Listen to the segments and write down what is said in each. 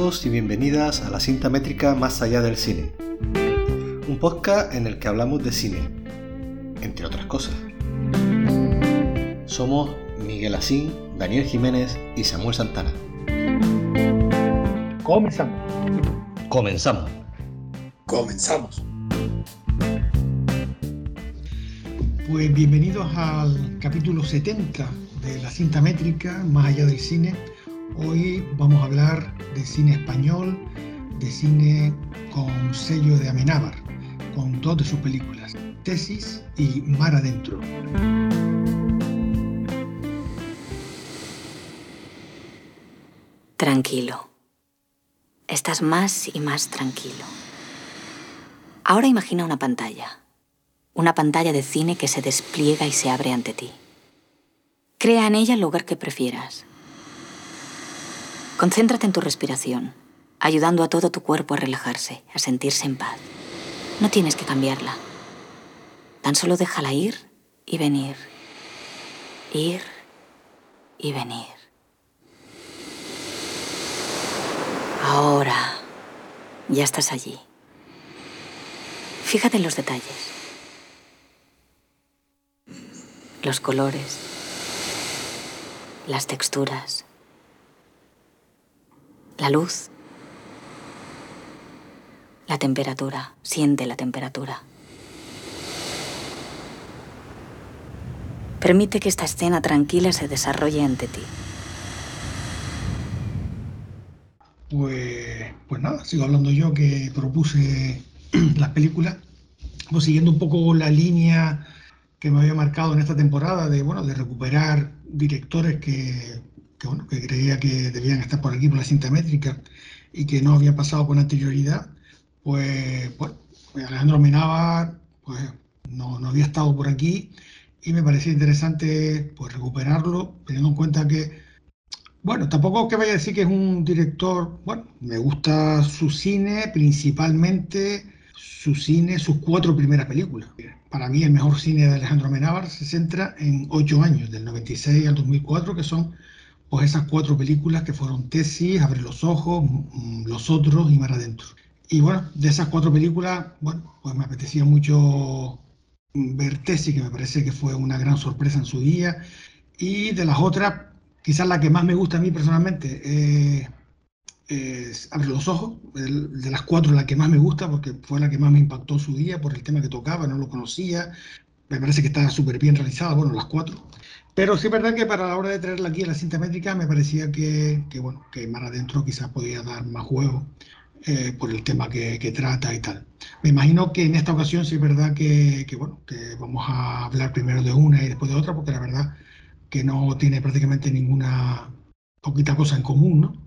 Bienvenidos y bienvenidas a la cinta métrica Más allá del cine, un podcast en el que hablamos de cine, entre otras cosas. Somos Miguel Asín, Daniel Jiménez y Samuel Santana. Comenzamos. Pues bienvenidos al capítulo 70 de la cinta métrica Más allá del cine. Hoy vamos a hablar de cine español, de cine con sello de Amenábar, con dos de sus películas, Tesis y Mar Adentro. Tranquilo. Estás más y más tranquilo. Ahora imagina una pantalla de cine que se despliega y se abre ante ti. Crea en ella el lugar que prefieras. Concéntrate en tu respiración, ayudando a todo tu cuerpo a relajarse, a sentirse en paz. No tienes que cambiarla. Tan solo déjala ir y venir. Ir y venir. Ahora, ya estás allí. Fíjate en los detalles. Los colores. Las texturas. La luz. La temperatura. Siente la temperatura. Permite que esta escena tranquila se desarrolle ante ti. Pues nada, sigo hablando yo que propuse las películas, pues siguiendo un poco la línea que me había marcado en esta temporada de recuperar directores que creía que debían estar por aquí por la cinta métrica y que no habían pasado con anterioridad. Pues Alejandro Amenábar pues no había estado por aquí y me parecía interesante pues recuperarlo, teniendo en cuenta que tampoco que vaya a decir que es un director, me gusta su cine, principalmente sus 4 primeras películas. Para mí el mejor cine de Alejandro Amenábar se centra en 8 años, del 96 al 2004, que son pues esas 4 películas que fueron Tesis, Abre los ojos, Los otros y Mar adentro. Y de esas 4 películas, pues me apetecía mucho ver Tesis, que me parece que fue una gran sorpresa en su día, y de las otras, quizás la que más me gusta a mí personalmente es Abre los ojos, de las 4 la que más me gusta porque fue la que más me impactó en su día por el tema que tocaba, no lo conocía, me parece que está súper bien realizada, las 4. Pero sí es verdad que para la hora de traerla aquí a la cinta métrica me parecía que Mar adentro quizás podía dar más juego por el tema que trata y tal. Me imagino que en esta ocasión sí es verdad que vamos a hablar primero de una y después de otra, porque la verdad que no tiene prácticamente ninguna poquita cosa en común, ¿no?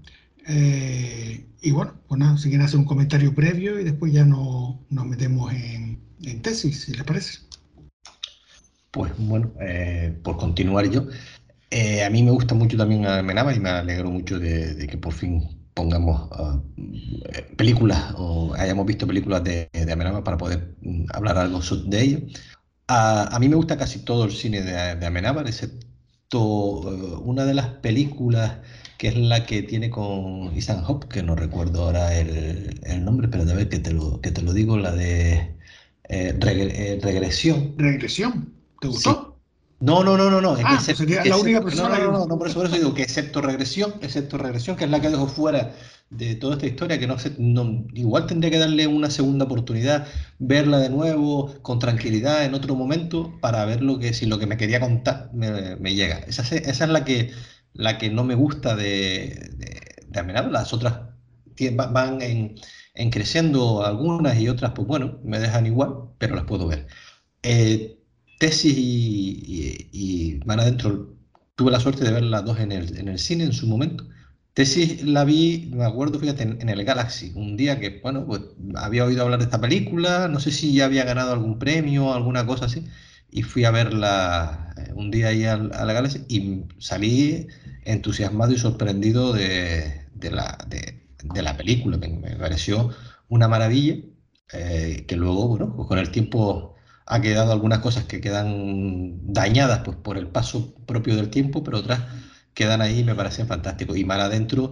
Si quieren hacer un comentario previo y después ya nos metemos en Tesis, si les parece. Pues por continuar yo, a mí me gusta mucho también Amenábar y me alegro mucho de que por fin pongamos películas o hayamos visto películas de Amenábar para poder hablar algo de ello. A mí me gusta casi todo el cine de Amenábar, excepto una de las películas que es la que tiene con Ethan Hawke, que no recuerdo ahora el nombre, pero a ver que te lo digo, la de Regresión. ¿Regresión? ¿Te gustó? Sí. No. Pues sería la única persona que... No, por eso digo que excepto Regresión, que es la que dejo fuera de toda esta historia, que igual tendría que darle una segunda oportunidad, verla de nuevo, con tranquilidad, en otro momento, para ver si lo que me quería contar me llega. Esa es la que no me gusta de Amenábar. Las otras van en creciendo algunas y otras, pues me dejan igual, pero las puedo ver. Tesis y Mar adentro, tuve la suerte de ver las dos en el cine en su momento. Tesis la vi, me acuerdo, fíjate, en el Galaxy, un día que, pues había oído hablar de esta película, no sé si ya había ganado algún premio o alguna cosa así, y fui a verla un día ahí al Galaxy y salí entusiasmado y sorprendido de la película, que me pareció una maravilla, que luego, pues con el tiempo ha quedado algunas cosas que quedan dañadas por el paso propio del tiempo, pero otras quedan ahí y me parecen fantásticos. Y Mar adentro,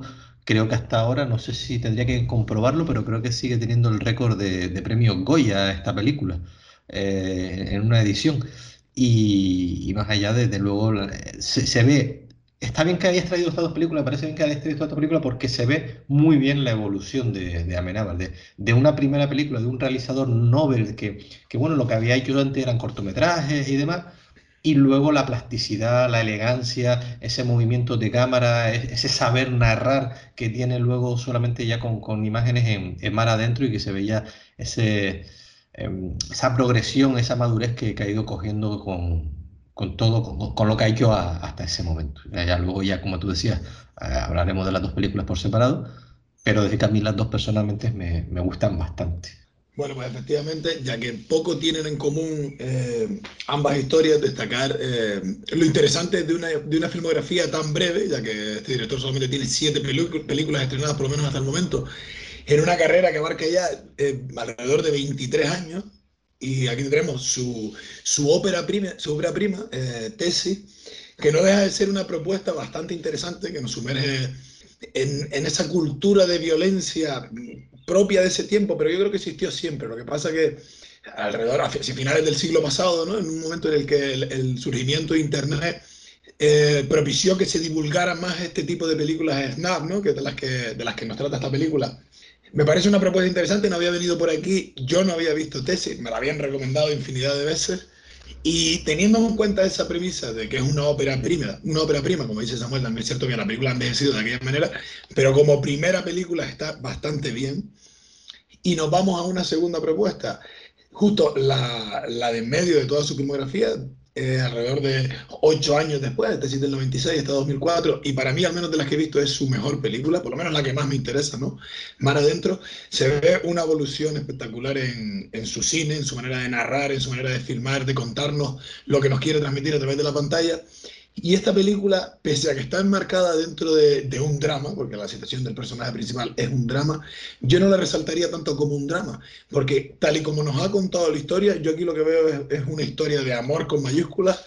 creo que hasta ahora, no sé si tendría que comprobarlo, pero creo que sigue teniendo el récord de premios Goya esta película en una edición. Y más allá, desde luego, se ve. Está bien que hayas traído estas dos películas, parece bien que hayas traído esta película porque se ve muy bien la evolución de Amenábar, de una primera película, de un realizador novel que, bueno, lo que había hecho antes eran cortometrajes y demás, y luego la plasticidad, la elegancia, ese movimiento de cámara, ese saber narrar que tiene luego solamente ya con imágenes en mar adentro y que se veía esa progresión, esa madurez que ha ido cogiendo con todo, con lo que ha hecho hasta ese momento. Ya luego ya, como tú decías, hablaremos de las dos películas por separado, pero desde que a mí las dos personalmente me gustan bastante. Bueno, pues efectivamente, ya que poco tienen en común ambas historias, destacar lo interesante de una filmografía tan breve, ya que este director solamente tiene 7 películas estrenadas por lo menos hasta el momento, en una carrera que abarca ya alrededor de 23 años. Y aquí tenemos su ópera prima, Tesis, que no deja de ser una propuesta bastante interesante que nos sumerge en esa cultura de violencia propia de ese tiempo, pero yo creo que existió siempre. Lo que pasa que alrededor, hacia finales del siglo pasado, ¿no? En un momento en el que el surgimiento de Internet propició que se divulgara más este tipo de películas snap, ¿no? Que de las que nos trata esta película. Me parece una propuesta interesante, no había venido por aquí, yo no había visto Tesis, me la habían recomendado infinidad de veces, y teniendo en cuenta esa premisa de que es una ópera prima, como dice Samuel, también es cierto que la película ha envejecido de aquella manera, pero como primera película está bastante bien. Y nos vamos a una segunda propuesta, justo la de en medio de toda su filmografía, alrededor de 8 años después, es decir, del 96 hasta 2004, y para mí, al menos de las que he visto, es su mejor película, por lo menos la que más me interesa, ¿no? Mar Adentro, se ve una evolución espectacular en su cine, en su manera de narrar, en su manera de filmar, de contarnos lo que nos quiere transmitir a través de la pantalla. Y esta película, pese a que está enmarcada dentro de un drama, porque la situación del personaje principal es un drama, yo no la resaltaría tanto como un drama, porque tal y como nos ha contado la historia, yo aquí lo que veo es una historia de amor con mayúsculas,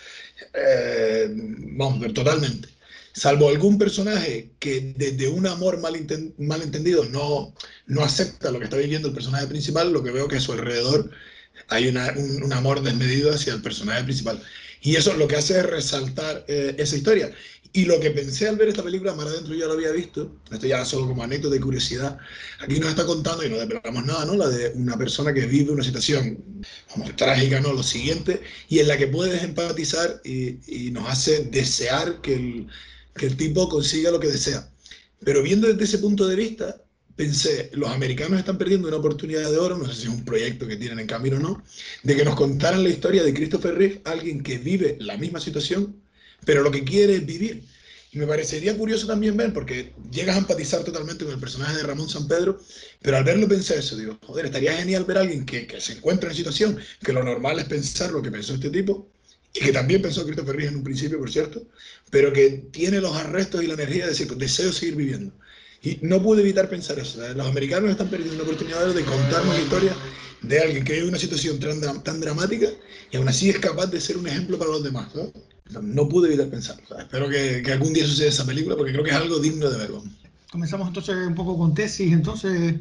vamos, totalmente. Salvo algún personaje que desde un amor malentendido no acepta lo que está viviendo el personaje principal, lo que veo que a su alrededor hay un amor desmedido hacia el personaje principal. Y eso lo que hace es resaltar esa historia. Y lo que pensé al ver esta película, Mar Adentro ya lo había visto, esto ya solo como anécdota de curiosidad, aquí nos está contando, y no desvelamos nada, ¿no? La de una persona que vive una situación como trágica, ¿no? Lo siguiente, y en la que puedes empatizar y nos hace desear que el tipo consiga lo que desea. Pero viendo desde ese punto de vista, pensé, los americanos están perdiendo una oportunidad de oro, no sé si es un proyecto que tienen en camino o no, de que nos contaran la historia de Christopher Reeve, alguien que vive la misma situación, pero lo que quiere es vivir. Y me parecería curioso también ver, porque llegas a empatizar totalmente con el personaje de Ramón Sampedro, pero al verlo pensé eso, digo, joder, estaría genial ver a alguien que se encuentra en situación, que lo normal es pensar lo que pensó este tipo, y que también pensó Christopher Reeve en un principio, por cierto, pero que tiene los arrestos y la energía de decir, pues deseo seguir viviendo. Y no pude evitar pensar eso. ¿Sabes? Los americanos están perdiendo una oportunidad de contarnos la historia de alguien que vive una situación tan dramática y aún así es capaz de ser un ejemplo para los demás. ¿No? No pude evitar pensarlo. ¿Sabes? Espero que algún día suceda esa película porque creo que es algo digno de verlo. Comenzamos entonces un poco con Tesis. Entonces,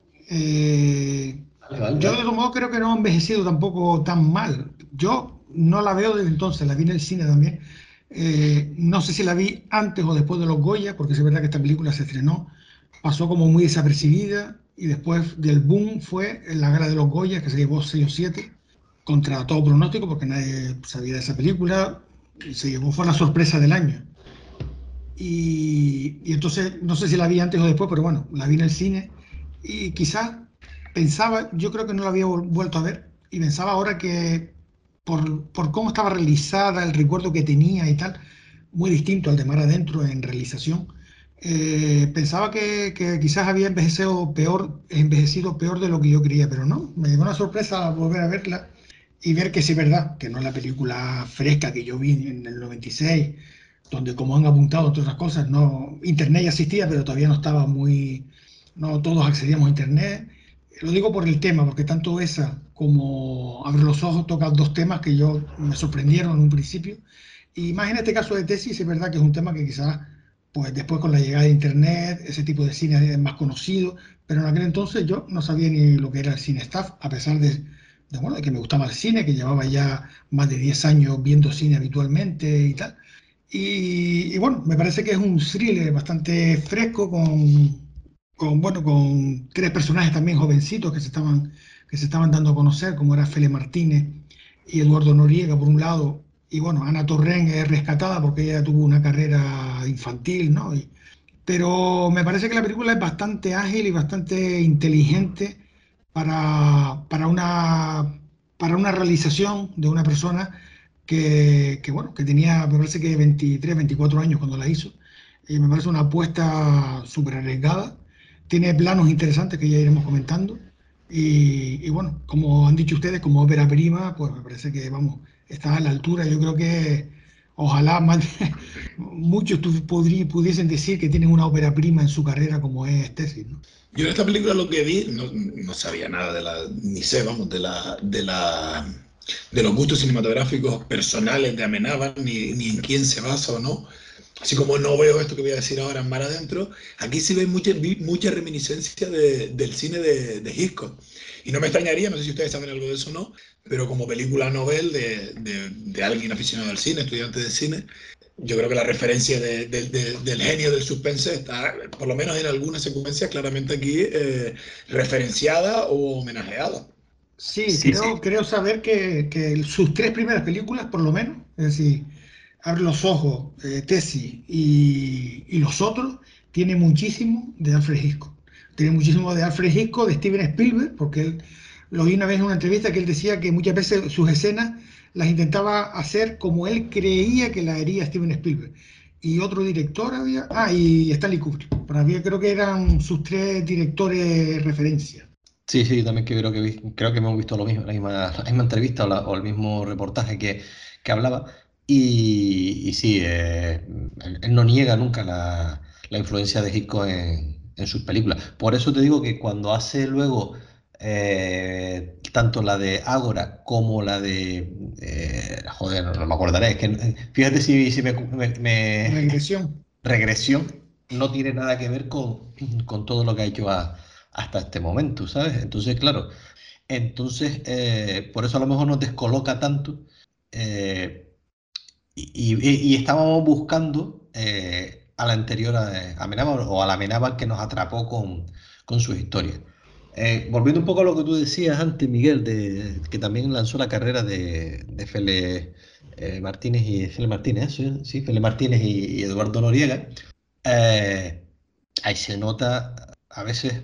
Vale. yo de todo modo creo que no ha envejecido tampoco tan mal. Yo no la veo desde entonces, la vi en el cine también. No sé si la vi antes o después de los Goya, porque es verdad que esta película se estrenó, pasó como muy desapercibida y después del boom fue en la gala de los Goya, que se llevó 6 o 7, contra todo pronóstico, porque nadie sabía de esa película, y se llevó, fue la sorpresa del año. Y entonces, no sé si la vi antes o después, pero bueno, la vi en el cine y quizás pensaba, yo creo que no la había vuelto a ver, y pensaba ahora que por cómo estaba realizada, el recuerdo que tenía y tal, muy distinto al de Mar Adentro en realización, pensaba que quizás había envejecido peor de lo que yo creía, pero no, me dio una sorpresa volver a verla y ver que sí es verdad, que no es la película fresca que yo vi en el 96, donde como han apuntado entre otras cosas, no, Internet ya existía, pero todavía no estaba muy, no todos accedíamos a Internet. Lo digo por el tema, porque tanto esa como Abre los ojos tocan dos temas que yo me sorprendieron en un principio. Y más en este caso de Tesis, es verdad que es un tema que quizás Pues después con la llegada de Internet, ese tipo de cine es más conocido, pero en aquel entonces yo no sabía ni lo que era el cine staff, a pesar bueno, de que me gustaba el cine, que llevaba ya más de 10 años viendo cine habitualmente y tal. Y bueno, me parece que es un thriller bastante fresco bueno, con tres personajes también jovencitos que se estaban dando a conocer, como era Fele Martínez y Eduardo Noriega por un lado, y bueno, Ana Torrent es rescatada porque ella tuvo una carrera infantil, ¿no? Pero me parece que la película es bastante ágil y bastante inteligente para una realización de una persona bueno, que tenía, me parece que 23, 24 años cuando la hizo. Y me parece una apuesta súper arriesgada. Tiene planos interesantes que ya iremos comentando. Y bueno, como han dicho ustedes, como ópera prima, pues me parece que, vamos, está a la altura. Yo creo que ojalá muchos pudiesen decir que tienen una ópera prima en su carrera como es Tesis, ¿no? Yo en esta película lo que vi, no sabía nada ni sé, vamos, de los gustos cinematográficos personales de Amenábar, ni en quién se basa o no. Así como no veo esto que voy a decir ahora en Mar Adentro, aquí sí vi mucha reminiscencia del cine de Hitchcock. Y no me extrañaría, no sé si ustedes saben algo de eso o no, pero como película novel de alguien aficionado al cine, estudiante de cine, yo creo que la referencia del genio del suspense está, por lo menos en algunas secuencias, claramente aquí referenciada o homenajeada. Sí, Sí, sí. creo saber que sus tres primeras películas, por lo menos, es decir, Abre los ojos, Tesis y Los Otros, tiene muchísimo de Alfred Hitchcock. Tiene muchísimo de Alfred Hitchcock, de Steven Spielberg, porque él lo vi una vez en una entrevista que él decía que muchas veces sus escenas las intentaba hacer como él creía que la haría Steven Spielberg. Y otro director había, y Stanley Kubrick. Para mí creo que eran sus tres directores referencia. Sí, sí, también creo que hemos visto lo mismo, la misma entrevista o el mismo reportaje que hablaba. Y sí, él no niega nunca la influencia de Hitchcock en sus películas. Por eso te digo que cuando hace luego tanto la de Ágora como la de... joder, no me acordaré. Es que, fíjate si Regresión. Regresión no tiene nada que ver con todo lo que ha hecho hasta este momento, ¿sabes? Entonces, claro, por eso a lo mejor nos descoloca tanto eh, y estábamos buscando a la anterior a Amenábar o a la Amenábar que nos atrapó con sus historias. Volviendo un poco a lo que tú decías antes, Miguel, que también lanzó la carrera de Fele Martínez y Fele Martínez, ¿sí? Sí, Fele Martínez y Eduardo Noriega. Eh, Ahí se nota a veces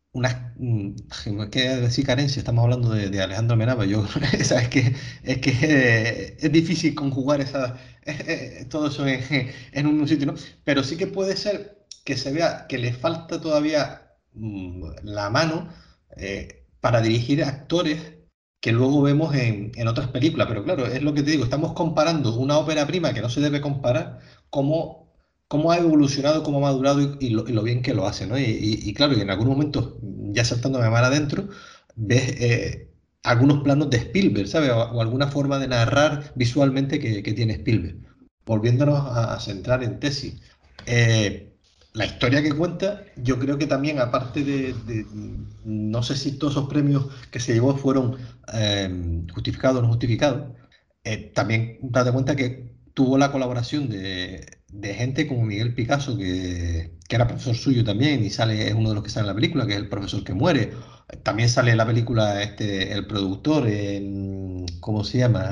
¿qué decir carencia? Estamos hablando de Alejandro Amenábar. Yo, es que es difícil conjugar todo eso en un sitio, ¿no? Pero sí que puede ser que se vea que le falta todavía la mano para dirigir actores que luego vemos en otras películas. Pero claro, es lo que te digo, estamos comparando una ópera prima que no se debe comparar como cómo ha evolucionado, cómo ha madurado y lo bien que lo hace, ¿no? Y claro, y en algunos momentos, ya saltándome mar adentro, ves algunos planos de Spielberg, ¿sabes? O alguna forma de narrar visualmente que tiene Spielberg. Volviéndonos a centrar en Tesis. La historia que cuenta, yo creo que también, aparte no sé si todos esos premios que se llevó fueron justificados o no justificados, también date cuenta que tuvo la colaboración de gente como Miguel Picasso, que era profesor suyo también, y es uno de los que sale en la película, que es el profesor que muere. También sale en la película el productor, ¿cómo se llama?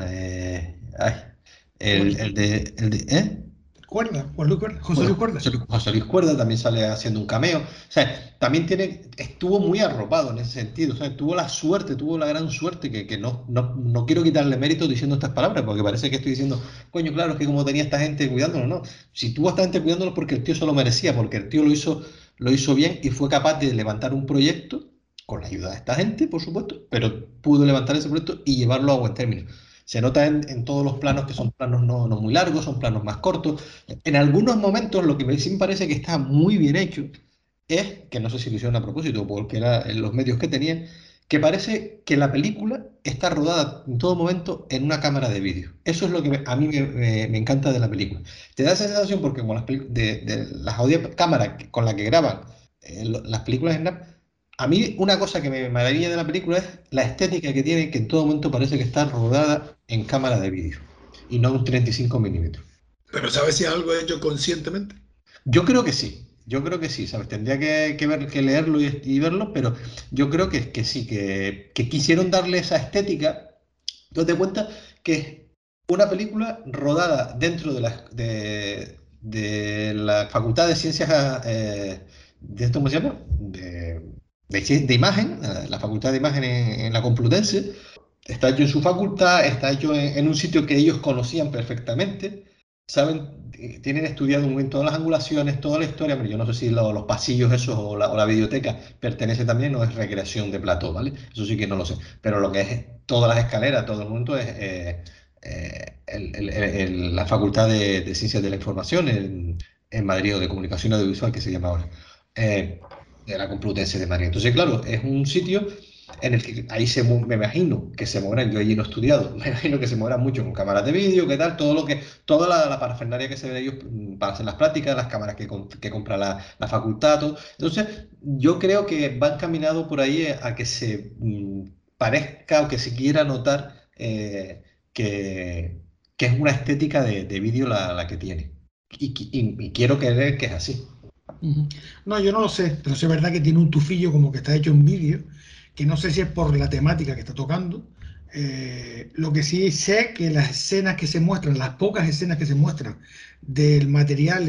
¿Eh? Cuerda, Juan Luis Cuerda, José Luis Cuerda. José Luis Cuerda también sale haciendo un cameo. O sea, también estuvo muy arropado en ese sentido. O sea, tuvo la gran suerte que no quiero quitarle mérito diciendo estas palabras, porque parece que estoy diciendo, coño, claro, es que como tenía esta gente cuidándolo, no. Si tuvo esta gente cuidándolo porque el tío se lo merecía, porque el tío lo hizo bien y fue capaz de levantar un proyecto con la ayuda de esta gente, por supuesto, pero pudo levantar ese proyecto y llevarlo a buen término. Se nota en todos los planos que son planos no muy largos, son planos más cortos. En algunos momentos lo que sí me parece que está muy bien hecho es, que no sé si lo hicieron a propósito porque era en los medios que tenían, que parece que la película está rodada en todo momento en una cámara de vídeo. Eso es lo que a mí me encanta de la película. Te da esa sensación porque con de las cámaras con las que graban las películas de Snap, a mí una cosa que me maravilla de la película es la estética que tiene, que en todo momento parece que está rodada en cámara de vídeo y no un 35 milímetros. Pero ¿sabes si es algo hecho conscientemente? Yo creo que sí, yo creo que sí, ¿sabes? Tendría que leerlo y verlo, pero yo creo que sí, que quisieron darle esa estética. ¿Tú te das cuenta que es una película rodada dentro de la Facultad de Ciencias, de esto, ¿cómo se llama? De imagen, la Facultad de Imagen en la Complutense? Está hecho en su facultad, está hecho en un sitio que ellos conocían perfectamente, saben, tienen estudiado muy bien todas las angulaciones, toda la historia, pero yo no sé si los pasillos esos o la biblioteca pertenece también o es recreación de plató, ¿vale? Eso sí que no lo sé, pero lo que es todas las escaleras, todo el mundo es la Facultad de Ciencias de la Información en Madrid, o de Comunicación Audiovisual, que se llama ahora, eh, de la Complutense de Madrid. Entonces, claro, es un sitio en el que ahí me imagino que se moverán, yo allí no he estudiado, me imagino que se moverán mucho con cámaras de vídeo, qué tal, toda la parafernalia que se ve de ellos para hacer las prácticas, las cámaras que compra la facultad, todo. Entonces, yo creo que van caminando por ahí a que se parezca o que se quiera notar que, que es una estética de vídeo la que tiene. Y quiero creer que es así. Ujú. No, yo no lo sé, pero sí es verdad que tiene un tufillo como que está hecho en vídeo, que no sé si es por la temática que está tocando. Lo que sí sé que las escenas que se muestran, las pocas escenas que se muestran del material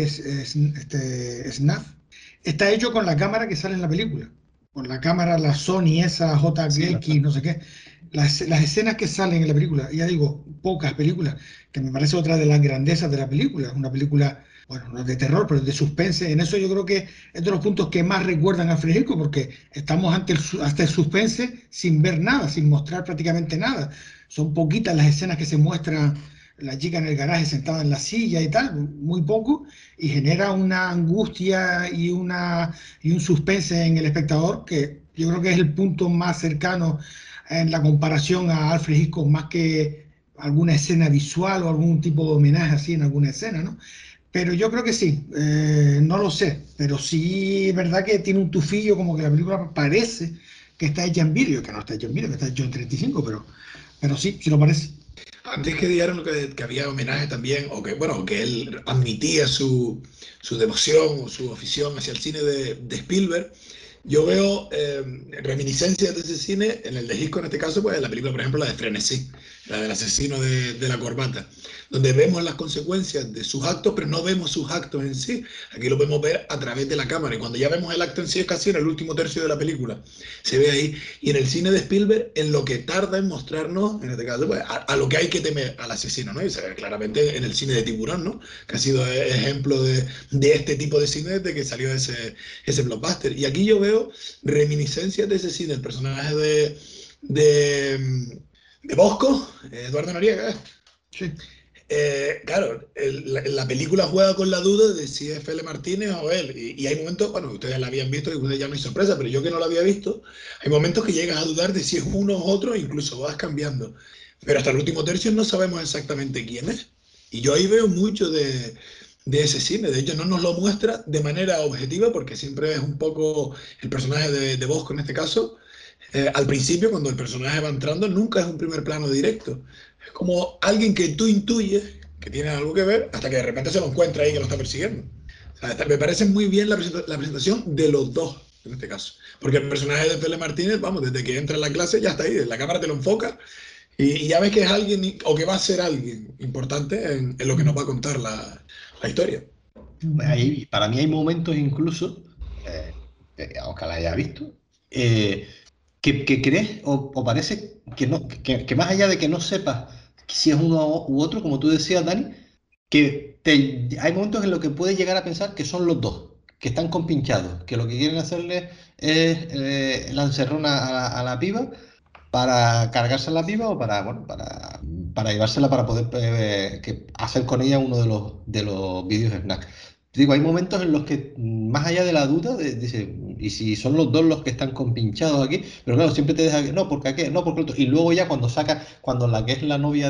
SNAF, está hecho con la cámara que sale en la película, con la cámara, la Sony, esa Sí, JX, no sé qué. Las escenas que salen en la película, ya digo, pocas películas, que me parece otra de las grandezas de la película, una película, bueno, no es de terror, pero es de suspense. En eso yo creo que es de los puntos que más recuerdan a Frederico, porque estamos hasta el suspense sin ver nada, sin mostrar prácticamente nada. Son poquitas las escenas que se muestra la chica en el garaje sentada en la silla y tal, muy poco, y genera una angustia y un suspense en el espectador que yo creo que es el punto más cercano en la comparación a Alfred Hitchcock, más que alguna escena visual o algún tipo de homenaje así en alguna escena, ¿no? Pero yo creo que sí, no lo sé, pero sí es verdad que tiene un tufillo como que la película parece que está hecha en vídeo, que no está hecha en vídeo, que está hecho en 35, pero sí, sí lo parece. Antes que dijeron que había homenaje también, o que, bueno, que él admitía su devoción o su afición hacia el cine de Spielberg, yo veo reminiscencias de ese cine en el de Hitchcock, en este caso, pues en la película, por ejemplo, la de Frenesí, la del asesino de la corbata, donde vemos las consecuencias de sus actos, pero no vemos sus actos en sí. Aquí lo podemos ver a través de la cámara, y cuando ya vemos el acto en sí es casi en el último tercio de la película. Se ve ahí. Y en el cine de Spielberg, en lo que tarda en mostrarnos, en este caso, pues, a lo que hay que temer al asesino, ¿no? Y se ve claramente en el cine de Tiburón, ¿no? Que ha sido ejemplo de este tipo de cine desde que salió ese blockbuster. Y aquí yo veo reminiscencias de ese cine, el personaje de, de Bosco, Eduardo Noriega. Sí. Claro, la película juega con la duda de si es Fele Martínez o él. Y hay momentos, bueno, ustedes la habían visto y ustedes ya no hay sorpresa, pero yo que no la había visto, hay momentos que llegas a dudar de si es uno o otro, e incluso vas cambiando. Pero hasta el último tercio no sabemos exactamente quién es. Y yo ahí veo mucho de ese cine. De hecho, no nos lo muestra de manera objetiva, porque siempre es un poco el personaje de Bosco en este caso. Al principio, cuando el personaje va entrando, nunca es un primer plano directo. Es como alguien que tú intuyes que tiene algo que ver hasta que de repente se lo encuentra ahí que lo está persiguiendo. O sea, me parece muy bien la presentación de los dos en este caso. Porque el personaje de Pele Martínez, vamos, desde que entra en la clase ya está ahí, la cámara te lo enfoca y ya ves que es alguien o que va a ser alguien importante en lo que nos va a contar la historia. Para mí hay momentos incluso, aunque la haya visto, eh, que crees o parece que, no, que más allá de que no sepas si es uno u otro, como tú decías, Dani, hay momentos en los que puedes llegar a pensar que son los dos, que están compinchados, que lo que quieren hacerle es lanzarrona a la piba para cargarse a la piba o bueno, para llevársela para poder hacer con ella uno de los vídeos snack. Digo, hay momentos en los que, más allá de la duda, dice, y si son los dos los que están compinchados aquí, pero claro, siempre te deja que, no, porque aquel, no, porque el otro. Y luego ya cuando saca, cuando la que es la novia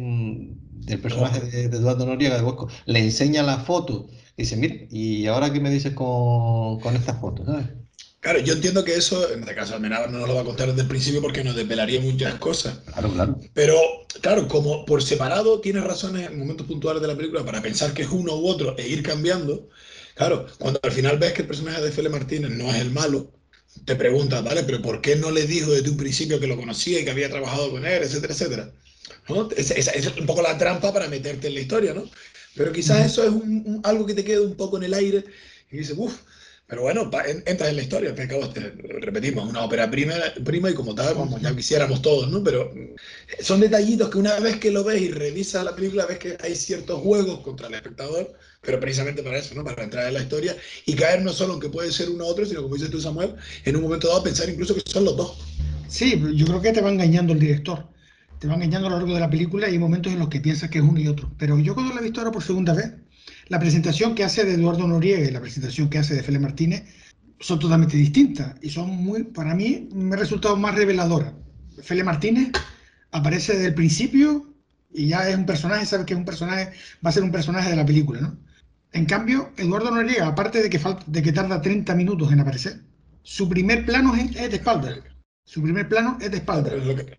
del personaje de Eduardo Noriega, de Bosco, le enseña la foto, y dice, mira, ¿y ahora qué me dices con esta foto? ¿Sabes? Claro, yo entiendo que eso, en este caso Almenábar no nos lo va a contar desde el principio porque nos desvelaría muchas cosas. Claro, claro. Pero, claro, como por separado tienes razones en momentos puntuales de la película para pensar que es uno u otro e ir cambiando. Claro, cuando al final ves que el personaje de Fele Martínez no es el malo, te preguntas, ¿vale? Pero ¿por qué no le dijo desde un principio que lo conocía y que había trabajado con él, etcétera, etcétera? ¿No? Esa es un poco la trampa para meterte en la historia, ¿no? Pero quizás eso es algo que te queda un poco en el aire y dices, uff, pero bueno, entras en la historia, al fin y al cabo, repetimos, una ópera prima y como tal, vamos, ya quisiéramos todos, ¿no? Pero son detallitos que una vez que lo ves y revisas la película, ves que hay ciertos juegos contra el espectador, pero precisamente para eso, ¿no? Para entrar en la historia y caer no solo en que puede ser uno u otro, sino como dices tú, Samuel, en un momento dado pensar incluso que son los dos. Sí, yo creo que te va engañando el director. Te va engañando a lo largo de la película y hay momentos en los que piensas que es uno y otro. Pero yo cuando la he visto ahora por segunda vez, la presentación que hace de Eduardo Noriega y la presentación que hace de Félix Martínez son totalmente distintas y son muy, para mí, me ha resultado más reveladora. Félix Martínez aparece desde el principio y ya es un personaje, sabes que es un personaje, va a ser un personaje de la película, ¿no? En cambio, Eduardo Noriega, aparte de que tarda 30 minutos en aparecer, su primer plano es de espalda. Su primer plano es de Claro, espalda. es lo que,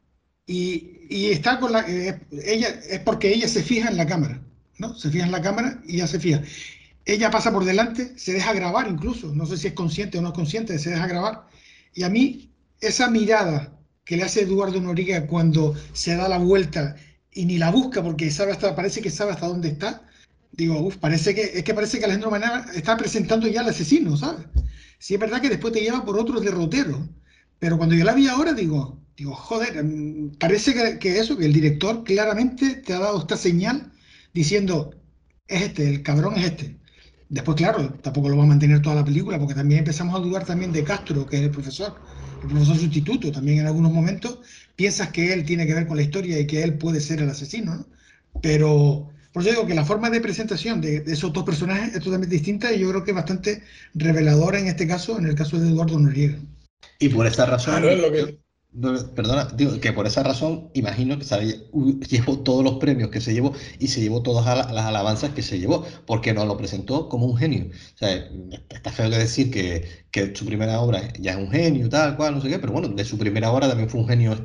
Y está con la. Ella, es porque ella se fija en la cámara, ¿no? Se fija en la cámara y ya se fija. Ella pasa por delante, se deja grabar incluso. No sé si es consciente o no es consciente, se deja grabar. Y a mí, esa mirada que le hace Eduardo Noriega cuando se da la vuelta y ni la busca porque sabe hasta, parece que sabe hasta dónde está. Digo, uff, parece que Alejandro Manara está presentando ya al asesino, ¿sabes? Sí es verdad que después te lleva por otros derroteros, pero cuando yo la vi ahora digo, joder, parece que eso, que el director claramente te ha dado esta señal diciendo, es este, el cabrón es este. Después, claro, tampoco lo va a mantener toda la película, porque también empezamos a dudar también de Castro, que es el profesor sustituto. También en algunos momentos piensas que él tiene que ver con la historia y que él puede ser el asesino, ¿no? Pero por eso digo que la forma de presentación de esos dos personajes es totalmente distinta y yo creo que es bastante reveladora en este caso, en el caso de Eduardo Noriega. Y por esa claro, razón, es lo que, perdona, digo que por esa razón imagino que llevó todos los premios que se llevó y se llevó todas las alabanzas que se llevó, porque nos lo presentó como un genio. O sea, está feo de decir que su primera obra ya es un genio, tal cual, no sé qué, pero bueno, de su primera obra también fue un genio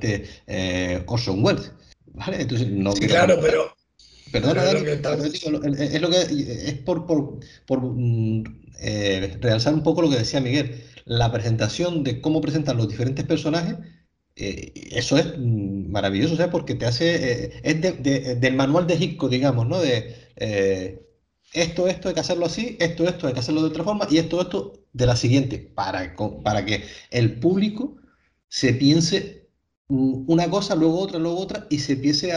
Orson Welles. ¿Vale? Entonces no sí, quiero claro, tampoco. pero Perdona, es lo Dani, que pero estamos. digo, es lo que es realzar un poco lo que decía Miguel. La presentación de cómo presentan los diferentes personajes, eso es maravilloso, ¿sabes? Porque te hace, es del manual de Hitchcock, digamos, ¿no? De esto hay que hacerlo así, esto hay que hacerlo de otra forma y esto de la siguiente, para que el público se piense una cosa, luego otra y se empiece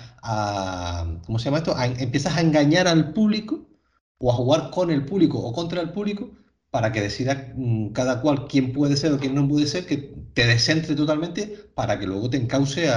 ¿cómo se llama esto? Empiezas a engañar al público o a jugar con el público o contra el público para que decida cada cual quién puede ser o quién no puede ser, que te descentre totalmente para que luego te encauce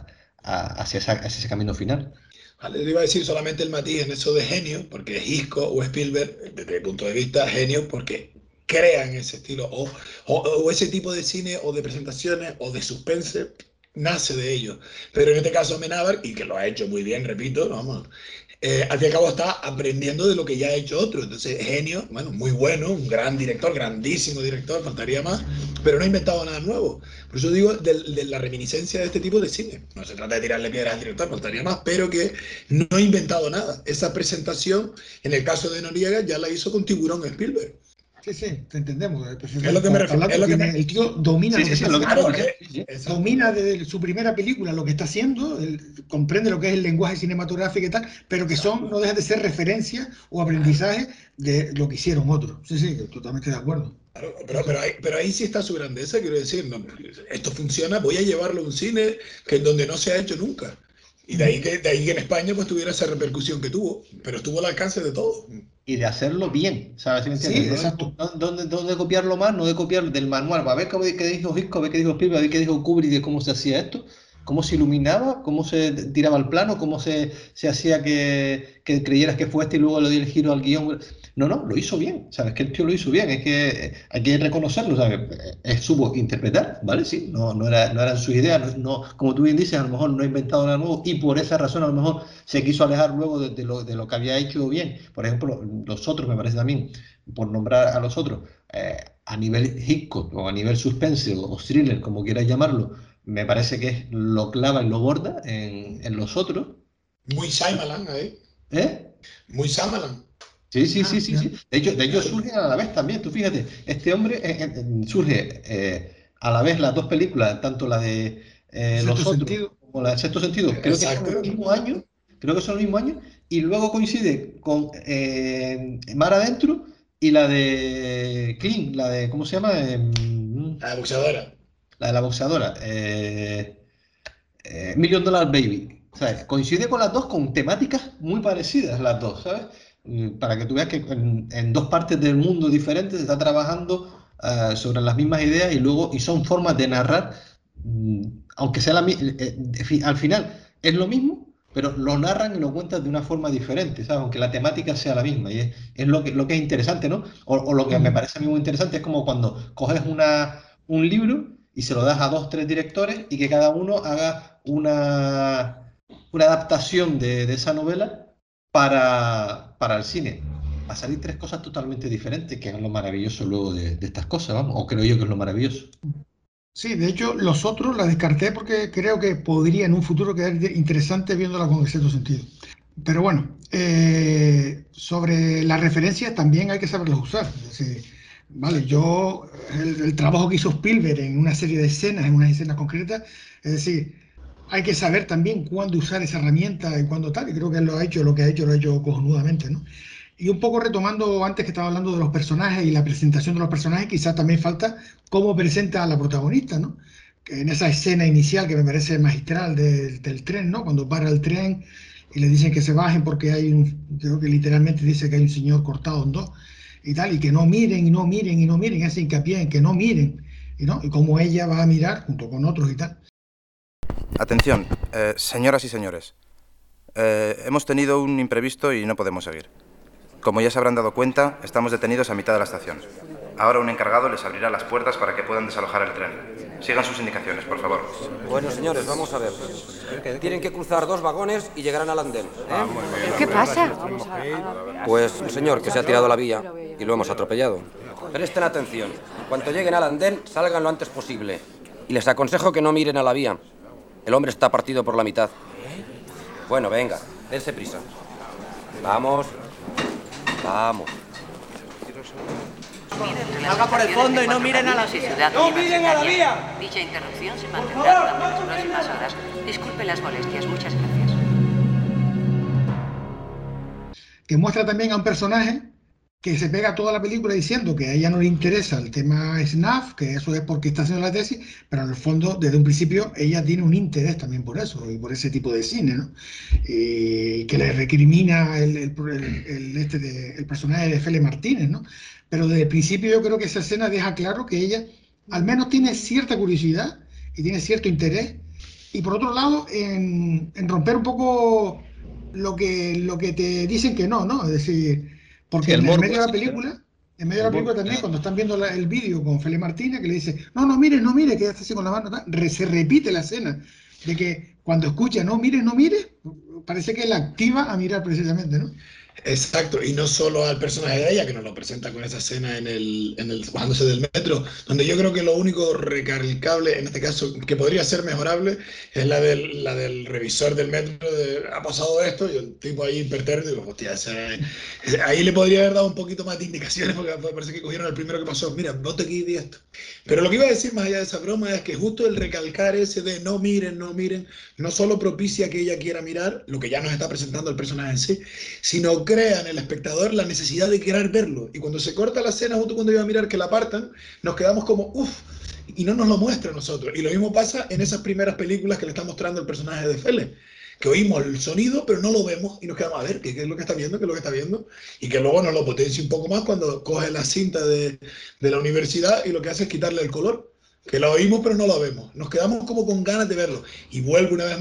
hacia ese camino final. Vale, le iba a decir solamente el matiz en eso de genio, porque Hitchcock o Spielberg, desde mi punto de vista, genio porque crean ese estilo, o ese tipo de cine, o de presentaciones, o de suspense, nace de ellos. Pero en este caso Amenábar, y que lo ha hecho muy bien, repito, vamos, al fin y al cabo está aprendiendo de lo que ya ha hecho otro. Entonces, genio, bueno, muy bueno, un gran director, grandísimo director, faltaría más, pero no ha inventado nada nuevo. Por eso digo de la reminiscencia de este tipo de cine. No se trata de tirarle piedras al director, faltaría más, pero que no ha inventado nada. Esa presentación, en el caso de Noriega, ya la hizo con Tiburón Spielberg. Sí, sí, te entendemos. Es lo que me Como está refiero. Es hablando, lo que me... el tío domina Sí, lo que sí, sí, está es lo que haciendo. Claro, estamos diciendo. Sí, sí. exacto. Domina desde su primera película lo que está haciendo, comprende lo que es el lenguaje cinematográfico y tal, pero que son, no dejan de ser referencias o aprendizaje de lo que hicieron otros. Sí, sí, totalmente de acuerdo. Claro, pero ahí sí está su grandeza, quiero decir, no, esto funciona, voy a llevarlo a un cine que donde no se ha hecho nunca. Y de ahí que en España pues tuviera esa repercusión que tuvo, pero estuvo al alcance de todo. Y de hacerlo bien, ¿sabes? ¿Sí me entiendes? Sí, exacto. No de copiarlo más, no de copiar del manual. A ver qué dijo Hitchcock, a ver qué dijo Spielberg, a ver qué dijo Kubrick de cómo se hacía esto, cómo se iluminaba, cómo se tiraba el plano, cómo se hacía que creyeras que fue este y luego le dio el giro al guión. No, no, lo hizo bien, ¿sabes? Que el tío lo hizo bien, es que hay que reconocerlo, ¿sabes? Supo interpretar, ¿vale? Sí, no eran sus ideas, como tú bien dices, a lo mejor no ha inventado nada nuevo y por esa razón a lo mejor se quiso alejar luego de lo que había hecho bien. Por ejemplo, los otros, me parece también, por nombrar a los otros, a nivel Hitchcock o a nivel suspense o thriller, como quieras llamarlo, me parece que lo clava y lo borda en los otros. Muy Shyamalan ahí. ¿Eh? Muy Shyamalan. Sí, sí, sí, Ah, sí, ya. sí. De hecho surgen a la vez también. Tú fíjate, este hombre surge a la vez las dos películas, tanto la de En cierto Los Otros sentido. como la de Sexto Sentido, creo que son Exacto. el mismo año, creo que son el mismo año, y luego coincide con Mar Adentro y la de Clean, la de, ¿cómo se llama? La boxeadora. La de la boxeadora. Million Dollar Baby. ¿Sabes? Coincide con las dos con temáticas muy parecidas, las dos, ¿sabes? Para que tú veas que en dos partes del mundo diferentes se está trabajando sobre las mismas ideas y son formas de narrar, mm, aunque sea al final es lo mismo, pero lo narran y lo cuentan de una forma diferente, ¿sabes? Aunque la temática sea la misma. Y es lo que es interesante, ¿no? O lo que me Ujú. parece a mí muy interesante es como cuando coges un libro y se lo das a dos, tres directores y que cada uno haga una adaptación de esa novela para el cine. Va a salir tres cosas totalmente diferentes, que es lo maravilloso luego de estas cosas, vamos, o creo yo que es lo maravilloso. Sí, de hecho, los otros la descarté porque creo que podría en un futuro quedar interesante viéndola con cierto sentido. Pero bueno, sobre las referencias también hay que saberlas usar. Es decir, vale, el trabajo que hizo Spielberg en una serie de escenas, en unas escenas concretas, es decir, hay que saber también cuándo usar esa herramienta y cuándo tal, y creo que él lo ha hecho, lo ha hecho cojonudamente, ¿no? Y un poco retomando antes que estaba hablando de los personajes y la presentación de los personajes, quizás también falta cómo presenta a la protagonista, ¿no? Que en esa escena inicial que me parece magistral del tren, ¿no? Cuando para el tren y le dicen que se bajen porque creo que literalmente dice que hay un señor cortado en dos y tal, y que no miren y no miren y no miren, hace hincapié en que no miren, ¿no? Y cómo ella va a mirar junto con otros y tal. Atención, señoras y señores. Hemos tenido un imprevisto y no podemos seguir. Como ya se habrán dado cuenta, estamos detenidos a mitad de la estación. Ahora un encargado les abrirá las puertas para que puedan desalojar el tren. Sigan sus indicaciones, por favor. Bueno, señores, vamos a ver. Tienen que cruzar 2 vagones y llegarán al andén. ¿Qué pasa? Pues un señor que se ha tirado a la vía y lo hemos atropellado. Presten atención. Cuando lleguen al andén, salgan lo antes posible. Y les aconsejo que no miren a la vía. El hombre está partido por la mitad. Bueno, venga, dense prisa. Vamos. Vamos. Salga por el fondo y no miren a la vía. ¡No miren a la vía! Dicha interrupción se mantendrá durante las próximas horas. Disculpe las molestias, muchas gracias. Que muestra también a un personaje que se pega toda la película diciendo que a ella no le interesa el tema SNAF, que eso es porque está haciendo la tesis, pero en el fondo, desde un principio, ella tiene un interés también por eso y por ese tipo de cine, ¿no? Que le recrimina el personaje de Fele Martínez, ¿no? Pero desde el principio yo creo que esa escena deja claro que ella al menos tiene cierta curiosidad y tiene cierto interés, y por otro lado, en romper un poco lo que te dicen que no, ¿no? Es decir, porque Sí, el en morbo, medio de la sí, película, en medio de el la película morbo, también, cuando están viendo el vídeo con Fele Martínez, que le dice, no, no mire, no mire, que hace así con la mano, se repite la escena de que cuando escucha, no mire, no mire, parece que la activa a mirar precisamente, ¿no? Exacto, y no solo al personaje de ella, que nos lo presenta con esa escena bajándose del metro, donde yo creo que lo único recalcable, en este caso, que podría ser mejorable, es la del revisor del metro, ha pasado esto, y el tipo ahí impertérrito, y digo, hostia, ahí le podría haber dado un poquito más de indicaciones, porque parece que cogieron al primero que pasó, mira, vote aquí y di esto. Pero lo que iba a decir más allá de esa broma es que justo el recalcar ese de no miren, no solo propicia que ella quiera mirar, lo que ya nos está presentando el personaje en sí, sino crea en el espectador la necesidad de querer verlo. Y cuando se corta la escena, justo cuando iba a mirar que la apartan, nos quedamos como, uff, y no nos lo muestra a nosotros. Y lo mismo pasa en esas primeras películas que le está mostrando el personaje de Fele, que oímos el sonido, pero no lo vemos y nos quedamos a ver qué es lo que está viendo, qué es lo que está viendo, y que luego nos lo potencia un poco más cuando coge la cinta de la universidad y lo que hace es quitarle el color. Que lo oímos pero no lo vemos. Nos quedamos como con ganas de verlo. Y vuelvo una vez más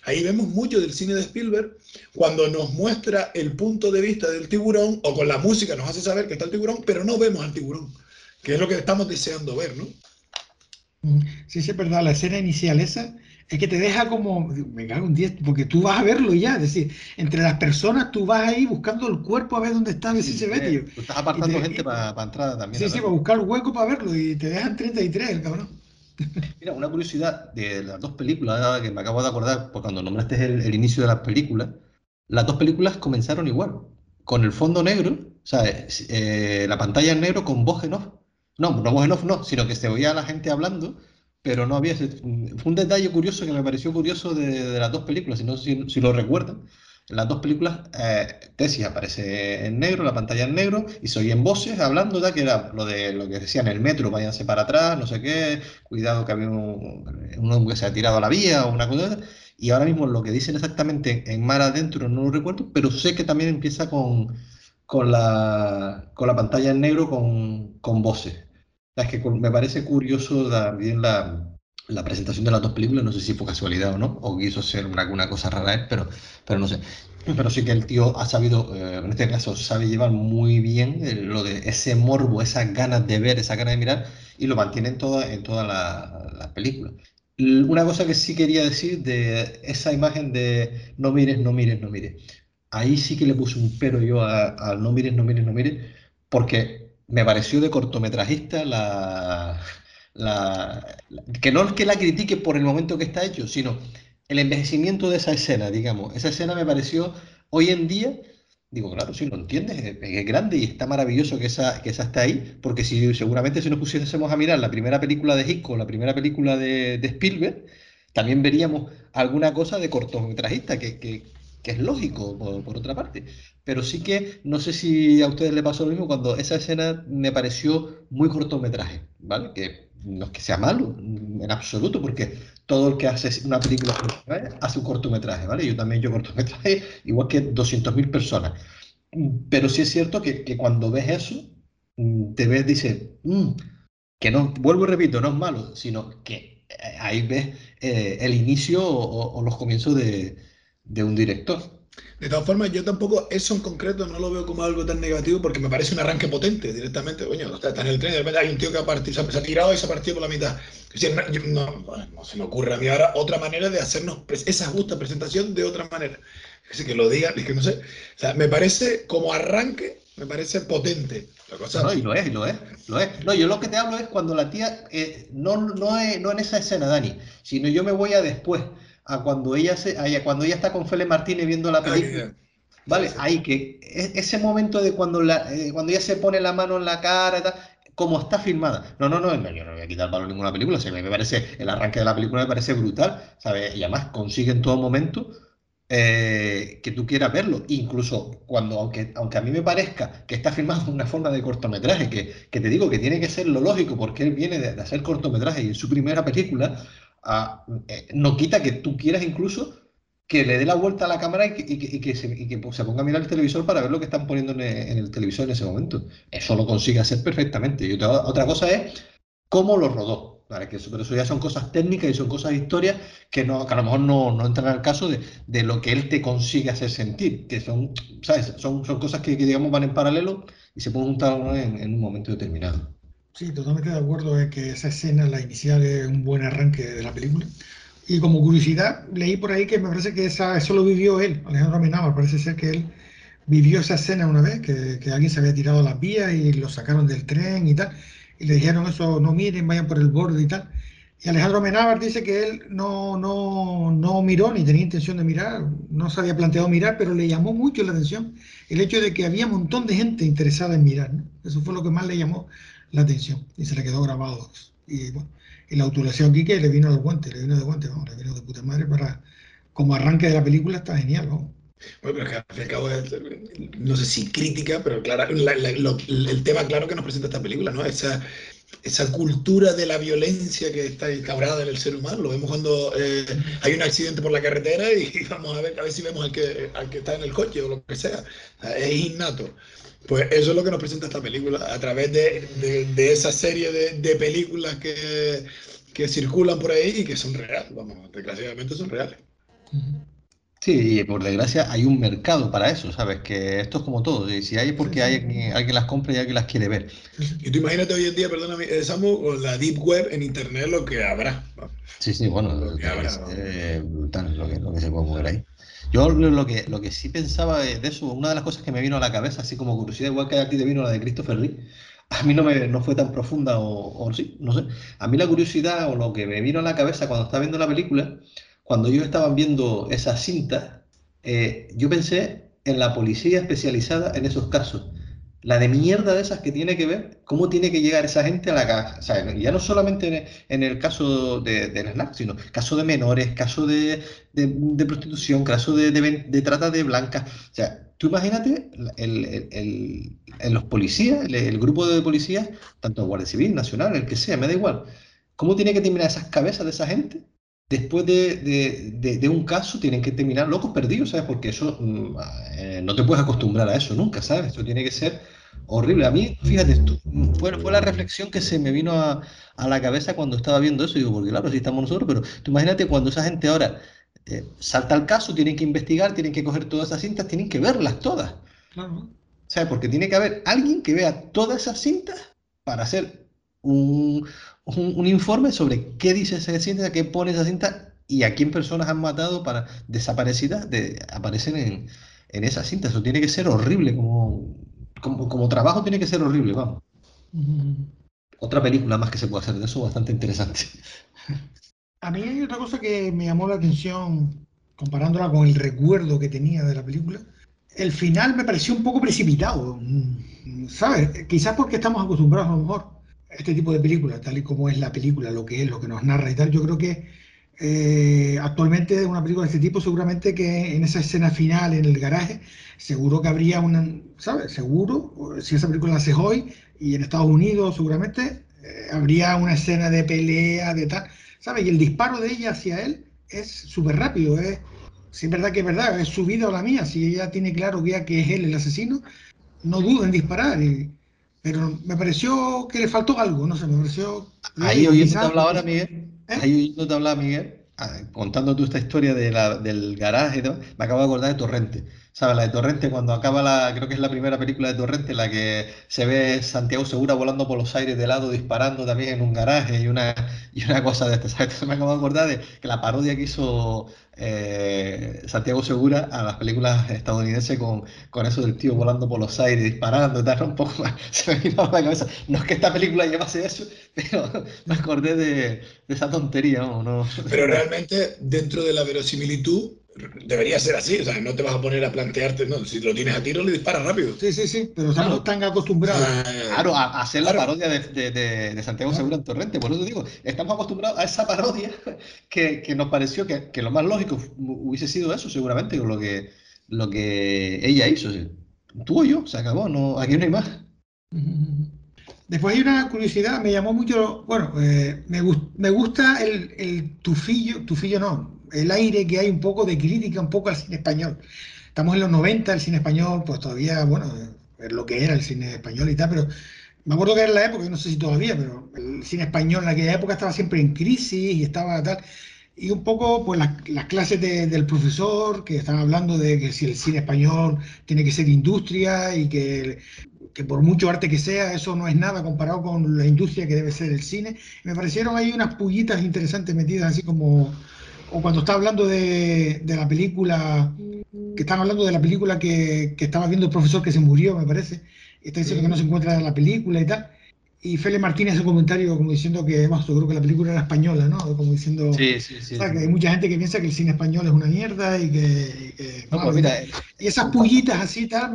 Ahí vemos mucho del cine de Spielberg cuando nos muestra el punto de vista del tiburón, o con la música nos hace saber que está el tiburón, pero no vemos al tiburón, que es lo que estamos deseando ver, ¿no? Sí, sí, es verdad, la escena inicial esa es que te deja como, me cago en 10, porque tú vas a verlo ya, es decir, entre las personas tú vas ahí buscando el cuerpo a ver dónde está, a ver si se ve, tío. Tú estás apartando gente para entrada también. Sí, sí, para buscar hueco para verlo y te dejan 33, el cabrón. Mira, una curiosidad de las dos películas, ahora que me acabo de acordar, pues cuando nombraste el inicio de las películas, las dos películas comenzaron igual, con el fondo negro, o sea, la pantalla en negro con voz en off. No, no voz en off no, sino que se oía a la gente hablando, pero no había... Fue un detalle curioso que me pareció curioso de las dos películas, si no sé si lo recuerdan. En las dos películas, Tesis aparece en negro, la pantalla en negro, y se oyen voces hablando, que era lo que decían en el metro, váyanse para atrás, no sé qué, cuidado que había uno que se ha tirado a la vía o una cosa. Y ahora mismo lo que dicen exactamente en Mar Adentro no lo recuerdo, pero sé que también empieza con la pantalla en negro con voces. Es que me parece curioso también la presentación de las dos películas, no sé si fue casualidad o no, o quiso ser una cosa rara, pero no sé. Pero sí que el tío ha sabido, en este caso, sabe llevar muy bien lo de ese morbo, esas ganas de ver, esas ganas de mirar, y lo mantiene en todas las películas. Una cosa que sí quería decir de esa imagen de no mires, no mires, no mires. Ahí sí que le puse un pero yo al no mires, no mires, no mires, porque me pareció de cortometrajista que no es que la critique por el momento que está hecho, sino el envejecimiento de esa escena, digamos. Esa escena me pareció, hoy en día, digo, claro, sí, lo entiendes, es grande y está maravilloso que esa esté ahí, porque si seguramente si nos pusiésemos a mirar la primera película de Hitchcock, la primera película de Spielberg, también veríamos alguna cosa de cortometrajista, que es lógico, por otra parte. Pero sí que no sé si a ustedes les pasó lo mismo cuando esa escena me pareció muy cortometraje, ¿vale? Que no es que sea malo en absoluto, porque todo el que hace una película hace un cortometraje, ¿vale? Yo también yo cortometraje, igual que 200.000 personas. Pero sí es cierto que cuando ves eso, te ves, dices, que no, vuelvo y repito, no es malo, sino que ahí ves el inicio o los comienzos de un director. De todas formas, yo tampoco eso en concreto no lo veo como algo tan negativo porque me parece un arranque potente directamente. Coño, está en el tren y de repente hay un tío que se ha tirado y se ha partido por la mitad. Es decir, no se me ocurre a mí ahora otra manera de hacernos esa justa presentación de otra manera. Es decir, que lo digan, es que no sé. O sea, me parece como arranque, me parece potente. La cosa, No, y lo es, y lo es, lo es. No, yo lo que te hablo es cuando la tía, no en esa escena, Dani, sino yo me voy a después, cuando ella está con Fele Martínez viendo la película. Vale, sí. ahí que ese momento de cuando ella se pone la mano en la cara y tal, como está filmada. No, yo no voy a quitar valor a ninguna película, o sea, me parece, el arranque de la película me parece brutal, ¿sabes? Y además consigue en todo momento que tú quieras verlo. Incluso aunque a mí me parezca que está filmado de una forma de cortometraje, que te digo que tiene que ser lo lógico, porque él viene de hacer cortometraje y en su primera película, no quita que tú quieras incluso que le dé la vuelta a la cámara y que pues, se ponga a mirar el televisor para ver lo que están poniendo en el televisor en ese momento. Eso lo consigue hacer perfectamente. Y otra cosa es cómo lo rodó. ¿Vale? Pero eso ya son cosas técnicas y son cosas de historia que a lo mejor no entran al caso de lo que él te consigue hacer sentir, que son, ¿sabes? Son cosas que, digamos van en paralelo y se pueden juntar, ¿no? en un momento determinado. Sí, totalmente de acuerdo en que esa escena, la inicial, es un buen arranque de la película. Y como curiosidad, leí por ahí que me parece que eso lo vivió él, Alejandro Amenábar. Parece ser que él vivió esa escena una vez, que alguien se había tirado a las vías y lo sacaron del tren y tal. Y le dijeron eso, no miren, vayan por el borde y tal. Y Alejandro Amenábar dice que él no miró ni tenía intención de mirar, no se había planteado mirar, pero le llamó mucho la atención el hecho de que había un montón de gente interesada en mirar, ¿no? Eso fue lo que más le llamó la atención y se le quedó grabado. Y bueno, y la autoración aquí que le vino de guante, vamos, le vino de puta madre como arranque de la película está genial, vamos. Bueno, pero es que al fin y al cabo no sé si crítica, pero claro, el tema claro que nos presenta esta película, ¿no? Esa cultura de la violencia que está instaurada en el ser humano. Lo vemos cuando hay un accidente por la carretera y vamos a ver si vemos al que está en el coche o lo que sea. Es innato. Pues eso es lo que nos presenta esta película, a través de esa serie de películas que circulan por ahí y que son reales, vamos, desgraciadamente son reales. Sí, y por desgracia hay un mercado para eso, ¿sabes? Que esto es como todo, y si hay es porque hay alguien las compra y alguien las quiere ver. Y tú imagínate hoy en día, perdóname, Samu, con la Deep Web en Internet lo que habrá. Sí, sí, bueno, Lo que tiene que habrá. ser brutal lo que se puede mover ahí. Yo lo que sí pensaba de eso, una de las cosas que me vino a la cabeza, así como curiosidad, igual que a ti te vino la de Christopher Lee, a mí no fue tan profunda o sí, no sé. A mí la curiosidad o lo que me vino a la cabeza cuando estaba viendo la película, cuando ellos estaban viendo esas cintas, yo pensé en la policía especializada en esos casos. La de mierda de esas que tiene que ver, cómo tiene que llegar esa gente a la casa. O sea, ya no solamente en el caso del snack, sino caso de menores, caso de prostitución, caso de trata de blancas. O sea, tú imagínate en los policías, el grupo de policías, tanto Guardia Civil, Nacional, el que sea, me da igual. ¿Cómo tiene que terminar esas cabezas de esa gente? Después de un caso tienen que terminar locos perdidos, ¿sabes? Porque eso no te puedes acostumbrar a eso nunca, ¿sabes? Eso tiene que ser horrible. A mí, fíjate, fue la reflexión que se me vino a la cabeza cuando estaba viendo eso. Digo, porque claro, sí estamos nosotros, pero tú imagínate cuando esa gente ahora salta al caso, tienen que investigar, tienen que coger todas esas cintas, tienen que verlas todas. Claro. ¿Sabes? Porque tiene que haber alguien que vea todas esas cintas para hacer un, un informe sobre qué dice esa cinta, qué pone esa cinta y a quién personas han matado para desaparecidas aparecen en esa cinta. Eso tiene que ser horrible, como trabajo tiene que ser horrible, vamos. Otra película más que se puede hacer de eso, bastante interesante. A mí hay otra cosa que me llamó la atención, comparándola con el recuerdo que tenía de la película. El final me pareció un poco precipitado, ¿sabes? Quizás porque estamos acostumbrados a lo mejor a este tipo de películas, tal y como es la película, lo que es, lo que nos narra y tal. Yo creo que actualmente una película de este tipo, seguramente que en esa escena final, en el garaje, seguro que habría una, ¿sabes? Seguro, si esa película la haces hoy y en Estados Unidos, seguramente habría una escena de pelea, de tal, ¿sabes? Y el disparo de ella hacia él es súper rápido, ¿eh? Si es verdad que es verdad, es su vida o la mía. Si ella tiene claro ya que es él el asesino, no duda en disparar. Pero me pareció que le faltó algo, no sé, me pareció. Y Ahí oye, oyéndote quizás. hablar ahora, Miguel, ¿Eh? ahí oyéndote hablar, Miguel, contando tú esta historia del garaje y todo, me acabo de acordar de Torrente. ¿Sabes? La de Torrente, cuando acaba creo que es la primera película de Torrente, la que se ve Santiago Segura volando por los aires de lado, disparando también en un garaje y una cosa de estas. ¿Sabes? Entonces me acabo de acordar de que la parodia que hizo Santiago Segura a las películas estadounidenses con eso del tío volando por los aires, disparando y tal, un poco más, se me vino a la cabeza. No es que esta película llevase eso, pero me acordé de esa tontería, ¿no? Pero realmente, dentro de la verosimilitud, debería ser así. O sea, no te vas a poner a plantearte, no, si lo tienes a tiro, le disparas rápido. Sí, sí, sí, pero estamos Claro, tan acostumbrados. claro, a hacer la Claro. parodia de Santiago Segura Claro. en Torrente. Por eso digo, estamos acostumbrados a esa parodia que nos pareció que lo más lógico hubiese sido eso, seguramente, con lo que ella hizo. ¿Sí? Tú o yo, se acabó, no, aquí no hay más. Después hay una curiosidad, me llamó mucho, bueno, me gusta el tufillo no, el aire que hay un poco de crítica un poco al cine español. Estamos en los 90, el cine español, pues todavía, bueno, es lo que era el cine español y tal, pero me acuerdo que era la época, yo no sé si todavía, pero el cine español en aquella época estaba siempre en crisis y estaba tal. Y un poco, pues las clases del profesor que estaban hablando de que si el cine español tiene que ser industria y que por mucho arte que sea, eso no es nada comparado con la industria que debe ser el cine. Me parecieron ahí unas pullitas interesantes metidas, así como, o cuando está hablando de la película, que están hablando de la película que estaba viendo el profesor que se murió, me parece, y está diciendo que no se encuentra en la película y tal. Y Félix Martínez hace un comentario como diciendo que, bueno, yo creo que la película era española, ¿no? Como diciendo, Sí, sí, sí, ¿sabes? sí. Que hay mucha gente que piensa que el cine español es una mierda y que No, pues malo y tal. mira, Y esas pullitas así tal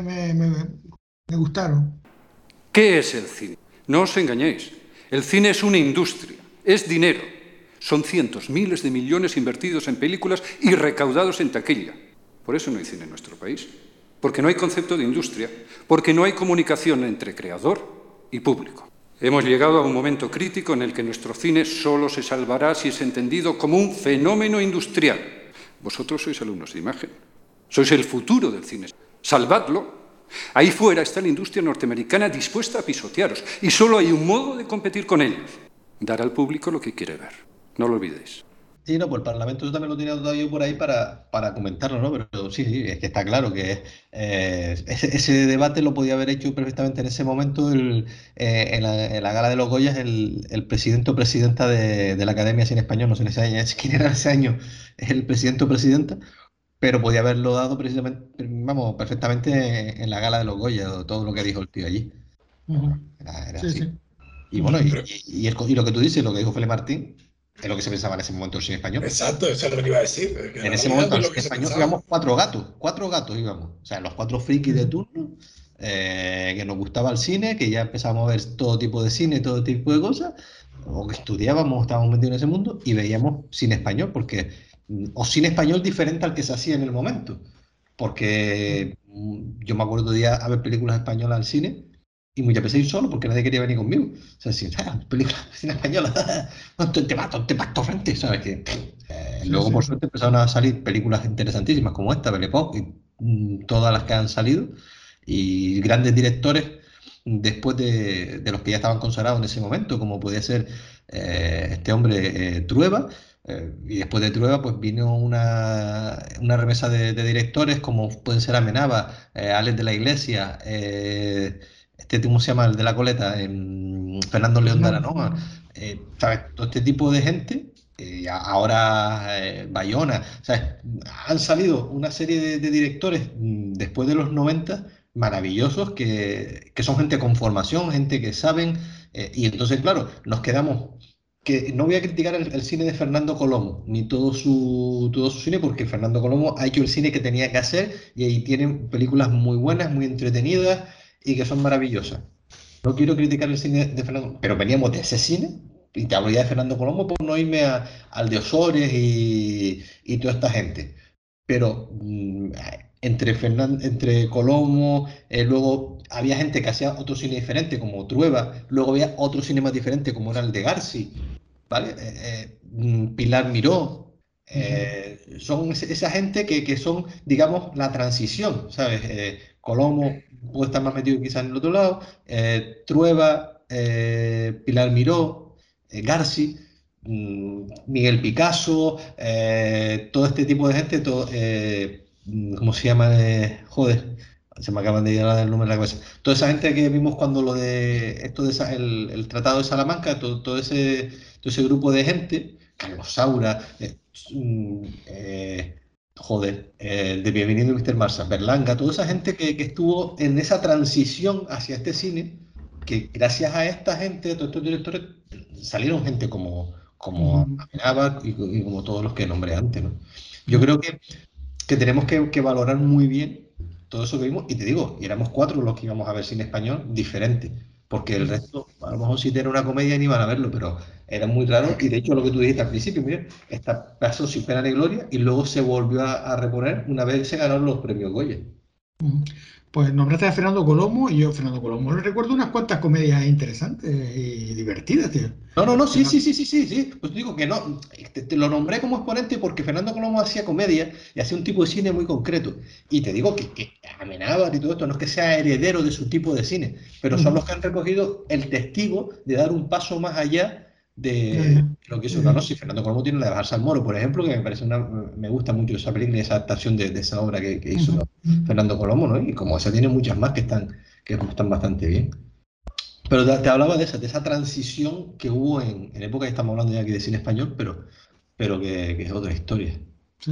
me gustaron. ¿Qué es el cine? No os engañéis. El cine es una industria, es dinero. Son cientos, miles de millones invertidos en películas y recaudados en taquilla. Por eso no hay cine en nuestro país. Porque no hay concepto de industria, porque no hay comunicación entre creador y público. Hemos llegado a un momento crítico en el que nuestro cine solo se salvará si es entendido como un fenómeno industrial. Vosotros sois alumnos de imagen. Sois el futuro del cine. Salvadlo. Ahí fuera está la industria norteamericana dispuesta a pisotearos y solo hay un modo de competir con ellos. Dar al público lo que quiere ver. No lo olvidéis. Sí, no, pues el Parlamento yo también lo tenía todavía por ahí para comentarlo, ¿no? Pero sí, sí, es que está claro que ese debate lo podía haber hecho perfectamente en ese momento en la gala de los Goyas el presidente o presidenta de la Academia Cine Español, no sé quién era ese año el presidente o presidenta, pero podía haberlo dado precisamente, vamos, perfectamente en la gala de los Goyas, o todo lo que dijo el tío allí. Era Sí, así. sí. Y bueno, y lo que tú dices, lo que dijo Félix Martín, es lo que se pensaba en ese momento el cine español. Exacto, eso es lo que iba a decir. Que En en ese realidad momento es al lo cine que se español pensaba. íbamos cuatro gatos íbamos. O sea, los cuatro frikis de turno, que nos gustaba el cine, que ya empezábamos a ver todo tipo de cine, todo tipo de cosas, o que estudiábamos, estábamos metidos en ese mundo y veíamos cine español, o cine español diferente al que se hacía en el momento. Porque yo me acuerdo de ir a ver películas españolas al cine y muchas veces ir solo porque nadie quería venir conmigo. O sea, si, películas de cine española, te vas torrente, ¿sabes? Luego, por suerte, empezaron a salir películas interesantísimas como esta, Belle Époque, y todas las que han salido, y grandes directores después de los que ya estaban consagrados en ese momento, como podía ser este hombre Trueba, y después de Trueba pues vino una remesa de directores como pueden ser Amenábar, Alex de la Iglesia, ¿cómo se llama? El de la coleta, Fernando León de Aranoa, ¿sabes? Todo este tipo de gente, ahora Bayona, ¿sabes? Han salido una serie de directores después de los 90 maravillosos que son gente con formación, gente que saben, y entonces, claro, nos quedamos que no voy a criticar el cine de Fernando Colomo, ni todo su cine, porque Fernando Colomo ha hecho el cine que tenía que hacer y ahí tienen películas muy buenas, muy entretenidas y que son maravillosas. No quiero criticar el cine de Fernando, pero veníamos de ese cine, y te hablo ya de Fernando Colomo por no irme al de Osores y toda esta gente. Pero entre Colomo, luego había gente que hacía otro cine diferente, como Trueba, luego había otro cine más diferente, como era el de Garci, ¿vale? Pilar Miró, son esa gente que son, digamos, la transición, ¿sabes? Colomo puede estar más metido quizás en el otro lado, Trueba, Pilar Miró, Garci, Miguel Picasso, todo este tipo de gente, ¿cómo se llama? Joder, se me acaban de llegar el nombre de la cabeza. Toda esa gente que vimos cuando lo de esto el Tratado de Salamanca, todo ese grupo de gente, Carlos Saura, de Bienvenido Mr. Marsa, Berlanga, toda esa gente que estuvo en esa transición hacia este cine, que gracias a esta gente, a todos estos directores, salieron gente como Amenábar y como todos los que nombré antes, ¿no? Yo creo que tenemos que valorar muy bien todo eso que vimos, y te digo, y éramos cuatro los que íbamos a ver cine español diferente, porque el resto, a lo mejor si tiene una comedia ni van a verlo, pero era muy raro, y de hecho lo que tú dijiste al principio, mira, pasó sin pena ni gloria, y luego se volvió a reponer una vez se ganaron los premios Goya. Pues nombraste a Fernando Colomo, y yo Fernando Colomo le recuerdo unas cuantas comedias interesantes y divertidas, tío. No, sí. Pues digo que no, te lo nombré como exponente porque Fernando Colomo hacía comedia y hacía un tipo de cine muy concreto. Y te digo que Amenábar y todo esto no es que sea heredero de su tipo de cine, pero son los que han recogido el testigo de dar un paso más allá de lo que hizo Canosi. Fernando Colomo tiene la de Bajarse al Moro, por ejemplo, que me parece me gusta mucho esa película y esa adaptación de esa obra que hizo Fernando Colomo, ¿no? Y como esa tiene muchas más que están bastante bien. Pero te hablaba de esa transición que hubo en época, que estamos hablando ya aquí de cine español, pero que es otra historia. Sí.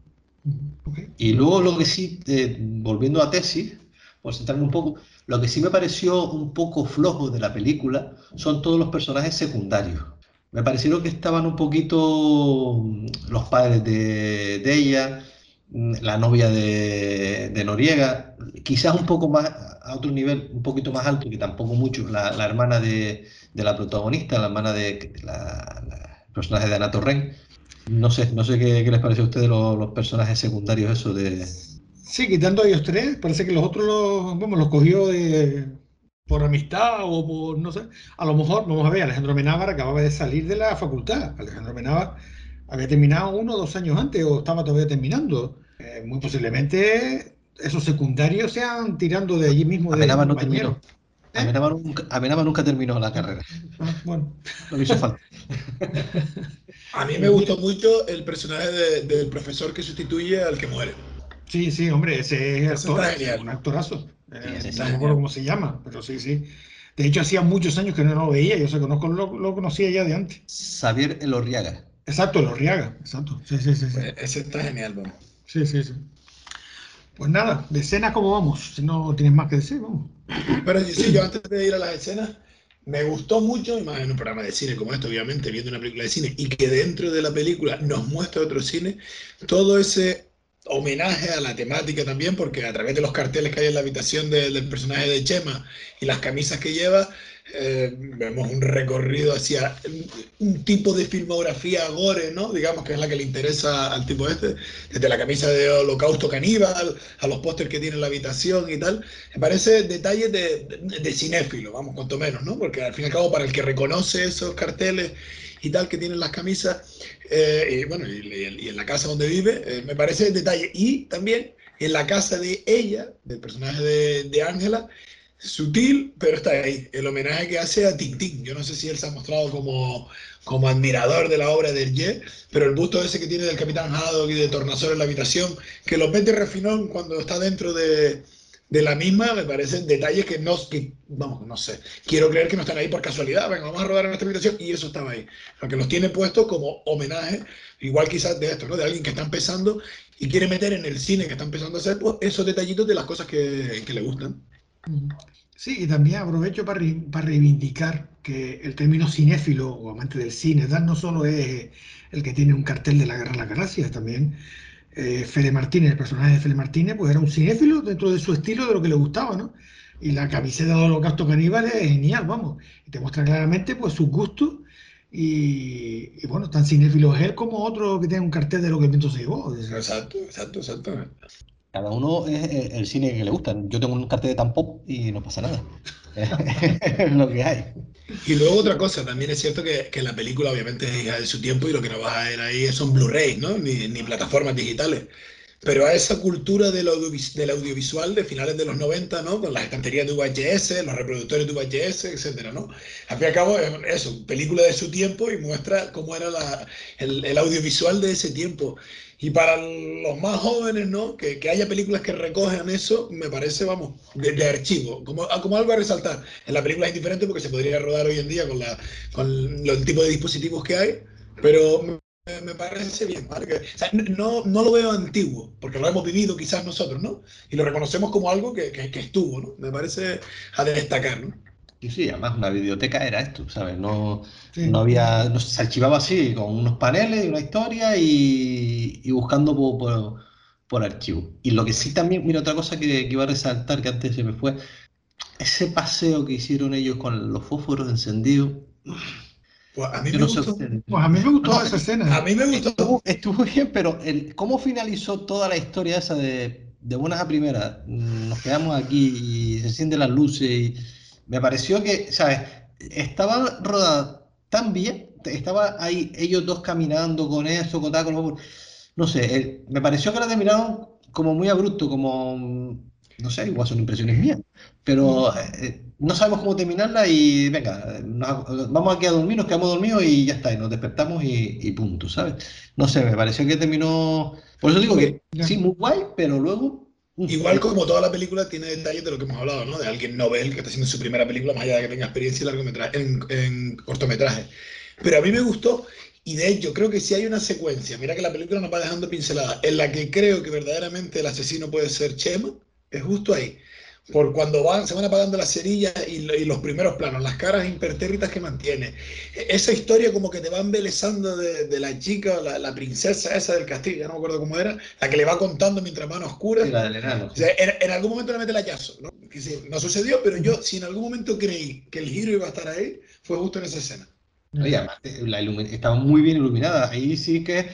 Y luego lo que sí, volviendo a Tesis, por centrarme un poco, lo que sí me pareció un poco flojo de la película son todos los personajes secundarios. Me parecieron que estaban un poquito los padres de ella, la novia de Noriega, quizás un poco más, a otro nivel, un poquito más alto, que tampoco mucho, la hermana de la protagonista, la hermana de el personaje de Ana Torrent. No sé qué les parece a ustedes los personajes secundarios, eso de... Sí, quitando a ellos tres, parece que los otros los cogió por amistad o por, no sé. A lo mejor, vamos a ver, Alejandro Amenábar acababa de salir de la facultad. Alejandro Amenábar había terminado 1 o 2 años antes o estaba todavía terminando. Muy posiblemente esos secundarios sean tirando de allí mismo de Amenábar no compañeros. Amenábar nunca terminó la carrera. Bueno. No le hizo falta. A mí me gustó mucho el personaje del profesor que sustituye al que muere. Sí, sí, hombre, ese Eso actor está es genial. un actorazo. Sí, No me acuerdo cómo se llama, pero sí, sí. De hecho, hacía muchos años que no lo veía, yo lo conocía ya de antes. Xavier Elorriaga. Exacto, Elorriaga, exacto. Sí, sí, sí, sí. Pues ese está genial, vamos. Sí, sí, sí. Pues nada, de escena, ¿cómo vamos? Si no tienes más que decir, vamos. Pero sí, yo antes de ir a las escenas, me gustó mucho, y más en un programa de cine como este, obviamente, viendo una película de cine, y que dentro de la película nos muestra otro cine, todo ese homenaje a la temática también, porque a través de los carteles que hay en la habitación del personaje de Chema y las camisas que lleva, vemos un recorrido hacia un tipo de filmografía gore, ¿no? Digamos que es la que le interesa al tipo este, desde la camisa de Holocausto Caníbal a los pósters que tiene en la habitación y tal. Me parece detalles de cinéfilo, vamos, cuanto menos, ¿no? Porque al fin y al cabo, para el que reconoce esos carteles y tal que tienen las camisas, y bueno, y en la casa donde vive, me parece detalle. Y también en la casa de ella, del personaje de Ángela, sutil, pero está ahí. El homenaje que hace a Tintín. Yo no sé si él se ha mostrado como admirador de la obra de Hergé, pero el busto ese que tiene del Capitán Haddock y de Tornasol en la habitación, que lo mete refinón cuando está dentro de la misma, me parecen detalles vamos, no sé. Quiero creer que no están ahí por casualidad. Venga, vamos a rodar en esta habitación y eso estaba ahí. Aunque los tiene puestos como homenaje, igual quizás de esto, ¿no? De alguien que está empezando y quiere meter en el cine que está empezando a hacer, pues esos detallitos de las cosas que le gustan. Sí, y también aprovecho para reivindicar que el término cinéfilo o amante del cine, tal, no solo es el que tiene un cartel de la Guerra de las Galaxias, también Fede Martínez, el personaje de Fede Martínez, pues era un cinéfilo dentro de su estilo, de lo que le gustaba, ¿no? Y la camiseta de Holocausto Caníbal es genial, vamos, y te muestra claramente pues sus gustos y bueno, tan cinéfilo es él como otro que tiene un cartel de lo que el viento se llevó. Exacto, exacto, exacto. Cada uno es el cine que le gusta. Yo tengo un cartel de Tan Pop y no pasa nada. Es lo que hay. Y luego otra cosa, también es cierto que la película obviamente es hija de su tiempo y lo que no vas a ver ahí son Blu-ray, ¿no? Ni plataformas digitales. Pero a esa cultura del audiovisual de finales de los 90, ¿no? Con las estanterías de VHS, los reproductores de VHS, etcétera, ¿no? Al fin y al cabo es eso, película de su tiempo y muestra cómo era el audiovisual de ese tiempo. Y para los más jóvenes, ¿no? Que haya películas que recojan eso, me parece, vamos, de archivo, como algo a resaltar. En la película es indiferente porque se podría rodar hoy en día con el tipo de dispositivos que hay, pero me parece bien, ¿vale? O sea, no lo veo antiguo, porque lo hemos vivido quizás nosotros, ¿no? Y lo reconocemos como algo que estuvo, ¿no? Me parece a destacar, ¿no? Y sí, además una biblioteca era esto, ¿sabes? No, Sí. no se archivaba así, con unos paneles y una historia y buscando por archivo. Y lo que sí también, mira, otra cosa que iba a resaltar, que antes se me fue, ese paseo que hicieron ellos con los fósforos encendidos. Pues a mí Yo me no sé gustó. ustedes. Pues a mí me gustó No, esa escena. A mí me gustó. Estuvo bien, pero cómo finalizó toda la historia esa de buenas a primeras, nos quedamos aquí y se encienden las luces y me pareció que, ¿sabes? Estaba rodada tan bien, estaba ahí ellos dos caminando con eso, con tal, no sé, me pareció que la terminaron como muy abrupto, como, no sé, igual son impresiones mías, pero no sabemos cómo terminarla y venga, vamos aquí a dormir, nos quedamos dormidos y ya está, y nos despertamos y punto, ¿sabes? No sé, me pareció que terminó, por eso digo que Ya. sí, muy guay, pero luego... Igual como toda la película tiene detalles de lo que hemos hablado, ¿no? De alguien novel que está haciendo su primera película, más allá de que tenga experiencia en largometraje, en cortometraje. Pero a mí me gustó, y de hecho creo que si hay una secuencia, mira que la película nos va dejando pinceladas, en la que creo que verdaderamente el asesino puede ser Chema, es justo ahí. Por cuando se van apagando las cerillas y los primeros planos, las caras impertérritas que mantiene. Esa historia como que te va embelezando de la chica, la princesa esa del castillo, ya no me acuerdo cómo era, la que le va contando mientras van oscuras. Sí, la del enano. O sea, en algún momento le mete el hachazo, ¿no? Que sí, no sucedió, pero yo, si en algún momento creí que el giro iba a estar ahí, fue justo en esa escena. Oye, además, estaba muy bien iluminada. Ahí sí que,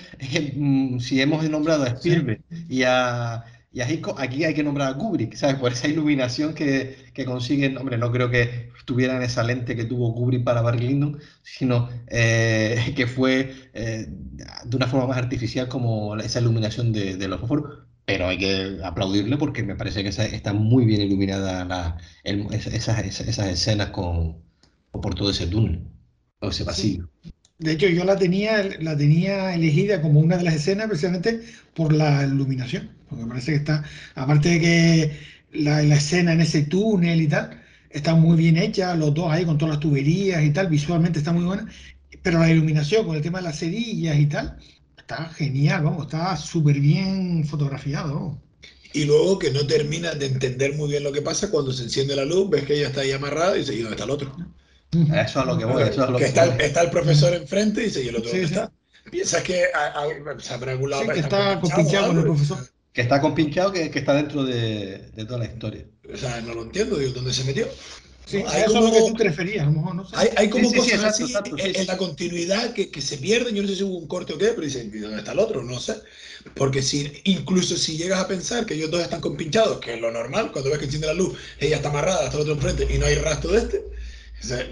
si hemos nombrado a Spielberg y a Hitchcock, aquí hay que nombrar a Kubrick, ¿sabes? Por esa iluminación que consiguen. Hombre, no creo que tuvieran esa lente que tuvo Kubrick para Barry Lyndon, sino que fue de una forma más artificial como esa iluminación de los fósforos. pero hay que aplaudirle porque me parece que está muy bien iluminada esas escenas por todo ese túnel, o ese Sí. pasillo. De hecho, yo la tenía elegida como una de las escenas precisamente por la iluminación, porque me parece que está, aparte de que la escena en ese túnel y tal, está muy bien hecha, los dos ahí con todas las tuberías y tal, visualmente está muy buena, pero la iluminación con el tema de las cerillas y tal, está genial, vamos, está súper bien fotografiado, vamos. Y luego que no terminas de entender muy bien lo que pasa cuando se enciende la luz, ves que ella está ahí amarrada y dice, ¿y dónde está el otro? Ujú. Eso es a lo que voy, ¿Sabes? eso es a lo Que que voy. está el profesor enfrente y dice, ¿y el otro Sí, dónde sí, está? Piensas que sabrá en algún lado sí, que están está compinchados o compinchado con algo. el profesor. Que está compinchado, que está dentro de toda la historia. O sea, no lo entiendo, digo, ¿dónde se metió? Sí, ¿No? a eso es lo que tú te referías, a lo mejor, no sé. Hay Sí, como sí, sí, cosas exacto, así exacto, sí, en sí, la sí. continuidad que se pierden. Yo no sé si hubo un corte o qué, pero dicen, ¿y dónde está el otro? No sé. Porque incluso si llegas a pensar que ellos dos están compinchados, que es lo normal, cuando ves que enciende la luz, ella está amarrada hasta el otro enfrente y no hay rastro de este. O sea,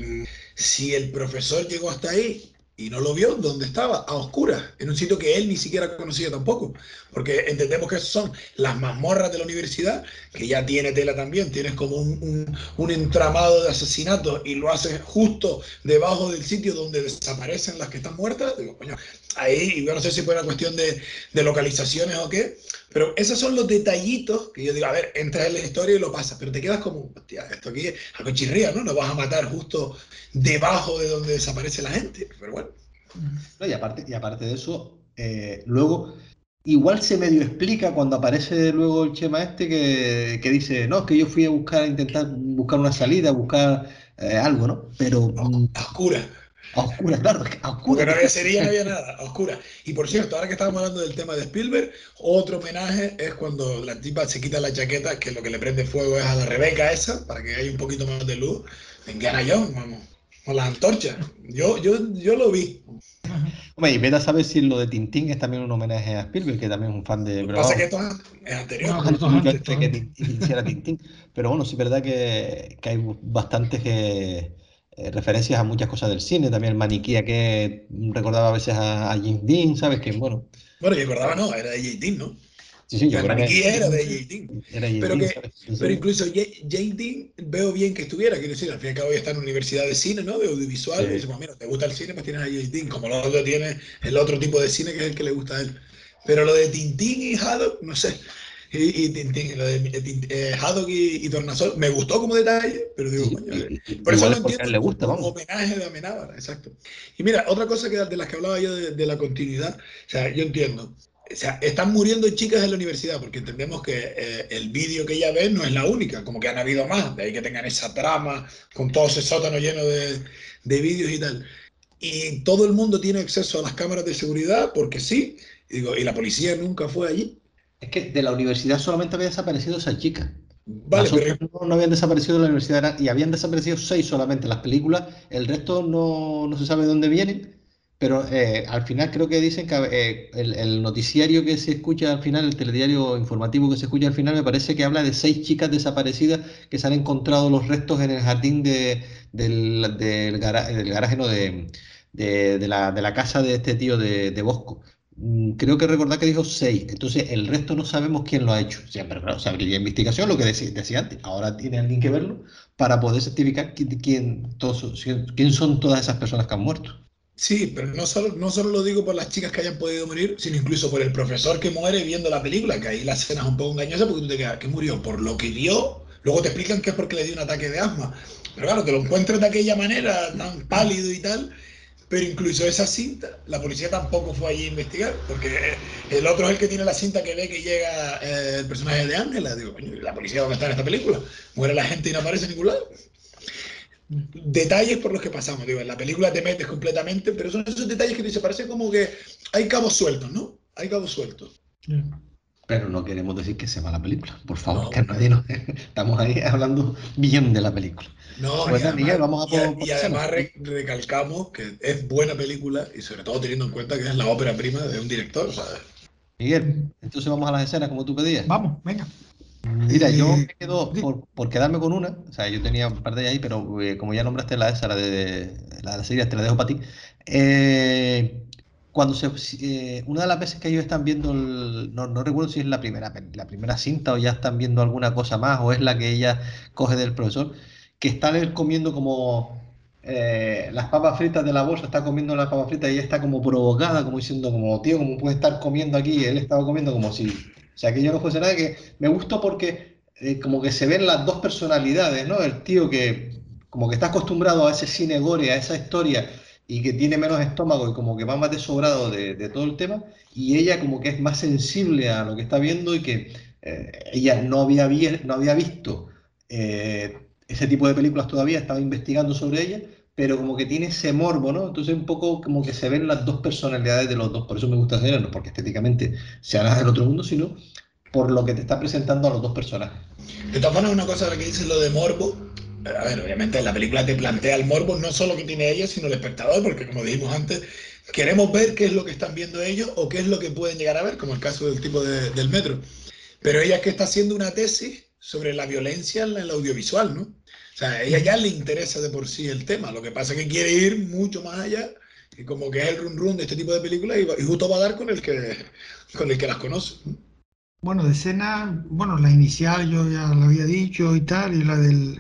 si el profesor llegó hasta ahí y no lo vio, ¿dónde estaba? A oscuras, en un sitio que él ni siquiera conocía tampoco. Porque entendemos que son las mazmorras de la universidad, que ya tiene tela también, tienes como un entramado de asesinatos y lo haces justo debajo del sitio donde desaparecen las que están muertas. Digo, coño, ahí yo no sé si fue una cuestión de localizaciones o qué, pero esos son los detallitos que yo digo, a ver, entras en la historia y lo pasas, pero te quedas como, hostia, esto aquí es algo chirría, ¿no? No vas a matar justo debajo de donde desaparece la gente, pero bueno. No, y aparte de eso, luego igual se medio explica cuando aparece luego el Chema este que dice, no, es que yo fui a buscar, a intentar buscar una salida, buscar algo, ¿no? Pero A oscuras. a oscuras, claro, es que a Porque oscuras, no había serie, no había nada, a oscuras. Y por cierto, ahora que estábamos hablando del tema de Spielberg, otro homenaje es cuando la tipa se quita la chaqueta, que lo que le prende fuego es a la Rebeca esa, para que haya un poquito más de luz. Indiana Jones, vamos, con las antorchas. Yo lo vi. Hombre, y vete a saber si lo de Tintín es también un homenaje a Spielberg, que también es un fan de... Lo que Pero pasa es que vamos, esto es anterior. No, pero antes, todo mucho antes, antes de todo que antes. Tintín hiciera Tintín. Pero bueno, sí es verdad que hay bastantes referencias a muchas cosas del cine. También el maniquí que recordaba a veces a James Dean, ¿sabes? Que bueno, Bueno, yo acordaba, no, era de J. Dean, ¿no? sí, sí, yo El creo que maniquí era de Sí. J. Dean. era James Pero, Dean, ¿sabes? Sí, pero sí. incluso J. Dean veo bien que estuviera, quiero decir, al fin y al cabo ya está en la universidad de cine, ¿no? De audiovisual, y dice, Sí. pues mira, te gusta el cine, pues tienes a J. Dean, como lo otro tiene el otro tipo de cine que es el que le gusta a él. Pero lo de Tintín y Haddock, no sé. Y Tintín, lo de Haddock y Tornasol, me gustó como detalle, pero digo, Sí, coño, por eso igual lo es porque a entiendo él le gusta, como vamos. homenaje de Amenábar, exacto. Y mira, otra cosa de las que hablaba yo de la continuidad, o sea, yo entiendo. O sea, están muriendo chicas en la universidad porque entendemos que el vídeo que ella ve no es la única, como que han habido más, de ahí que tengan esa trama con todo ese sótano lleno de vídeos y tal. Y todo el mundo tiene acceso a las cámaras de seguridad porque sí, y digo, y la policía nunca fue allí. Es que de la universidad solamente había desaparecido esa chica. Vale, Las otras no habían desaparecido de la universidad y habían desaparecido 6 solamente. Las películas, el resto no se sabe de dónde vienen, pero al final creo que dicen que el noticiario que se escucha al final, el telediario informativo que se escucha al final, me parece que habla de 6 chicas desaparecidas que se han encontrado los restos en el jardín del garaje, no, de la casa de este tío de Bosco. Creo que recordar que dijo 6, entonces el resto no sabemos quién lo ha hecho. Siempre, claro, se abriría investigación, lo que decía antes. Ahora tiene alguien que verlo para poder certificar quién son todas esas personas que han muerto. sí, pero no solo lo digo por las chicas que hayan podido morir, sino incluso por el profesor que muere viendo la película, que ahí la escena es un poco engañosa porque tú te quedas, ¿qué murió? Por lo que vio, luego te explican que es porque le dio un ataque de asma. Pero claro, te lo encuentras de aquella manera, tan pálido y tal, pero incluso esa cinta, la policía tampoco fue allí a investigar, porque el otro es el que tiene la cinta que ve que llega el personaje de Ángela. Digo, coño, ¿la policía dónde está en esta película? Muere la gente y no aparece en ningún lado. Detalles por los que pasamos, digo, en la película te metes completamente, pero son esos detalles que te parece como que hay cabos sueltos, ¿no? Hay cabos sueltos. Pero no queremos decir que sea mala película, por favor, No, que nadie nos... Estamos ahí hablando bien de la película. no, Pues nada, Miguel, vamos a por y la cena. además recalcamos que es buena película y sobre todo teniendo en cuenta que es la ópera prima de un director, ¿sabes? Miguel, entonces vamos a las escenas como tú pedías. Vamos, venga. Mira, yo me quedo Sí. por quedarme con una, o sea, yo tenía un par de ellas ahí, pero como ya nombraste la esa, la de la serie, te la dejo para ti. cuando una de las veces que ellos están viendo, no recuerdo si es la primera cinta o ya están viendo alguna cosa más, o es la que ella coge del profesor, que están él comiendo como las papas fritas de la bolsa, está comiendo las papas fritas y ella está como provocada, como diciendo, como, tío, ¿cómo puede estar comiendo aquí? Y él estaba comiendo como si, o sea, que yo no fuese nada, que me gustó porque como que se ven las dos personalidades, ¿no? El tío que como que está acostumbrado a ese cine gore, a esa historia, y que tiene menos estómago y como que va más desobrado de todo el tema, y ella como que es más sensible a lo que está viendo y que ella no había visto ese tipo de películas todavía, estaba investigando sobre ella, pero como que tiene ese morbo, ¿no? Entonces un poco como que se ven las dos personalidades de los dos, por eso me gusta hacer, no porque estéticamente sea nada del otro mundo, sino por lo que te está presentando a los dos personajes. De todas formas, una cosa de la que dices lo de morbo, a ver, obviamente la película te plantea el morbo no solo que tiene ella, sino el espectador, porque como dijimos antes, queremos ver qué es lo que están viendo ellos o qué es lo que pueden llegar a ver, como el caso del tipo del metro. Pero ella es que está haciendo una tesis sobre la violencia en el audiovisual, ¿no? O sea, a ella ya le interesa de por sí el tema, lo que pasa es que quiere ir mucho más allá, y como que es el run run de este tipo de películas, y justo va a dar con el que las conoce, ¿no? Bueno, de escena, bueno, la inicial yo ya la había dicho y tal, y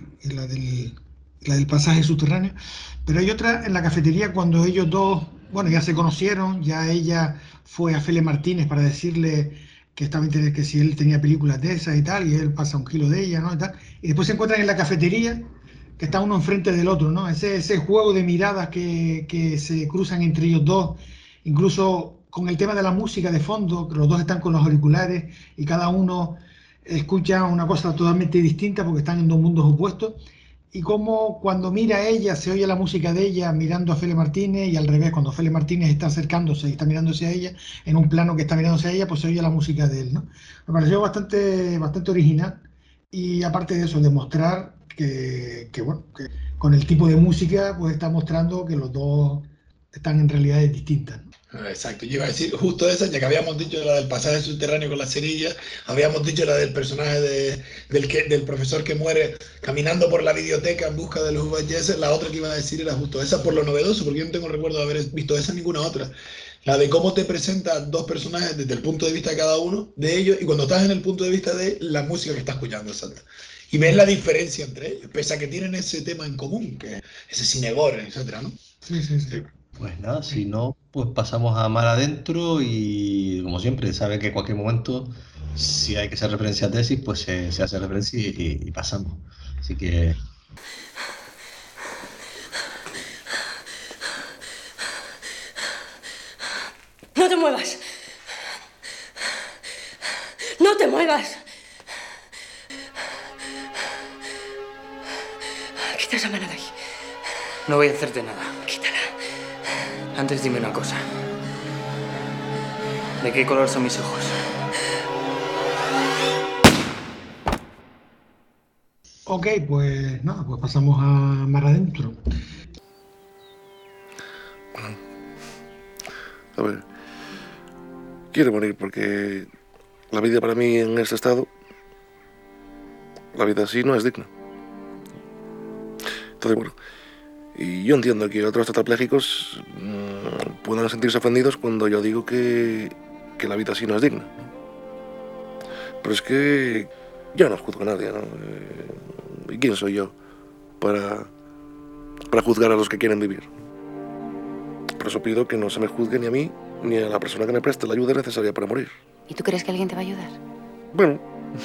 la del pasaje subterráneo, pero hay otra en la cafetería cuando ellos dos, bueno, ya se conocieron, ya ella fue a Fele Martínez para decirle que estaba que si él tenía películas de esas y tal, y él pasa un kilo de ella, ¿no? Y tal, y después se encuentran en la cafetería, que está uno enfrente del otro, ¿no? Ese juego de miradas que se cruzan entre ellos dos, incluso con el tema de la música de fondo, que los dos están con los auriculares y cada uno escucha una cosa totalmente distinta porque están en dos mundos opuestos. Y como cuando mira a ella se oye la música de ella mirando a Fele Martínez, y al revés, cuando Fele Martínez está acercándose y está mirándose a ella, en un plano que está mirándose a ella, pues se oye la música de él, ¿no? Me pareció bastante original, y aparte de eso, demostrar bueno, que con el tipo de música pues está mostrando que los dos están en realidades distintas, ¿no? Exacto, yo iba a decir justo esa, ya que habíamos dicho la del pasaje subterráneo con las cerillas, habíamos dicho la del personaje del profesor que muere caminando por la biblioteca en busca de los VHS, la otra que iba a decir era justo esa por lo novedoso, porque yo no tengo recuerdo de haber visto esa ninguna otra. La de cómo te presenta dos personajes desde el punto de vista de cada uno de ellos, y cuando estás en el punto de vista de la música que estás escuchando, exacto. Y ves la diferencia entre ellos, pese a que tienen ese tema en común, que es ese cine gore, etcétera, ¿no? Sí, sí, sí. Pues nada, si no, pues pasamos a Mar Adentro y como siempre, sabe que en cualquier momento, si hay que hacer referencia a tesis, pues se hace referencia y pasamos. Así que... ¡No te muevas! ¡No te muevas! Quita esa mano de ahí. No voy a hacerte nada. Quítala. Antes dime una cosa. ¿De qué color son mis ojos? Ok, pues nada, pues pasamos a Mar Adentro. A ver, quiero morir porque la vida para mí en este estado, la vida así no es digna. Entonces, bueno, y yo entiendo que otros tetraplégicos puedan sentirse ofendidos cuando yo digo que la vida así no es digna. Pero es que yo no juzgo a nadie, ¿no? ¿Y quién soy yo para juzgar a los que quieren vivir? Por eso pido que no se me juzgue ni a mí ni a la persona que me preste la ayuda necesaria para morir. ¿Y tú crees que alguien te va a ayudar? Bueno,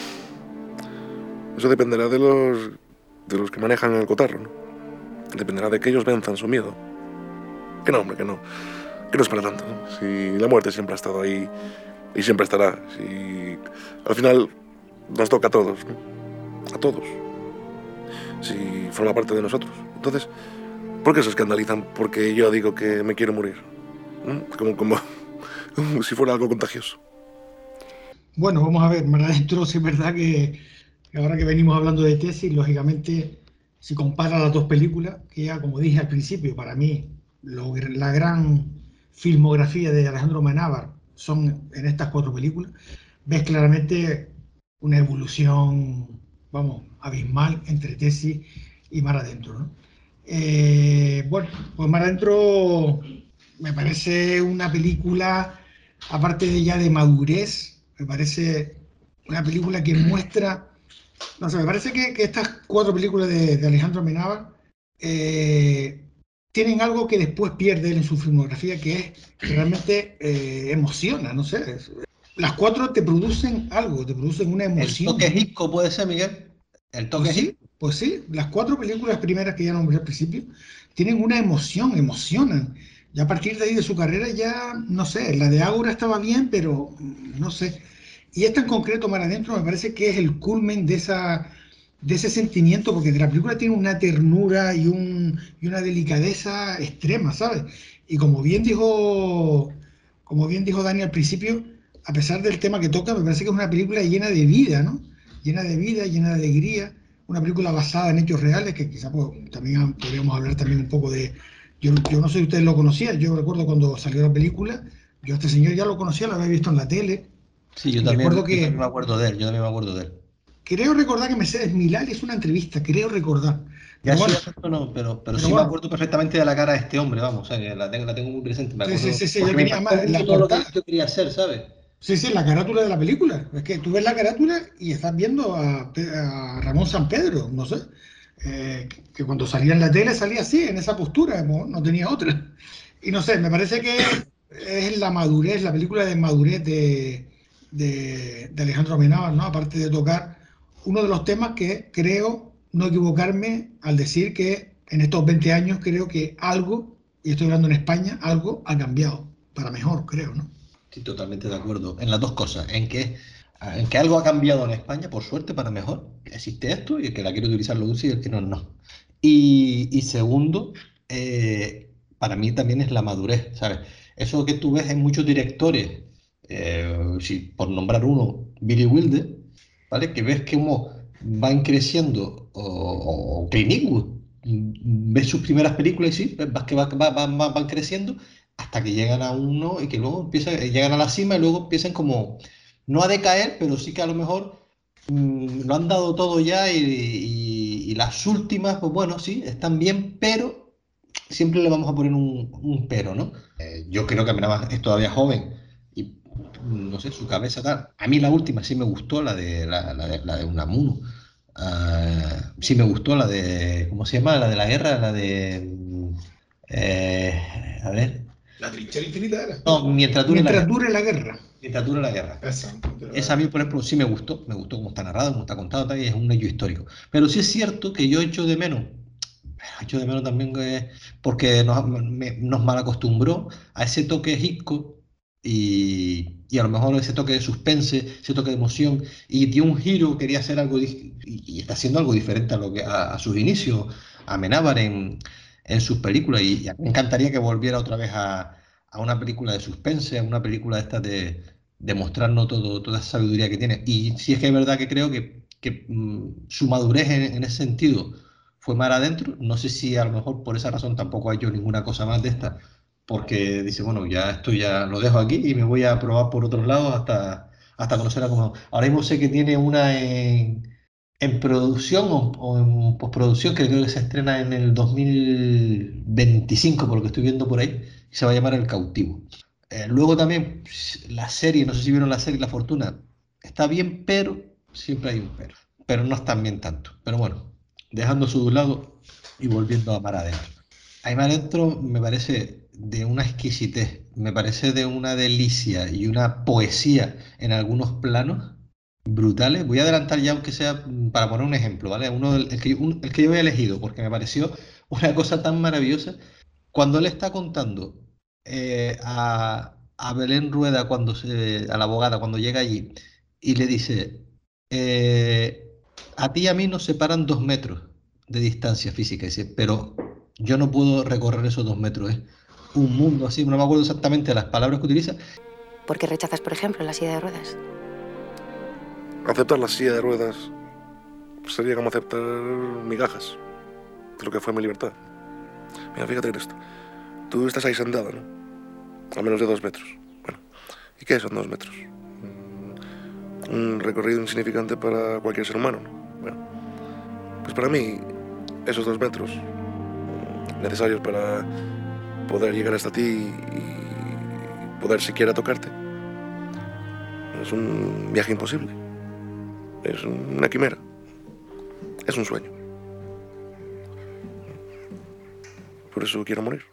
eso dependerá de los que manejan el cotarro, ¿no? Dependerá de que ellos venzan su miedo. Que no, hombre, que no es para tanto, ¿no? Si la muerte siempre ha estado ahí y siempre estará. Si al final nos toca a todos, ¿no? A todos. Si forma parte de nosotros. Entonces, ¿por qué se escandalizan? Porque yo digo que me quiero morir. Como si fuera algo contagioso. Bueno, vamos a ver, Mar Adentro, sí es verdad que ahora que venimos hablando de tesis, lógicamente, si compara las dos películas, que ya, como dije al principio, para mí la gran filmografía de Alejandro Amenábar son en estas cuatro películas, ves claramente una evolución, vamos, abismal entre tesis y Mar Adentro, ¿no? Bueno, pues Mar Adentro Me parece una película, aparte de ya de madurez, me parece una película que muestra, no sé, me parece que estas 4 películas de Alejandro Amenábar tienen algo que después pierde él en su filmografía, que es que realmente emociona, no sé. Las 4 te producen algo, te producen una emoción. El toque Hitchcock puede ser, Miguel. El toque Hitchcock. Pues sí, las 4 películas primeras que ya nombré al principio tienen una emoción, emocionan. Ya a partir de ahí de su carrera ya, no sé, la de Ágora estaba bien, pero no sé. Y esta en concreto, Mar Adentro, me parece que es el culmen de ese sentimiento, porque la película tiene una ternura y una delicadeza extrema, ¿sabes? Y como bien dijo Dani al principio, a pesar del tema que toca, me parece que es una película llena de vida, ¿no? Llena de vida, llena de alegría, una película basada en hechos reales, que quizás también podríamos hablar también un poco de... Yo no sé si ustedes lo conocían, yo recuerdo cuando salió la película, yo a este señor ya lo conocía, lo había visto en la tele. Sí, yo también me acuerdo de él, Creo recordar que Mercedes Milá hizo una entrevista, creo recordar. Ya bueno, pero sí bueno. Me acuerdo perfectamente de la cara de este hombre, vamos, o sea, que la tengo muy presente. Me acuerdo, sí, yo tenía más la todo lo que yo quería hacer, ¿sabes? Sí, la carátula de la película. Es que tú ves la carátula y estás viendo a Ramón Sampedro, no sé, que cuando salía en la tele salía así, en esa postura, no tenía otra. Y no sé, me parece que es la madurez, la película de madurez de Alejandro Amenábar, ¿no? Aparte de tocar uno de los temas que creo no equivocarme al decir que en estos 20 años creo que algo, y estoy hablando en España, algo ha cambiado para mejor, creo, ¿no? Sí, totalmente de acuerdo en las dos cosas, en que algo ha cambiado en España, por suerte, para mejor. Existe esto y el que la quiere utilizar lo usa y el que no, no. Y segundo, para mí también es la madurez, ¿sabes? Eso que tú ves en muchos directores, si, por nombrar uno, Billy Wilder, ¿vale? Que ves cómo van creciendo, o Clint Eastwood, ves sus primeras películas y sí, ves que van creciendo hasta que llegan a uno y que luego llegan a la cima y luego empiezan como, no a decaer, pero sí que a lo mejor lo han dado todo ya y las últimas, pues bueno, sí, están bien, pero siempre le vamos a poner un pero, ¿no? Yo creo que Amenábar es todavía joven y no sé, su cabeza tal. A mí la última sí me gustó, la de Unamuno. Sí me gustó la de, ¿cómo se llama? La de la guerra, la de... a ver... La trinchera infinita era. No, mientras dure la guerra. Mientras dure la guerra. Esa a mí, por ejemplo, sí me gustó cómo está narrado, cómo está contado, tal, y es un hecho histórico. Pero sí es cierto que yo echo de menos también porque nos malacostumbró a ese toque Hitchcock y a lo mejor ese toque de suspense, ese toque de emoción, y dio un giro, quería hacer algo, y está haciendo algo diferente a lo que a sus inicios, a Amenábar en sus películas, y me encantaría que volviera otra vez a una película de suspense, a una película esta de mostrarnos toda esa sabiduría que tiene. Y sí es que es verdad que creo que su madurez en ese sentido fue Mar Adentro. No sé si a lo mejor por esa razón tampoco ha hecho ninguna cosa más de esta, porque dice, bueno, ya esto ya lo dejo aquí y me voy a probar por otros lados hasta conocerla como... Ahora mismo sé que tiene una en producción o en postproducción, que creo que se estrena en el 2025, por lo que estoy viendo por ahí, y se va a llamar El Cautivo. Luego también la serie, no sé si vieron la serie La Fortuna, está bien, pero siempre hay un pero. Pero no están bien tanto. Pero bueno, dejando eso de un lado y volviendo a Mar Adentro. A Mar Adentro me parece de una exquisitez, me parece de una delicia y una poesía en algunos planos brutales. Voy a adelantar ya, aunque sea para poner un ejemplo, ¿vale? El que yo he elegido, porque me pareció una cosa tan maravillosa. Cuando él está contando a Belén Rueda, a la abogada, cuando llega allí, y le dice, a ti y a mí nos separan 2 metros de distancia física, dice, pero yo no puedo recorrer esos 2 metros, es un mundo así, no me acuerdo exactamente las palabras que utiliza. ¿Por qué rechazas, por ejemplo, la silla de ruedas? Aceptar la silla de ruedas sería como aceptar migajas de lo que fue mi libertad. Mira, fíjate en esto. Tú estás ahí sentada, ¿no? A menos de 2 metros. Bueno, ¿y qué son 2 metros? Un recorrido insignificante para cualquier ser humano, ¿no? Bueno, pues para mí, esos 2 metros necesarios para poder llegar hasta ti y poder siquiera tocarte. Es un viaje imposible. Es una quimera. Es un sueño. Por eso quiero morir.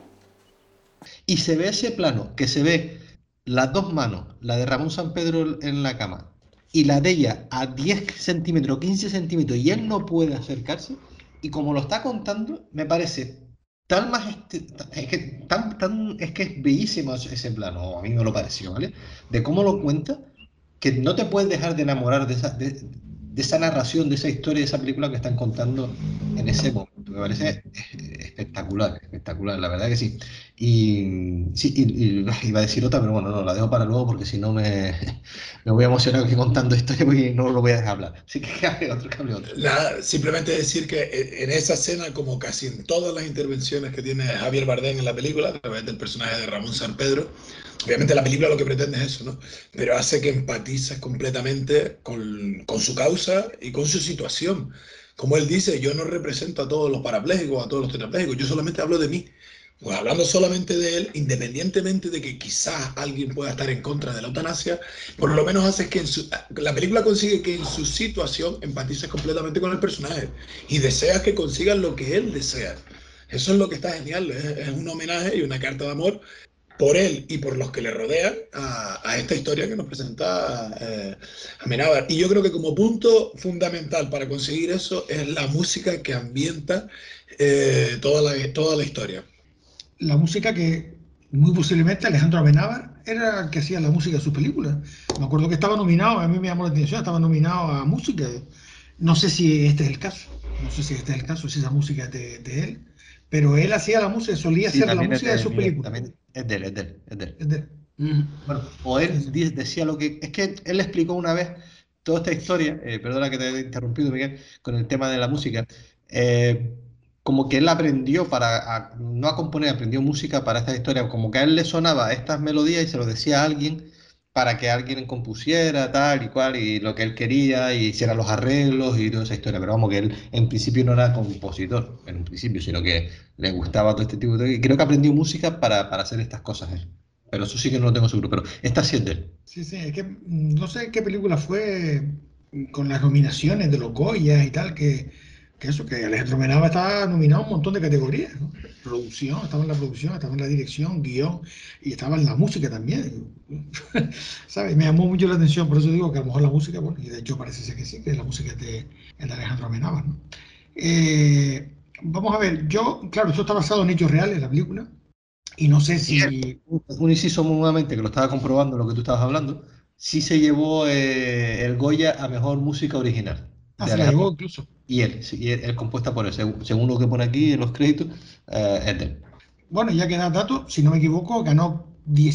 Y se ve ese plano, que se ve las dos manos, la de Ramón Sampedro en la cama y la de ella a 10 centímetros, 15 centímetros, y él no puede acercarse. Y como lo está contando, me parece tan es que es bellísimo ese plano, a mí me lo pareció, ¿vale? De cómo lo cuenta, que no te puedes dejar de enamorar de esa narración, de esa historia, de esa película que están contando en ese momento. Me parece espectacular, espectacular, la verdad que sí. Y sí, iba a decir otra, pero bueno, no, la dejo para luego porque si no me voy a emocionar aquí contando historia porque no lo voy a dejar hablar. Así que hable otro. Nada, simplemente decir que en esa escena, como casi en todas las intervenciones que tiene Javier Bardem en la película, a través del personaje de Ramón Sampedro, obviamente la película lo que pretende es eso, ¿no? Pero hace que empatices completamente con su causa y con su situación. Como él dice, yo no represento a todos los parapléjicos, a todos los tetraplégicos, yo solamente hablo de mí. Pues hablando solamente de él, independientemente de que quizás alguien pueda estar en contra de la eutanasia, por lo menos hace que la película consigue que en su situación empatices completamente con el personaje y deseas que consigan lo que él desea. Eso es lo que está genial, es un homenaje y una carta de amor por él y por los que le rodean a esta historia que nos presenta Amenábar. Y yo creo que como punto fundamental para conseguir eso es la música que ambienta toda la historia. La música que muy posiblemente Alejandro Amenábar era el que hacía la música de sus películas. Me acuerdo que estaba nominado, a mí me llamó la atención, estaba nominado a música. No sé si este es el caso, si esa música es de él, pero él hacía la música, solía hacer la música de sus películas. También es de él. Bueno, o él decía lo que... Es que él exlicó una vez toda esta historia, perdona que te haya interrumpido, Miguel, con el tema de la música. Como que él aprendió no a componer, aprendió música para esta historia, como que a él le sonaba estas melodías y se lo decía a alguien para que alguien compusiera tal y cual, y lo que él quería, y hiciera los arreglos y toda esa historia. Pero vamos, que él en principio no era compositor, en un principio, sino que le gustaba todo este tipo de... Y creo que aprendió música para hacer estas cosas él. Pero eso sí que no lo tengo seguro, pero esta sí es de él. Sí, es que no sé qué película fue con las nominaciones de los Goya y tal, que Alejandro Amenábar estaba nominado a un montón de categorías, ¿no? Producción, estaba en la producción, estaba en la dirección, guión, y estaba en la música también. ¿Sabes? Me llamó mucho la atención, por eso digo que a lo mejor la música, bueno, y de hecho parece ser que sí, que la música es de Alejandro Amenábar, ¿no? Vamos a ver, claro, esto está basado en hechos reales, la película, y no sé si... Un inciso nuevamente, que lo estaba comprobando lo que tú estabas hablando, sí se llevó el Goya a Mejor Música Original. Se la llevó incluso. Y él compuesta por él, según lo que pone aquí en los créditos, es de él. Bueno, ya que da dato, si no me equivoco, ganó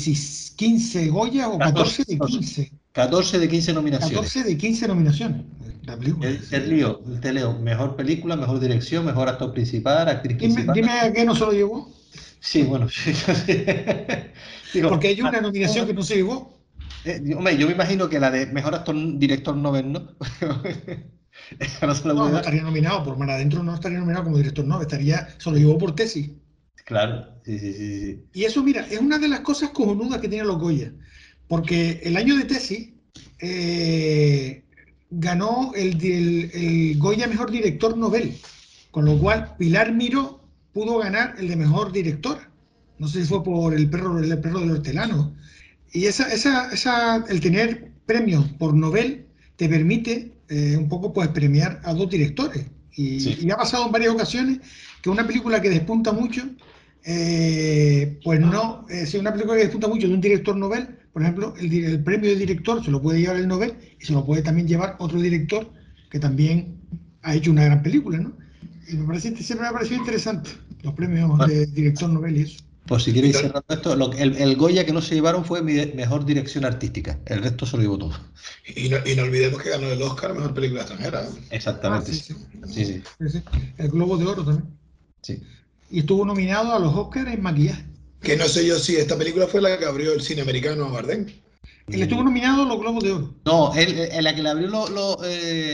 15 Goya o 14 de 15. 14 de 15 nominaciones. 14 de 15 nominaciones. La película. Te leo, mejor película, mejor dirección, mejor actor principal, actriz principal. Dime a qué no se lo llevó. Sí, bueno. Digo, porque hay una nominación que no se llevó. Hombre, yo me imagino que la de mejor actor director novel, ¿no? No estaría nominado por Mar Adentro, no estaría nominado como director, no, se lo llevó por Tesis. Claro, sí. Y eso, mira, es una de las cosas cojonudas que tienen los Goya, porque el año de Tesis ganó el Goya Mejor Director Novel, con lo cual Pilar Miró pudo ganar el de Mejor Directora. No sé si fue por El perro del hortelano. Y el tener premios por novel te permite un poco pues premiar a dos directores. Y ha pasado en varias ocasiones que una película que despunta mucho, si una película que despunta mucho de un director novel, por ejemplo, el premio de director se lo puede llevar el novel y se lo puede también llevar otro director que también ha hecho una gran película, ¿no? Y siempre me ha parecido interesante los premios de director novel y eso. Pues si queréis cerrando esto, el Goya que no se llevaron fue mejor dirección artística. El resto se lo llevó todo. Y no olvidemos que ganó el Oscar a mejor película extranjera, ¿no? Exactamente. Sí. El Globo de Oro también. Sí. Y estuvo nominado a los Oscars en maquillaje. Que no sé yo si esta película fue la que abrió el cine americano a Bardem. Él estuvo nominado a los Globos de Oro. No, en la que le abrió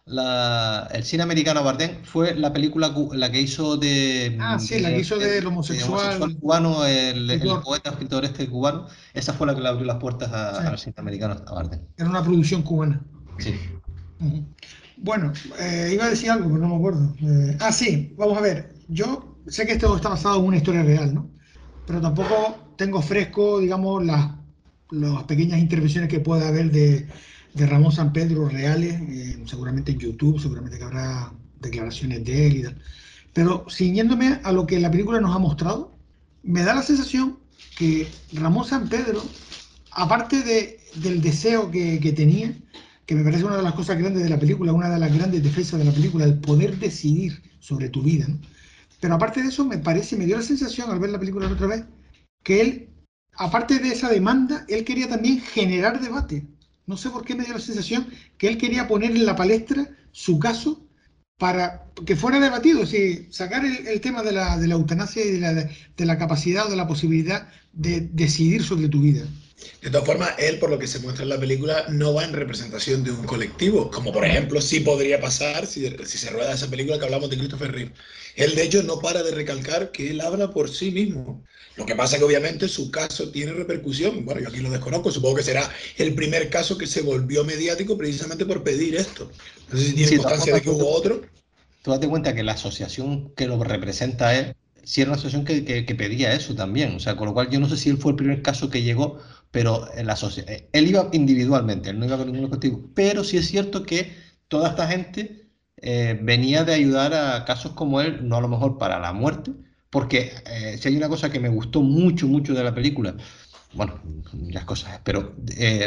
el cine americano a Bardem fue la película la que hizo Sí, la que hizo del homosexual cubano, el poeta, escritor cubano. Esa fue la que le abrió las puertas al cine americano a Bardem. Era una producción cubana. Sí. Bueno, iba a decir algo, pero no me acuerdo. Sí, vamos a ver. Yo sé que esto está basado en una historia real, ¿no? Pero tampoco tengo fresco, digamos, las pequeñas intervenciones que pueda haber de Ramón Sampedro reales, seguramente en YouTube, seguramente que habrá declaraciones de él y tal. Pero ciñéndome a lo que la película nos ha mostrado, me da la sensación que Ramón Sampedro, aparte del deseo que tenía, que me parece una de las cosas grandes de la película, una de las grandes defensas de la película, el poder decidir sobre tu vida, ¿no? Pero aparte de eso, me dio la sensación al ver la película la otra vez, que él, aparte de esa demanda, él quería también generar debate. No sé por qué me dio la sensación que él quería poner en la palestra su caso para que fuera debatido, es decir, sacar el tema de la eutanasia y de la capacidad o de la posibilidad de decidir sobre tu vida. De todas formas, él, por lo que se muestra en la película, no va en representación de un colectivo, como por ejemplo sí podría pasar si se rueda esa película que hablamos de Christopher Reeve. Él, de hecho, no para de recalcar que él habla por sí mismo. Lo que pasa es que obviamente su caso tiene repercusión. Bueno, yo aquí lo desconozco, supongo que será el primer caso que se volvió mediático precisamente por pedir esto. No sé si tiene constancia de que hubo otro. Tú date cuenta que la asociación que lo representa a él, sí era una asociación que pedía eso también. O sea, con lo cual yo no sé si él fue el primer caso que llegó, pero él iba individualmente, él no iba con ningún colectivo. Pero sí es cierto que toda esta gente venía de ayudar a casos como él, no a lo mejor para la muerte, porque si hay una cosa que me gustó mucho, mucho de la película, bueno, las cosas, pero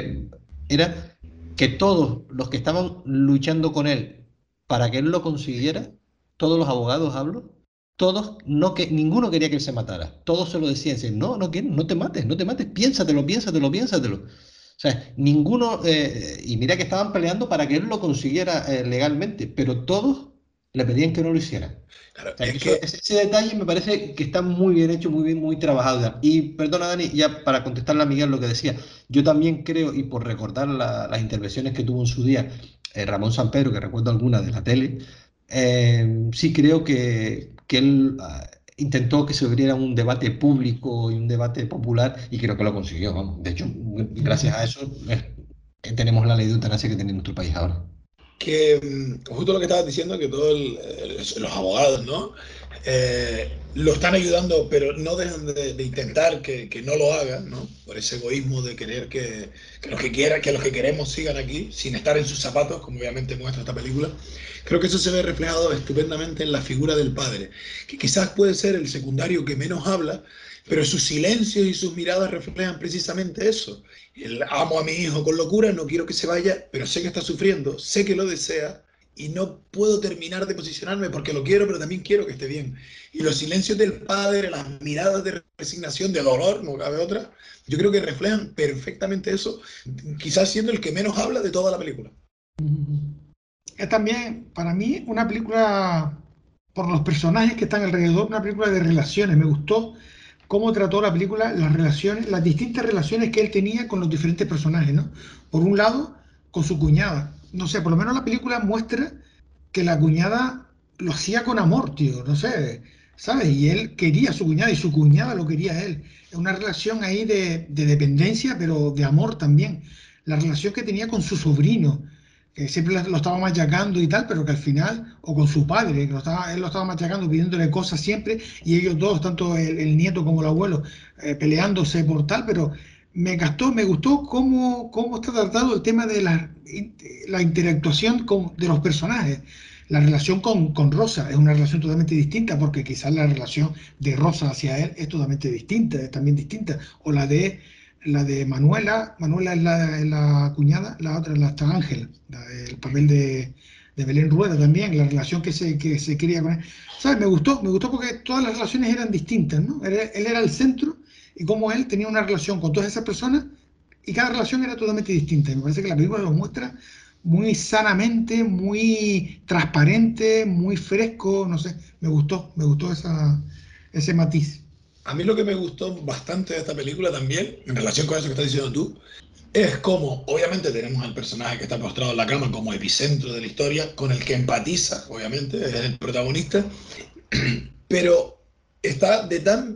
era que todos los que estaban luchando con él para que él lo consiguiera, todos los abogados hablo, todos, ninguno quería que él se matara. Todos se lo decían, no te mates, piénsatelo. O sea, ninguno, y mira que estaban peleando para que él lo consiguiera legalmente, pero todos le pedían que no lo hiciera. Claro, o sea, ese detalle me parece que está muy bien hecho, muy bien, muy trabajado. Y perdona, Dani, ya para contestarle a Miguel lo que decía, yo también creo, y por recordar las intervenciones que tuvo en su día Ramón Sampedro, que recuerdo algunas de la tele, sí creo que él intentó que se abriera un debate público y un debate popular, y creo que lo consiguió, ¿no? De hecho, gracias a eso tenemos la ley de eutanasia que tiene nuestro país ahora. Que justo lo que estabas diciendo, que todos los abogados, ¿no? Lo están ayudando, pero no dejan de intentar que no lo hagan, ¿no? Por ese egoísmo de querer que los que queremos sigan aquí, sin estar en sus zapatos, como obviamente muestra esta película. Creo que eso se ve reflejado estupendamente en la figura del padre, que quizás puede ser el secundario que menos habla, pero sus silencios y sus miradas reflejan precisamente eso. Amo a mi hijo con locura, no quiero que se vaya, pero sé que está sufriendo, sé que lo desea y no puedo terminar de posicionarme porque lo quiero, pero también quiero que esté bien. Y los silencios del padre, las miradas de resignación, de dolor, no cabe otra, yo creo que reflejan perfectamente eso, quizás siendo el que menos habla de toda la película. Es también, para mí, una película, por los personajes que están alrededor, una película de relaciones. Me gustó cómo trató la película las relaciones, las distintas relaciones que él tenía con los diferentes personajes, ¿no? Por un lado, con su cuñada. No sé, por lo menos la película muestra que la cuñada lo hacía con amor, tío, no sé, ¿sabes? Y él quería a su cuñada y su cuñada lo quería a él. Es una relación ahí de dependencia, pero de amor también. La relación que tenía con su sobrino, que siempre lo estaba machacando y tal, pero que al final, o con su padre, él lo estaba machacando, pidiéndole cosas siempre, y ellos dos, tanto el nieto como el abuelo, peleándose por tal, pero me gustó cómo está tratado el tema de la interactuación de los personajes. La relación con Rosa es una relación totalmente distinta, porque quizás la relación de Rosa hacia él es totalmente distinta, es también distinta, o la de Manuela es la cuñada, la otra es la Ángela, el papel de Belén Rueda también, la relación que se quería con él. ¿Sabes? Me gustó porque todas las relaciones eran distintas, ¿no? Él era el centro y cómo él tenía una relación con todas esas personas y cada relación era totalmente distinta. Y me parece que la película lo muestra muy sanamente, muy transparente, muy fresco, no sé, me gustó ese matiz. A mí lo que me gustó bastante de esta película también, en relación con eso que estás diciendo tú, es como, obviamente tenemos al personaje que está postrado en la cama como epicentro de la historia, con el que empatiza, obviamente, es el protagonista, pero está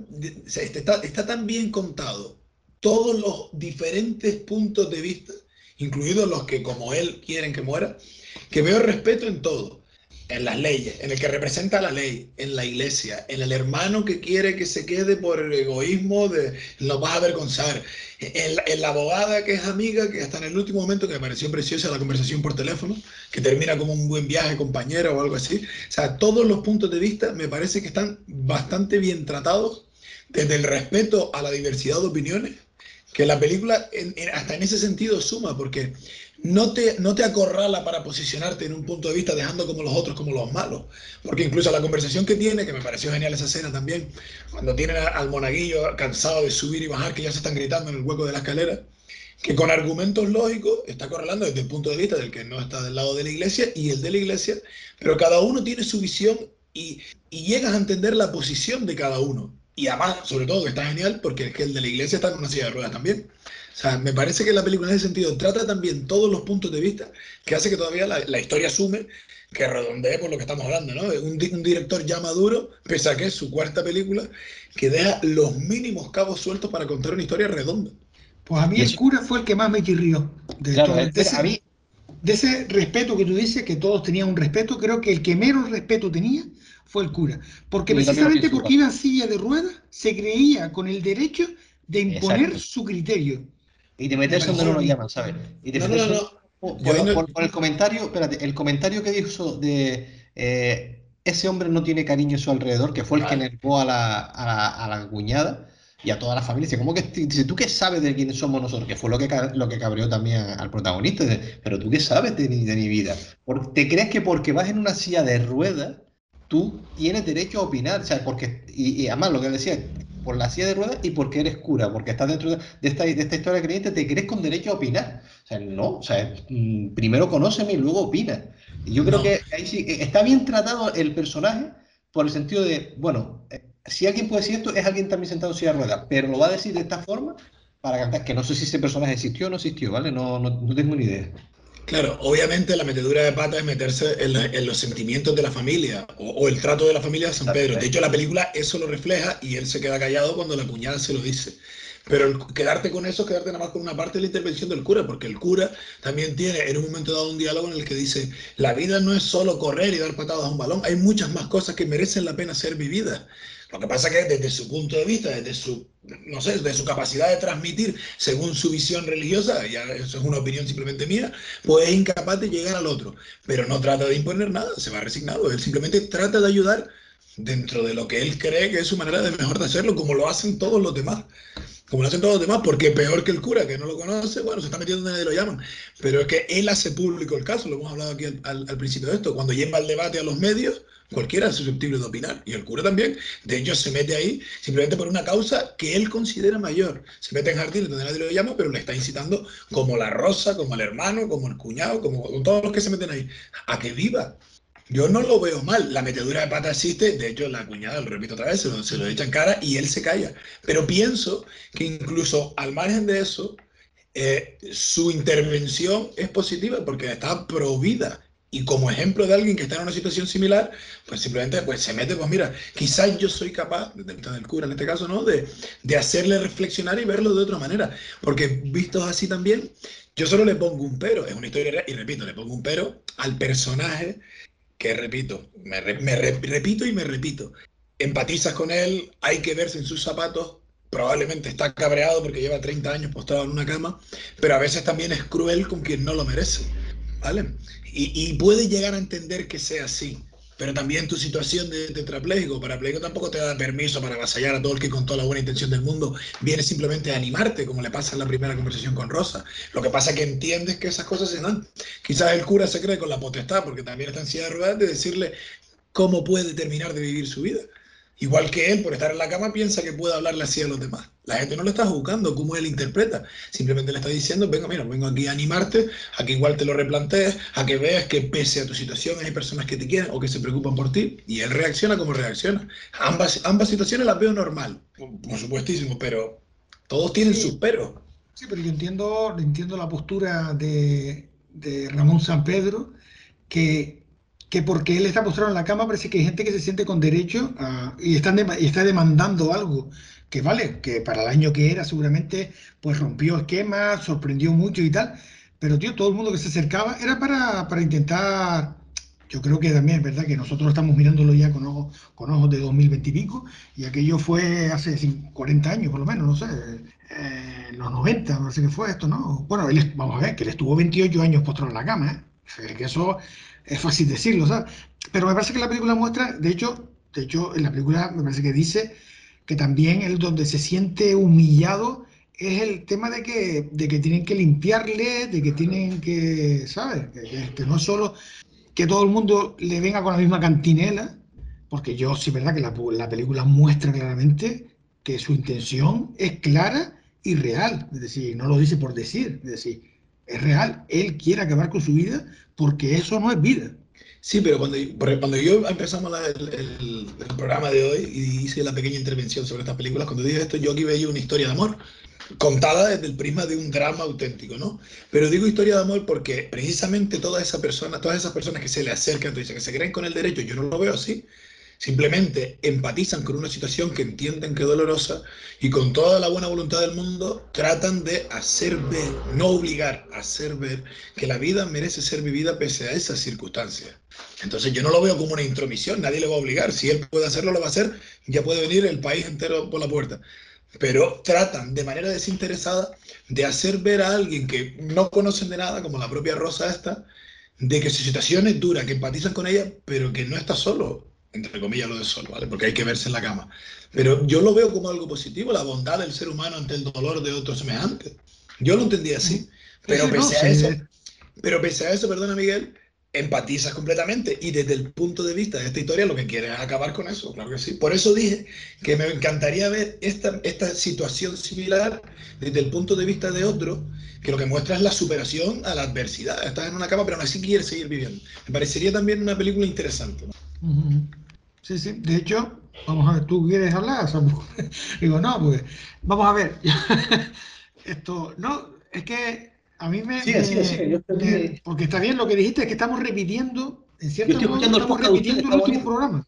tan bien contado todos los diferentes puntos de vista, incluidos los que como él quieren que muera, que veo respeto en todo. En las leyes, en el que representa la ley, en la iglesia, en el hermano que quiere que se quede por el egoísmo de lo vas a avergonzar, en la abogada que es amiga, que hasta en el último momento, que me pareció preciosa la conversación por teléfono, que termina como un buen viaje compañera o algo así. O sea, todos los puntos de vista me parece que están bastante bien tratados, desde el respeto a la diversidad de opiniones, que la película hasta en ese sentido suma, porque no te acorrala para posicionarte en un punto de vista dejando como los otros como los malos. Porque incluso la conversación que tiene, que me pareció genial esa escena también, cuando tienen al monaguillo cansado de subir y bajar, que ya se están gritando en el hueco de la escalera, que con argumentos lógicos está correlando desde el punto de vista del que no está del lado de la iglesia y el de la iglesia, pero cada uno tiene su visión y llegas a entender la posición de cada uno. Y además, sobre todo, que está genial, porque es que el de la iglesia está en una silla de ruedas también. O sea, me parece que la película en ese sentido trata también todos los puntos de vista, que hace que todavía la historia asume que redondee por lo que estamos hablando, ¿no? Un director ya maduro, pese a que es su cuarta película, que deja los mínimos cabos sueltos para contar una historia redonda. Pues a mí el cura fue el que más me chirrió. Claro, de ese respeto que tú dices, que todos tenían un respeto, creo que el que menos respeto tenía fue el cura. Porque precisamente porque iba en silla de ruedas, se creía con el derecho de imponer su criterio. Y de meterse donde no lo llaman, ¿sabes? Y de por el comentario, espérate, el comentario que dijo de ese hombre no tiene cariño a su alrededor, que fue el que negó a la cuñada y a toda la familia. Dice, ¿cómo que dice, tú qué sabes de quiénes somos nosotros? Que fue lo que cabreó también al protagonista. Dice, pero tú qué sabes de mi vida. ¿Te crees que porque vas en una silla de ruedas tú tienes derecho a opinar? O sea, porque, y además lo que decía, por la silla de ruedas y porque eres cura, porque estás dentro de esta historia creyente, te crees con derecho a opinar. O sea, no, o sea, primero conóceme y luego opina. Y yo creo que ahí sí está bien tratado el personaje por el sentido de, bueno, si alguien puede decir esto, es alguien también sentado en silla de ruedas, pero lo va a decir de esta forma para cantar, que no sé si ese personaje existió o no existió, ¿vale? No tengo ni idea. Claro, obviamente la metedura de pata es meterse en los sentimientos de la familia o el trato de la familia de San Pedro. De hecho, la película eso lo refleja y él se queda callado cuando la cuñada se lo dice. Pero quedarte con eso, quedarte nada más con una parte de la intervención del cura, porque el cura también tiene en un momento dado un diálogo en el que dice, la vida no es solo correr y dar patadas a un balón, hay muchas más cosas que merecen la pena ser vividas. Lo que pasa es que desde su punto de vista, desde su, no sé, de su capacidad de transmitir según su visión religiosa, ya eso es una opinión simplemente mía, pues es incapaz de llegar al otro. Pero no trata de imponer nada, se va resignado. Él simplemente trata de ayudar dentro de lo que él cree que es su manera de mejor de hacerlo, como lo hacen todos los demás. Como lo hacen todos los demás, porque peor que el cura, que no lo conoce, bueno, se está metiendo donde nadie lo llaman. Pero es que él hace público el caso, lo hemos hablado aquí al principio de esto. Cuando lleva el debate a los medios, cualquiera es susceptible de opinar, y el cura también. De hecho, se mete ahí simplemente por una causa que él considera mayor. Se mete en jardines donde nadie lo llama, pero le está incitando como la Rosa, como el hermano, como el cuñado, como todos los que se meten ahí, a que viva. Yo no lo veo mal, la metedura de pata existe, de hecho la cuñada, lo repito otra vez, se lo echa en cara y él se calla. Pero pienso que incluso al margen de eso, su intervención es positiva porque está provida. Y como ejemplo de alguien que está en una situación similar, pues simplemente pues, se mete, pues mira, quizás yo soy capaz, del cura en este caso, ¿no? de hacerle reflexionar y verlo de otra manera. Porque vistos así también, yo solo le pongo un pero, es una historia, y repito, le pongo un pero al personaje que repito, me repito y me repito. Empatizas con él, hay que verse en sus zapatos, probablemente está cabreado porque lleva 30 años postrado en una cama, pero a veces también es cruel con quien no lo merece, ¿vale? Y puede llegar a entender que sea así, pero también tu situación de tetrapléjico o parapléjico tampoco te da permiso para avasallar a todo el que con toda la buena intención del mundo viene simplemente a animarte, como le pasa en la primera conversación con Rosa. Lo que pasa es que entiendes que esas cosas se dan. Quizás el cura se cree con la potestad, porque también está en silla de ruedas, de decirle cómo puede terminar de vivir su vida. Igual que él, por estar en la cama, piensa que puede hablarle así a los demás. La gente no le está juzgando cómo él interpreta. Simplemente le está diciendo, venga, mira, vengo aquí a animarte, a que igual te lo replantees, a que veas que pese a tu situación hay personas que te quieren o que se preocupan por ti. Y él reacciona como reacciona. Ambas situaciones las veo normal, por supuestísimo, pero todos tienen sus peros. Sí, pero yo entiendo la postura de Ramón Sampedro, que porque él está postrado en la cama parece que hay gente que se siente con derecho y está demandando algo que vale, que para el año que era seguramente pues rompió esquemas, sorprendió mucho y tal, pero tío, todo el mundo que se acercaba era para intentar, yo creo que también es verdad que nosotros estamos mirándolo ya con ojos de 2020 y pico, y aquello fue hace 40 años por lo menos, no sé, en los 90, no sé qué fue esto, ¿no? Bueno, vamos a ver, que él estuvo 28 años postrado en la cama, ¿eh? O sea, que eso es fácil decirlo, ¿sabes? Pero me parece que la película muestra, de hecho, en la película me parece que dice que también él donde se siente humillado es el tema de que tienen que limpiarle, de que tienen que, ¿sabes? Que no es solo que todo el mundo le venga con la misma cantinela, porque yo sí es verdad que la película muestra claramente que su intención es clara y real, es decir, no lo dice por decir, es decir, es real, él quiere acabar con su vida porque eso no es vida. Sí, pero cuando yo empezamos el programa de hoy y hice la pequeña intervención sobre estas películas, cuando dije esto, yo aquí veía una historia de amor contada desde el prisma de un drama auténtico, ¿no? Pero digo historia de amor porque precisamente todas esas personas que se le acercan, que se creen con el derecho, yo no lo veo así. Simplemente empatizan con una situación que entienden que es dolorosa y con toda la buena voluntad del mundo tratan de hacer ver, no obligar, hacer ver que la vida merece ser vivida pese a esas circunstancias. Entonces yo no lo veo como una intromisión, nadie le va a obligar. Si él puede hacerlo, lo va a hacer, ya puede venir el país entero por la puerta. Pero tratan de manera desinteresada de hacer ver a alguien que no conocen de nada, como la propia Rosa esta, de que su situación es dura, que empatizan con ella, pero que no está solo, entre comillas lo de solo, ¿vale? Porque hay que verse en la cama. Pero yo lo veo como algo positivo, la bondad del ser humano ante el dolor de otro semejante. Yo lo entendí así, pero pese a eso, perdona Miguel, empatizas completamente y desde el punto de vista de esta historia lo que quieres es acabar con eso, claro que sí. Por eso dije que me encantaría ver esta situación similar desde el punto de vista de otro, que lo que muestra es la superación a la adversidad. Estás en una cama pero aún así quieres seguir viviendo. Me parecería también una película interesante, ¿no? Sí, sí, de hecho, vamos a ver, ¿tú quieres hablar, Samu? Digo, no, pues, vamos a ver, esto, no, es que a mí Sigue. porque está bien lo que dijiste, es que estamos repitiendo, en Yo cierto estoy modo, escuchando el estamos podcast de ustedes, repitiendo el está último bonito. programa,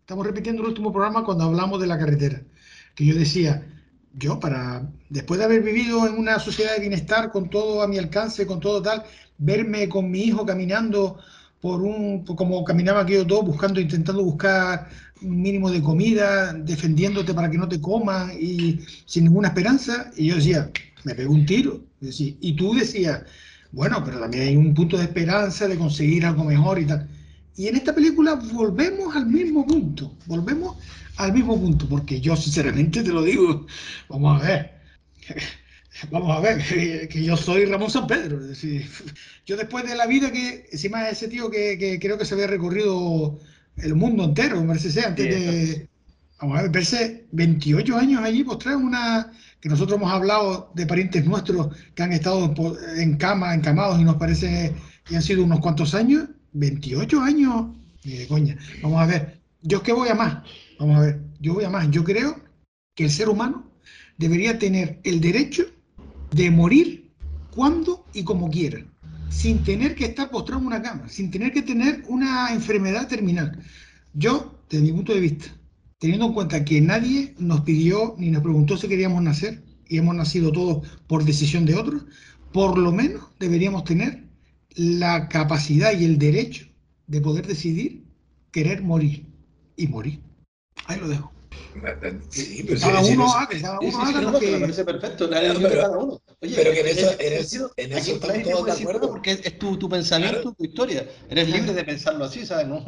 cuando hablamos de la carretera, que yo decía, después de haber vivido en una sociedad de bienestar, con todo a mi alcance, con todo tal, verme con mi hijo caminando como caminaba aquellos dos, intentando buscar un mínimo de comida, defendiéndote para que no te coman y sin ninguna esperanza. Y yo decía, me pegó un tiro. Y tú decías, bueno, pero también hay un punto de esperanza de conseguir algo mejor y tal. Y en esta película volvemos al mismo punto, porque yo sinceramente te lo digo, vamos a ver. Vamos a ver, que yo soy Ramón Sampedro. Es decir, yo después de la vida que, encima ese tío que creo que se había recorrido el mundo entero, me parece ser, antes de, vamos a ver, verse 28 años allí postrado en que nosotros hemos hablado de parientes nuestros que han estado en cama, encamados, y nos parece que han sido unos cuantos años, 28 años, ni de coña. Vamos a ver, yo es que voy a más, vamos a ver, yo voy a más, yo creo que el ser humano debería tener el derecho de morir cuando y como quiera, sin tener que estar postrado en una cama, sin tener que tener una enfermedad terminal. Yo, desde mi punto de vista, teniendo en cuenta que nadie nos pidió ni nos preguntó si queríamos nacer, y hemos nacido todos por decisión de otros, por lo menos deberíamos tener la capacidad y el derecho de poder decidir querer morir y morir. Ahí lo dejo. Sí, pues cada uno haga lo que... Me parece perfecto, la elección de cada uno. Oye, pero que en eso aquí estamos nadie te todos puede de decir acuerdo. nada porque es tu pensamiento, Claro. tu historia. Eres libre de pensarlo así, ¿sabes? ¿No?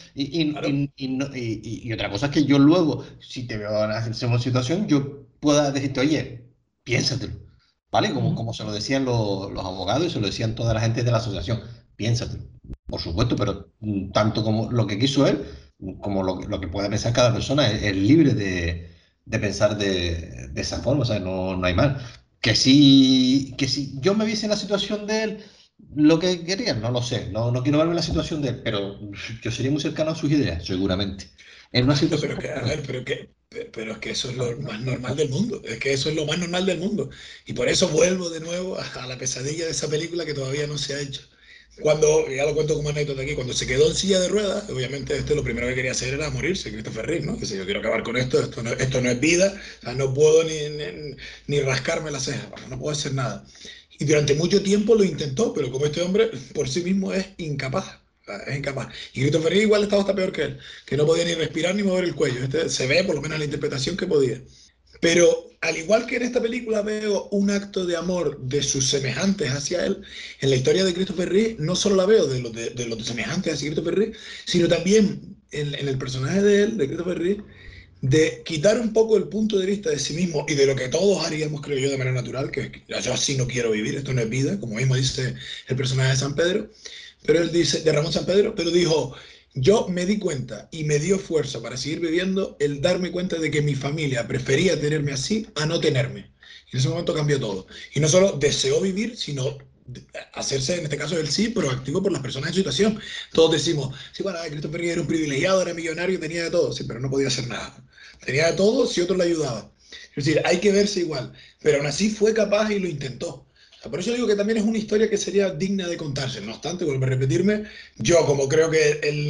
Y otra cosa es que yo luego, si te veo en esa situación, yo pueda decirte, oye, piénsatelo, ¿vale? Como se lo decían los abogados y se lo decían toda la gente de la asociación, piénsatelo, por supuesto, pero tanto como lo que quiso él, como lo que pueda pensar cada persona, es libre de pensar de esa forma, o sea, no hay mal. Que si yo me viese en la situación de él, lo que querían, no lo sé, no quiero verme en la situación de él, pero yo sería muy cercano a sus ideas, seguramente. En una No, situación pero que, a como ver, pero es que eso es lo más normal del mundo. Es que eso es lo más normal del mundo. Y por eso vuelvo de nuevo a la pesadilla de esa película que todavía no se ha hecho. Cuando, ya lo cuento como anécdota aquí, cuando se quedó en silla de ruedas, obviamente lo primero que quería hacer era morirse, Christopher Reeve, ¿no? Que si yo quiero acabar con esto no es vida, o sea, no puedo ni rascarme la ceja, no puedo hacer nada. Y durante mucho tiempo lo intentó, pero como este hombre por sí mismo es incapaz. Es incapaz. Y Christopher Reeve igual estaba hasta peor que él, que no podía ni respirar ni mover el cuello. Se ve, por lo menos en la interpretación, que podía. Pero al igual que en esta película veo un acto de amor de sus semejantes hacia él, en la historia de Christopher Reeve no solo la veo de los semejantes hacia Christopher Reeve, sino también en el personaje de él, de Christopher Reeve, de quitar un poco el punto de vista de sí mismo y de lo que todos haríamos, creo yo, de manera natural, que yo así no quiero vivir, esto no es vida, como mismo dice el personaje de San Pedro, pero él dice, de Ramón San Pedro, pero dijo, yo me di cuenta y me dio fuerza para seguir viviendo el darme cuenta de que mi familia prefería tenerme así a no tenerme. Y en ese momento cambió todo. Y no solo deseó vivir, sino hacerse, en este caso, el sí proactivo por las personas en su situación. Todos decimos, sí, bueno, Christopher Reeve era un privilegiado, era millonario, tenía de todo, sí, pero no podía hacer nada. Tenía de todo si otro le ayudaba. Es decir, hay que verse igual. Pero aún así fue capaz y lo intentó. Por eso digo que también es una historia que sería digna de contarse. No obstante, vuelvo a repetirme, yo como creo que el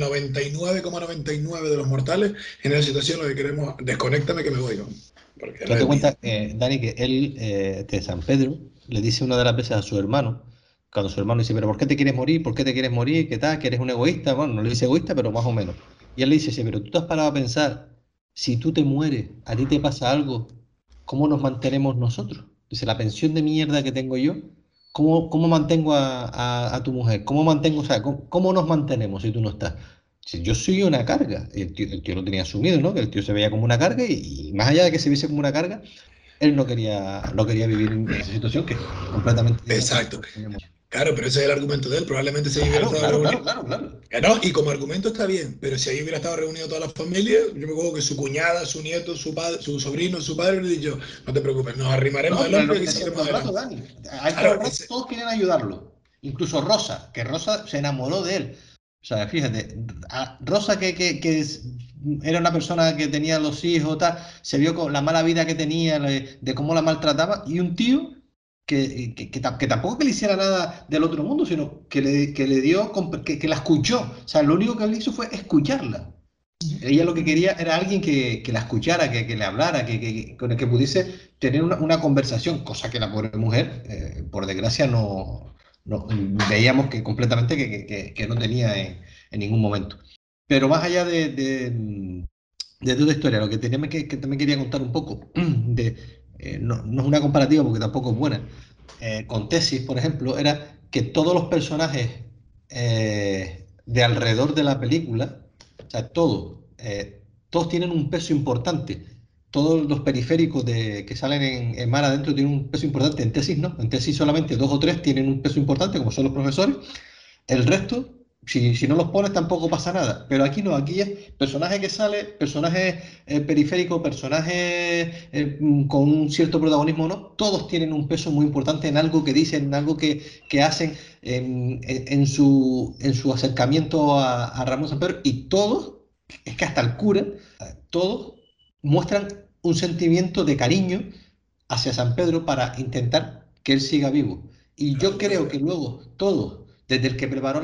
99,99 de los mortales en esa situación lo que queremos, desconéctame que me voy, ¿no? Porque Tú no date es vida. cuenta, Dani, que él, de San Pedro, le dice una de las veces a su hermano, cuando su hermano dice, pero ¿por qué te quieres morir? ¿Por qué te quieres morir? ¿Qué tal? ¿Que eres un egoísta? Bueno, no le dice egoísta, pero más o menos. Y él le dice, sí, pero tú te has parado a pensar, si tú te mueres, a ti te pasa algo, ¿cómo nos mantenemos nosotros? Dice, la pensión de mierda que tengo yo, ¿cómo mantengo a tu mujer? ¿Cómo mantengo, o sea, cómo nos mantenemos si tú no estás? Si yo soy una carga, y el tío lo tenía asumido, ¿no? Que el tío se veía como una carga y más allá de que se viese como una carga, él no quería vivir en esa situación que es completamente distinta. Exacto. Claro, pero ese es el argumento de él. Probablemente si hubiera estado Claro, reunido. claro. No, y como argumento está bien, pero si ahí hubiera estado reunido toda la familia, yo me acuerdo que su cuñada, su nieto, su padre, su sobrino, su padre, le he dicho, no te preocupes, nos arrimaremos No, del pero es lo hombro que y decía todo seguiremos el rato, adelante. Dani. A él todo el Claro, rato todos quieren ayudarlo. Incluso Rosa, que Rosa se enamoró de él. O sea, fíjate, Rosa era una persona que tenía los hijos, tal, se vio con la mala vida que tenía, de cómo la maltrataba, y un tío que tampoco que le hiciera nada del otro mundo, sino que le dio, que la escuchó. O sea, lo único que él hizo fue escucharla. Ella lo que quería era alguien que la escuchara, que le hablara, con el que pudiese tener una conversación, cosa que la pobre mujer, por desgracia, no veíamos que completamente que no tenía en ningún momento. Pero más allá de toda la historia, lo que que también quería contar un poco, no es una comparativa porque tampoco es buena, con Tesis, por ejemplo, era que todos los personajes de alrededor de la película, o sea, todos tienen un peso importante. Todos los periféricos que salen en mar adentro tienen un peso importante. En Tesis no. En Tesis solamente 2 o 3 tienen un peso importante, como son los profesores. El resto, si no los pones, tampoco pasa nada. Pero aquí no, aquí es personaje que sale, personaje periférico, personaje con un cierto protagonismo, ¿no? Todos tienen un peso muy importante en algo que dicen, en algo que hacen en su acercamiento a Ramón San Pedro. Y todos, es que hasta el cura, todos muestran un sentimiento de cariño hacia San Pedro para intentar que él siga vivo. Y yo creo que luego todos, desde el que preparó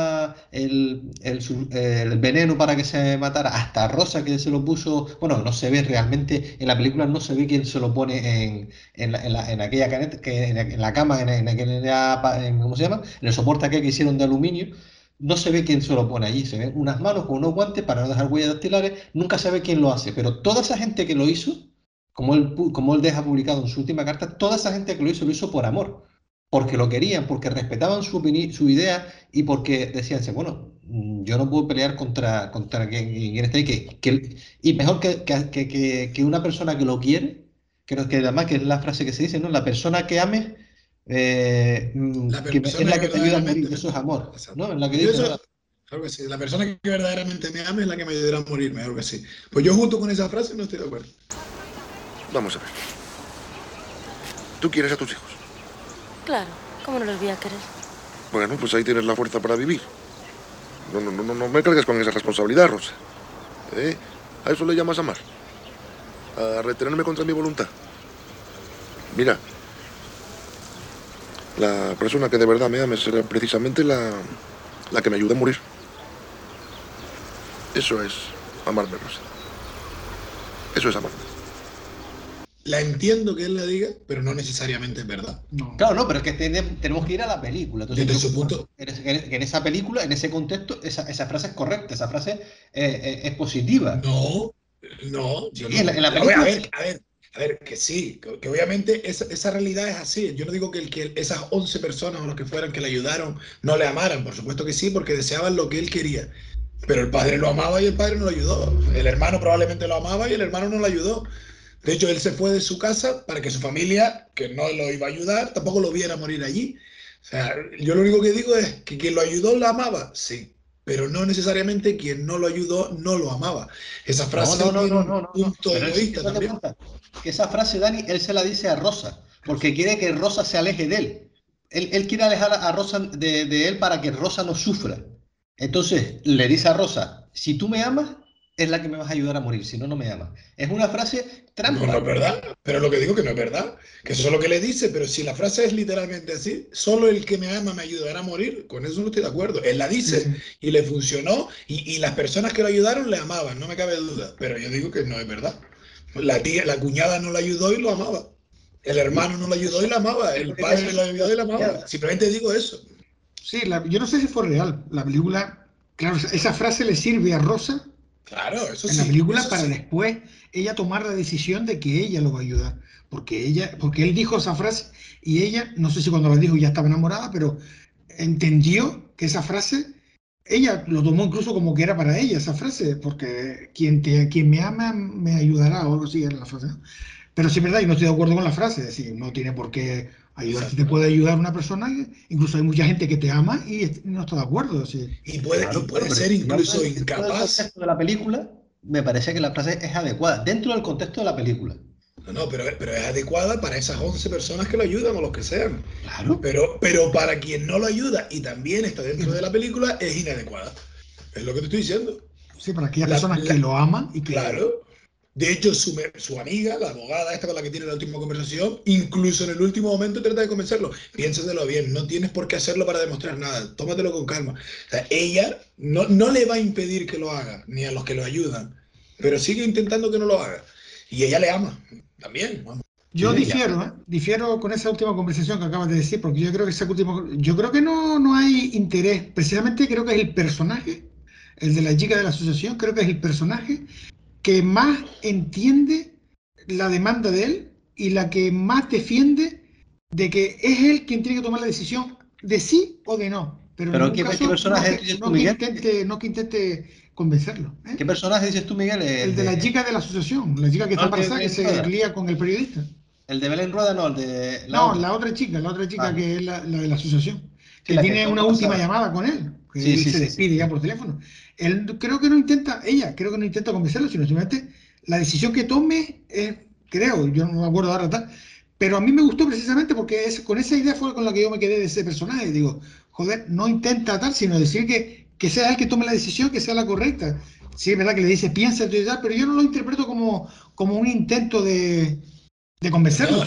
el veneno para que se matara, hasta Rosa que se lo puso, bueno, no se ve realmente, en la película no se ve quién se lo pone en aquella caneta, en la cama, ¿cómo se llama? En el soporte aquel que hicieron de aluminio. No se ve quién se lo pone allí, se ven unas manos con unos guantes para no dejar huellas dactilares, nunca se ve quién lo hace, pero toda esa gente que lo hizo, como él deja publicado en su última carta, toda esa gente que lo hizo por amor, porque lo querían, porque respetaban su idea y porque decían, bueno, yo no puedo pelear contra quien esté ahí, y mejor que una persona que lo quiere, que además que es la frase que se dice, ¿no? La persona que ames La es persona la que que te ayuda a verdaderamente morir, me eso es ama. amor, Exacto. ¿no? Es la que Yo dice, ¿no? eso, claro que sí. La persona que verdaderamente me ama es la que me ayudará a morir, mejor que sí. Pues yo junto con esa frase no estoy de acuerdo. Vamos a ver. ¿Tú quieres a tus hijos? Claro, ¿cómo no los voy a querer? Bueno, pues ahí tienes la fuerza para vivir. No me cargues con esa responsabilidad, Rosa. ¿A eso le llamas amar? ¿A retenerme contra mi voluntad? Mira, la persona que de verdad me ama será precisamente la que me ayuda a morir. Eso es amarme, Rosa. Eso es amarme. La entiendo que él la diga, pero no necesariamente es verdad. No. Claro, no, pero es que tenemos que ir a la película. Entonces, Desde su punto... en esa película, en ese contexto, esa frase es correcta, esa frase es positiva. No. Sí, en la película... A ver, que sí, que obviamente esa realidad es así. Yo no digo que esas 11 personas o los que fueran que le ayudaron no le amaran, por supuesto que sí, porque deseaban lo que él quería. Pero el padre lo amaba y el padre no lo ayudó. El hermano probablemente lo amaba y el hermano no lo ayudó. De hecho, él se fue de su casa para que su familia, que no lo iba a ayudar, tampoco lo viera morir allí. O sea, yo lo único que digo es que quien lo ayudó la amaba, sí, pero no necesariamente quien no lo ayudó no lo amaba. Esa frase tiene un punto egoísta también. Que esa frase, Dani, él se la dice a Rosa, porque quiere que Rosa se aleje de él. Él quiere alejar a Rosa de él para que Rosa no sufra. Entonces le dice a Rosa, si tú me amas, es la que me vas a ayudar a morir, si no, no me amas. Es una frase trampa. No es verdad, pero lo que digo que no es verdad, que eso es lo que le dice, pero si la frase es literalmente así, solo el que me ama me ayudará a morir, con eso no estoy de acuerdo. Él la dice y le funcionó y las personas que lo ayudaron le amaban, no me cabe duda, pero yo digo que no es verdad. La cuñada no la ayudó y lo amaba. El hermano no la ayudó y la amaba. El padre la ayudó y la amaba. Simplemente digo eso. Sí, yo no sé si fue real. La película, claro, esa frase le sirve a Rosa. Claro, eso en la película para después ella tomar la decisión de que ella lo va a ayudar. Porque él dijo esa frase y ella, no sé si cuando la dijo ya estaba enamorada, pero entendió que esa frase, ella lo tomó incluso como que era para ella esa frase, porque quien me ama me ayudará o algo así era la frase, ¿no? Pero sí es verdad, y no estoy de acuerdo con la frase, es decir, no tiene por qué ayudarte, te puede ayudar una persona, incluso hay mucha gente que te ama y no está de acuerdo. ¿Sí? Y puede ser incluso incapaz. Dentro del contexto de la película, me parece que la frase es adecuada, dentro del contexto de la película. No, pero es adecuada para esas 11 personas que lo ayudan o los que sean. Claro. Pero para quien no lo ayuda y también está dentro de la película, es inadecuada. Es lo que te estoy diciendo. Sí, para aquellas personas que lo aman y que... Claro. De hecho, su amiga, la abogada esta con la que tiene la última conversación, incluso en el último momento trata de convencerlo. Piénsatelo bien, no tienes por qué hacerlo para demostrar nada, tómatelo con calma. O sea, ella no le va a impedir que lo haga, ni a los que lo ayudan, pero sigue intentando que no lo haga. Y ella le ama, también. Vamos. Yo difiero con esa última conversación que acabas de decir, porque yo creo que no hay interés, precisamente creo que es el personaje, el de la chica de la asociación, creo que es el personaje que más entiende la demanda de él y la que más defiende de que es él quien tiene que tomar la decisión de sí o de no. Pero ¿qué personaje dices tú, Miguel? No que intente convencerlo. ¿Qué personaje dices tú, Miguel? El de la chica de la asociación, la chica que está embarazada, que se lía con el periodista. ¿El de Belén Rueda no? La otra chica que es la de la asociación, que tiene una última llamada con él, que él se despide ya por teléfono. Él creo que no intenta convencerlo, sino simplemente la decisión que tome, yo no me acuerdo ahora tal, pero a mí me gustó precisamente porque con esa idea fue con la que yo me quedé de ese personaje. Digo, joder, no intenta tal, sino decir que sea él que tome la decisión, que sea la correcta. Sí, es verdad que le dice, piensa y tal, pero yo no lo interpreto como un intento de convencerlo.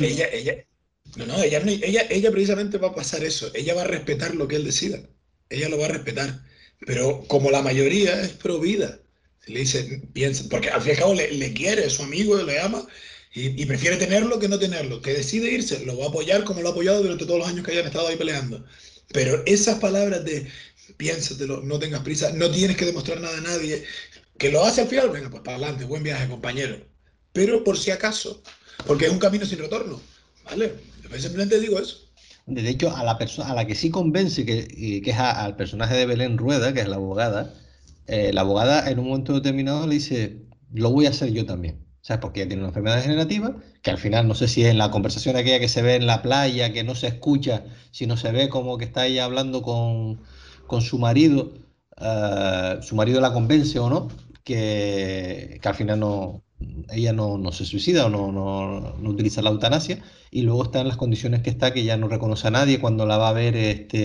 Ella precisamente va a pasar eso. Ella va a respetar lo que él decida. Ella lo va a respetar. Pero como la mayoría es pro vida, le dice, piensa, porque al fin y al cabo le quiere, es su amigo, le ama, y prefiere tenerlo que no tenerlo. Que decide irse, lo va a apoyar como lo ha apoyado durante todos los años que hayan estado ahí peleando. Pero esas palabras de piénsatelo, no tengas prisa, no tienes que demostrar nada a nadie, que lo hace al final, venga, pues para adelante, buen viaje, compañero. Pero por si acaso, porque es un camino sin retorno, ¿vale? Yo simplemente digo eso. De hecho, a la que sí convence, que es al personaje de Belén Rueda, que es la abogada en un momento determinado le dice, lo voy a hacer yo también. ¿Sabes? Porque ella tiene una enfermedad degenerativa, que al final, no sé si es en la conversación aquella que se ve en la playa, que no se escucha, sino se ve como que está ella hablando con su marido la convence o no, que al final ella no se suicida o no utiliza la eutanasia, y luego está en las condiciones que está, que ya no reconoce a nadie cuando la va a ver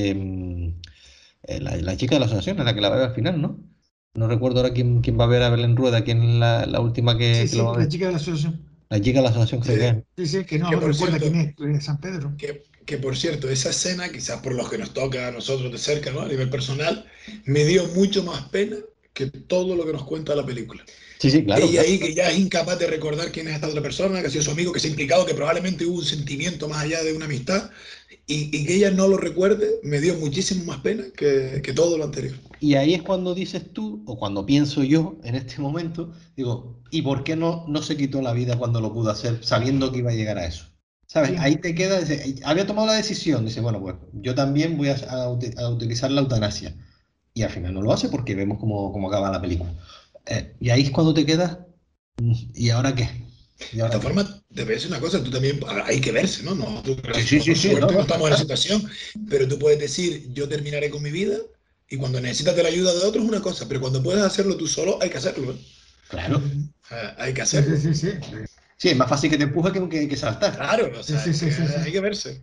la chica de la asociación, es la que la va a ver al final, ¿no? No recuerdo ahora quién va a ver a Belén Rueda, quién es la última que Sí, lo va a ver. la chica de la asociación. La chica de la asociación creo que es. Sí, que no Que por recuerda cierto, quién es San Pedro. que por cierto, esa escena, quizás por lo que nos toca a nosotros de cerca, ¿no? A nivel personal, me dio mucho más pena que todo lo que nos cuenta la película. Sí, claro. Ella ahí que ya es incapaz de recordar quién es esta otra persona, que ha sido su amigo, que se ha implicado, que probablemente hubo un sentimiento más allá de una amistad, y que ella no lo recuerde, me dio muchísimo más pena que todo lo anterior. Y ahí es cuando dices tú, o cuando pienso yo en este momento, digo, ¿y por qué no se quitó la vida cuando lo pudo hacer, sabiendo que iba a llegar a eso? ¿Sabes? Ahí te queda, había tomado la decisión, dice, bueno, pues yo también voy a utilizar la eutanasia. Y al final no lo hace porque vemos cómo acaba la película. Y ahí es cuando te quedas, ¿y ahora qué? De esta forma, te ves una cosa, tú también, hay que verse, ¿no? Sí, por suerte no estamos en la claro. situación, pero tú puedes decir, yo terminaré con mi vida, y cuando necesitas de la ayuda de otros es una cosa, pero cuando puedes hacerlo tú solo, hay que hacerlo, ¿eh? Claro. Hay que hacerlo. Sí, es más fácil que te empuje que saltar. Claro, o sea, hay que verse.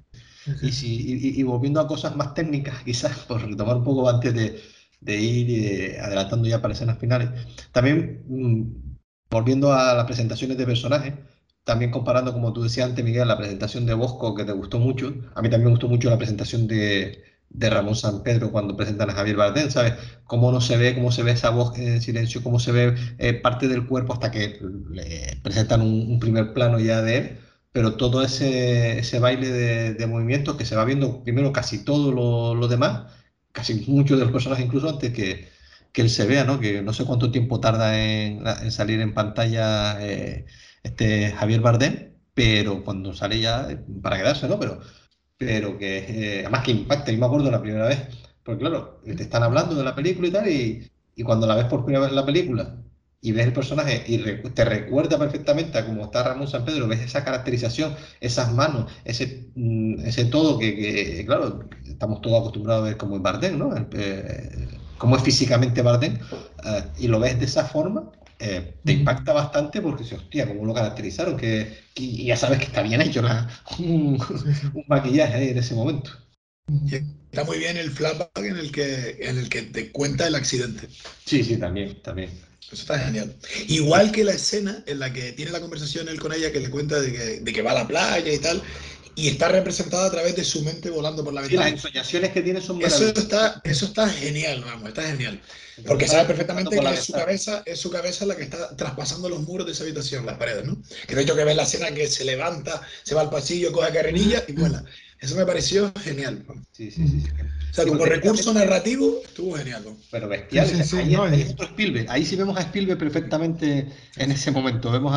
Y volviendo a cosas más técnicas, quizás, por retomar un poco antes de ir adelantando ya para escenas finales, también volviendo a las presentaciones de personajes, también comparando, como tú decías antes, Miguel, la presentación de Bosco, que te gustó mucho, a mí también me gustó mucho la presentación de Ramón San Pedro cuando presentan a Javier Bardem, ¿sabes? Cómo no se ve, cómo se ve esa voz en silencio, cómo se ve parte del cuerpo hasta que le presentan un primer plano ya de él, pero todo ese baile de movimientos que se va viendo primero casi todo lo demás, casi muchos de los personajes incluso antes que él se vea, ¿no? Que no sé cuánto tiempo tarda en salir en pantalla Javier Bardem, pero cuando sale ya para quedarse, ¿no? Pero que además que impacta, yo me acuerdo la primera vez, porque claro, te están hablando de la película y tal, y cuando la ves por primera vez en la película y ves el personaje y te recuerda perfectamente a cómo está Ramón San Pedro, ves esa caracterización, esas manos, ese todo que, claro, estamos todos acostumbrados a ver como es Bardem, ¿no? Cómo es físicamente Bardem, y lo ves de esa forma, te impacta bastante porque dices, hostia, cómo lo caracterizaron, y ya sabes que está bien hecho un maquillaje ahí en ese momento. Está muy bien el flashback en el que te cuenta el accidente. Sí, también. Eso está genial. Igual que la escena en la que tiene la conversación él con ella, que le cuenta de que va a la playa y tal, y está representada a través de su mente volando por la ventana. Las ensoñaciones que tiene son maravillosas. Eso está genial, vamos, está genial. Porque sabe perfectamente que es su cabeza la que está traspasando los muros de esa habitación, las paredes, ¿no? Que de hecho que ves la escena que se levanta, se va al pasillo, coge carrerilla y vuela. Eso me pareció genial. Sí. O sea, como recurso narrativo, estuvo genial, ¿no? Pero bestial. Ahí es otro Spielberg. Ahí sí vemos a Spielberg perfectamente en ese momento. Vemos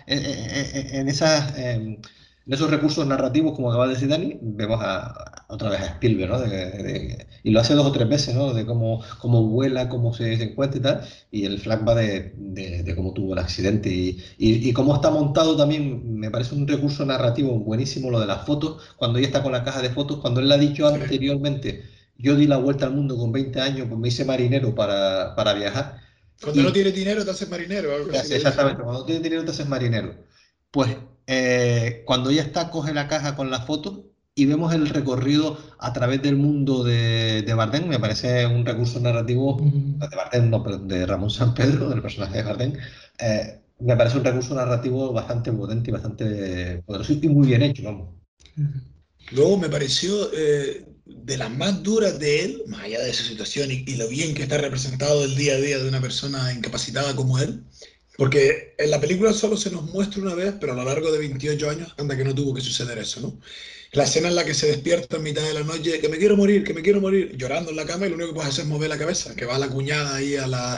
en esos recursos narrativos, como acaba de decir Dani, vemos otra vez a Spielberg, ¿no? Y lo hace 2 o 3 veces, ¿no? De cómo vuela, cómo se encuentra y tal. Y el flash va de cómo tuvo el accidente. Y cómo está montado también, me parece un recurso narrativo buenísimo lo de las fotos. Cuando ella está con la caja de fotos, cuando él le ha dicho anteriormente, yo di la vuelta al mundo con 20 años, pues me hice marinero para viajar. Cuando no tienes dinero te haces marinero. Algo así, exactamente, cuando no tienes dinero te haces marinero. Pues cuando ella coge la caja con las fotos y vemos el recorrido a través del mundo de Bardem, me parece un recurso narrativo, de Bardem, no, pero de Ramón San Pedro, del personaje de Bardem, me parece un recurso narrativo bastante potente y bastante poderoso y muy bien hecho, vamos. Luego me pareció de las más duras de él, más allá de su situación y lo bien que está representado el día a día de una persona incapacitada como él, porque en la película solo se nos muestra una vez, pero a lo largo de 28 años, anda que no tuvo que suceder eso, ¿no? La escena en la que se despierta en mitad de la noche, que me quiero morir, llorando en la cama, y lo único que puede hacer es mover la cabeza, que va la cuñada ahí a la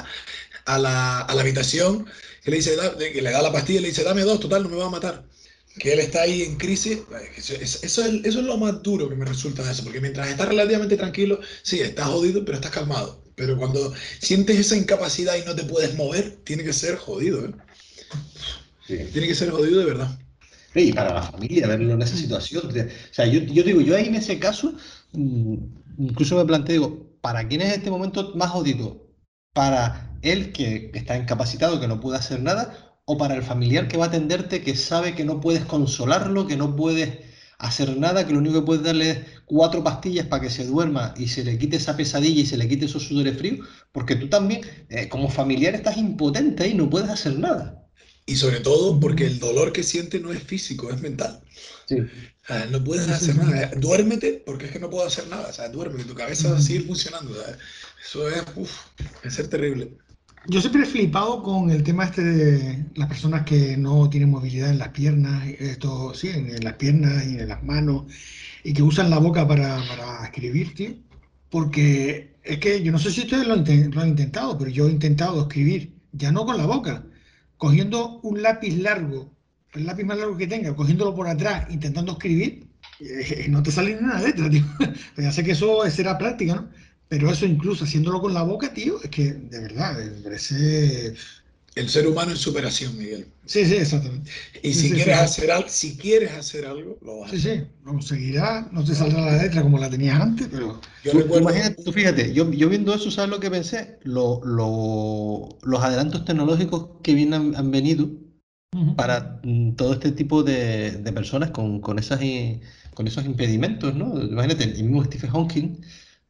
habitación, que le dice, que le da la pastilla y le dice, dame 2, total, no me va a matar. Que él está ahí en crisis, eso es lo más duro que me resulta de eso, porque mientras estás relativamente tranquilo, sí, estás jodido, pero estás calmado. Pero cuando sientes esa incapacidad y no te puedes mover, tiene que ser jodido, ¿eh? Sí. Tiene que ser jodido de verdad. Y para la familia, verlo en esa situación. O sea, yo digo, yo ahí en ese caso, incluso me planteo, ¿para quién es este momento más jodido? para él que está incapacitado, que no puede hacer nada, o para el familiar que va a atenderte, que sabe que no puedes consolarlo, que no puedes hacer nada, que lo único que puedes darle es 4 pastillas para que se duerma y se le quite esa pesadilla y se le quite esos sudores fríos, porque tú también, como familiar, estás impotente ahí, no puedes hacer nada. Y sobre todo porque el dolor que siente no es físico, es mental. Sí. No puedes hacer nada. Duérmete, porque es que no puedo hacer nada. O sea, duerme, tu cabeza va a seguir funcionando. ¿Sabes? Eso es ser terrible. Yo siempre he flipado con el tema este de las personas que no tienen movilidad en las piernas, esto, sí, en las piernas y en las manos, y que usan la boca para escribir, tío. Porque es que yo no sé si ustedes lo han intentado, pero yo he intentado escribir, ya no con la boca, cogiendo un lápiz largo, el lápiz más largo que tenga, cogiéndolo por atrás, intentando escribir, no te sale ni una letra, tío. Ya sé que eso será práctica, ¿no? Pero eso incluso haciéndolo con la boca, tío, es que de verdad, me parece... El ser humano en superación, Miguel. Sí, sí, exactamente. Y sí, si quieres hacer algo, lo vas a hacer. Sí, vamos, seguirá, no te saldrá la letra como la tenías antes, pero... Tú fíjate, yo viendo eso, ¿sabes lo que pensé? Los adelantos tecnológicos que bien han venido para todo este tipo de personas con esos impedimentos, ¿no? Imagínate, el mismo Stephen Hawking.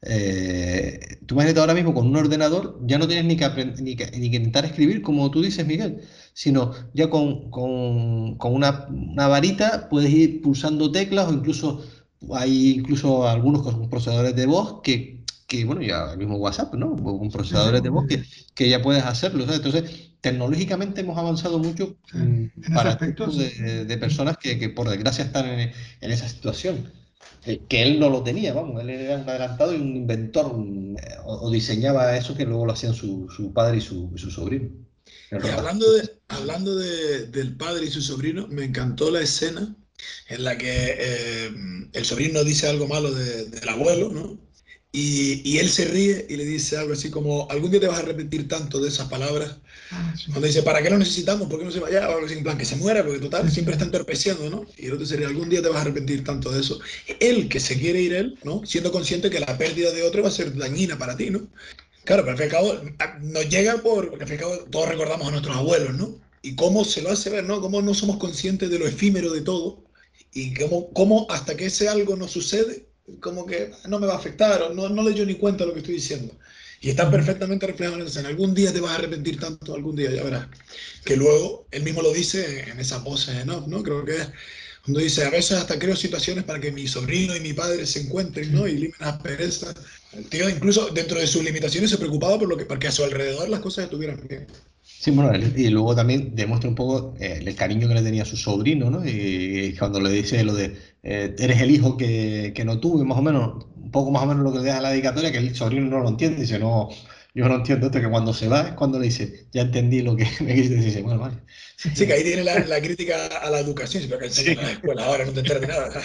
Tú imagínate ahora mismo con un ordenador, ya no tienes ni que intentar escribir, como tú dices, Miguel, sino ya con una varita puedes ir pulsando teclas, o incluso hay incluso algunos con procesadores de voz que bueno, ya el mismo WhatsApp, ¿no? Con procesadores de voz que ya puedes hacerlo, ¿sabes? Entonces, tecnológicamente hemos avanzado mucho para este tipo de personas que por desgracia están en esa situación. Que él no lo tenía, vamos, él era un adelantado y un inventor, o diseñaba eso que luego lo hacían su padre y su sobrino. Y hablando del padre y su sobrino, me encantó la escena en la que el sobrino dice algo malo del abuelo, ¿no? Y él se ríe y le dice algo así como, algún día te vas a repetir tanto de esas palabras. Cuando dice, ¿para qué lo necesitamos? ¿Por qué no se vaya? O algo así, en plan, que se muera, porque total, siempre está entorpeciendo, ¿no? Y el otro sería, algún día te vas a arrepentir tanto de eso. Él, que se quiere ir él, ¿no? Siendo consciente que la pérdida de otro va a ser dañina para ti, ¿no? Claro, pero al fin y al cabo nos llega porque al fin y al cabo todos recordamos a nuestros abuelos, ¿no? Y cómo se lo hace ver, ¿no? Cómo no somos conscientes de lo efímero de todo y cómo hasta que ese algo no sucede, como que no me va a afectar o no le doy ni cuenta de lo que estoy diciendo. Y está perfectamente reflejado en esa escena. Algún día te vas a arrepentir tanto, algún día, ya verás. Que luego, él mismo lo dice en esas voces en off, ¿no? Creo que es cuando dice, a veces hasta creo situaciones para que mi sobrino y mi padre se encuentren, ¿no? Y limen las perezas. El tío, incluso dentro de sus limitaciones, se preocupaba porque a su alrededor las cosas estuvieran bien. Sí, bueno, y luego también demuestra un poco el cariño que le tenía a su sobrino, ¿no? Y cuando le dice lo de, eres el hijo que no tuve, más o menos, un poco más o menos lo que le deja la dedicatoria, que el sobrino no lo entiende, dice, no, yo no entiendo esto, que cuando se va es cuando le dice, ya entendí lo que me quieres decir, dice, bueno, vale. Sí, que ahí tiene la crítica a la educación, pero que enseñan en la escuela, ahora no te enteras de nada.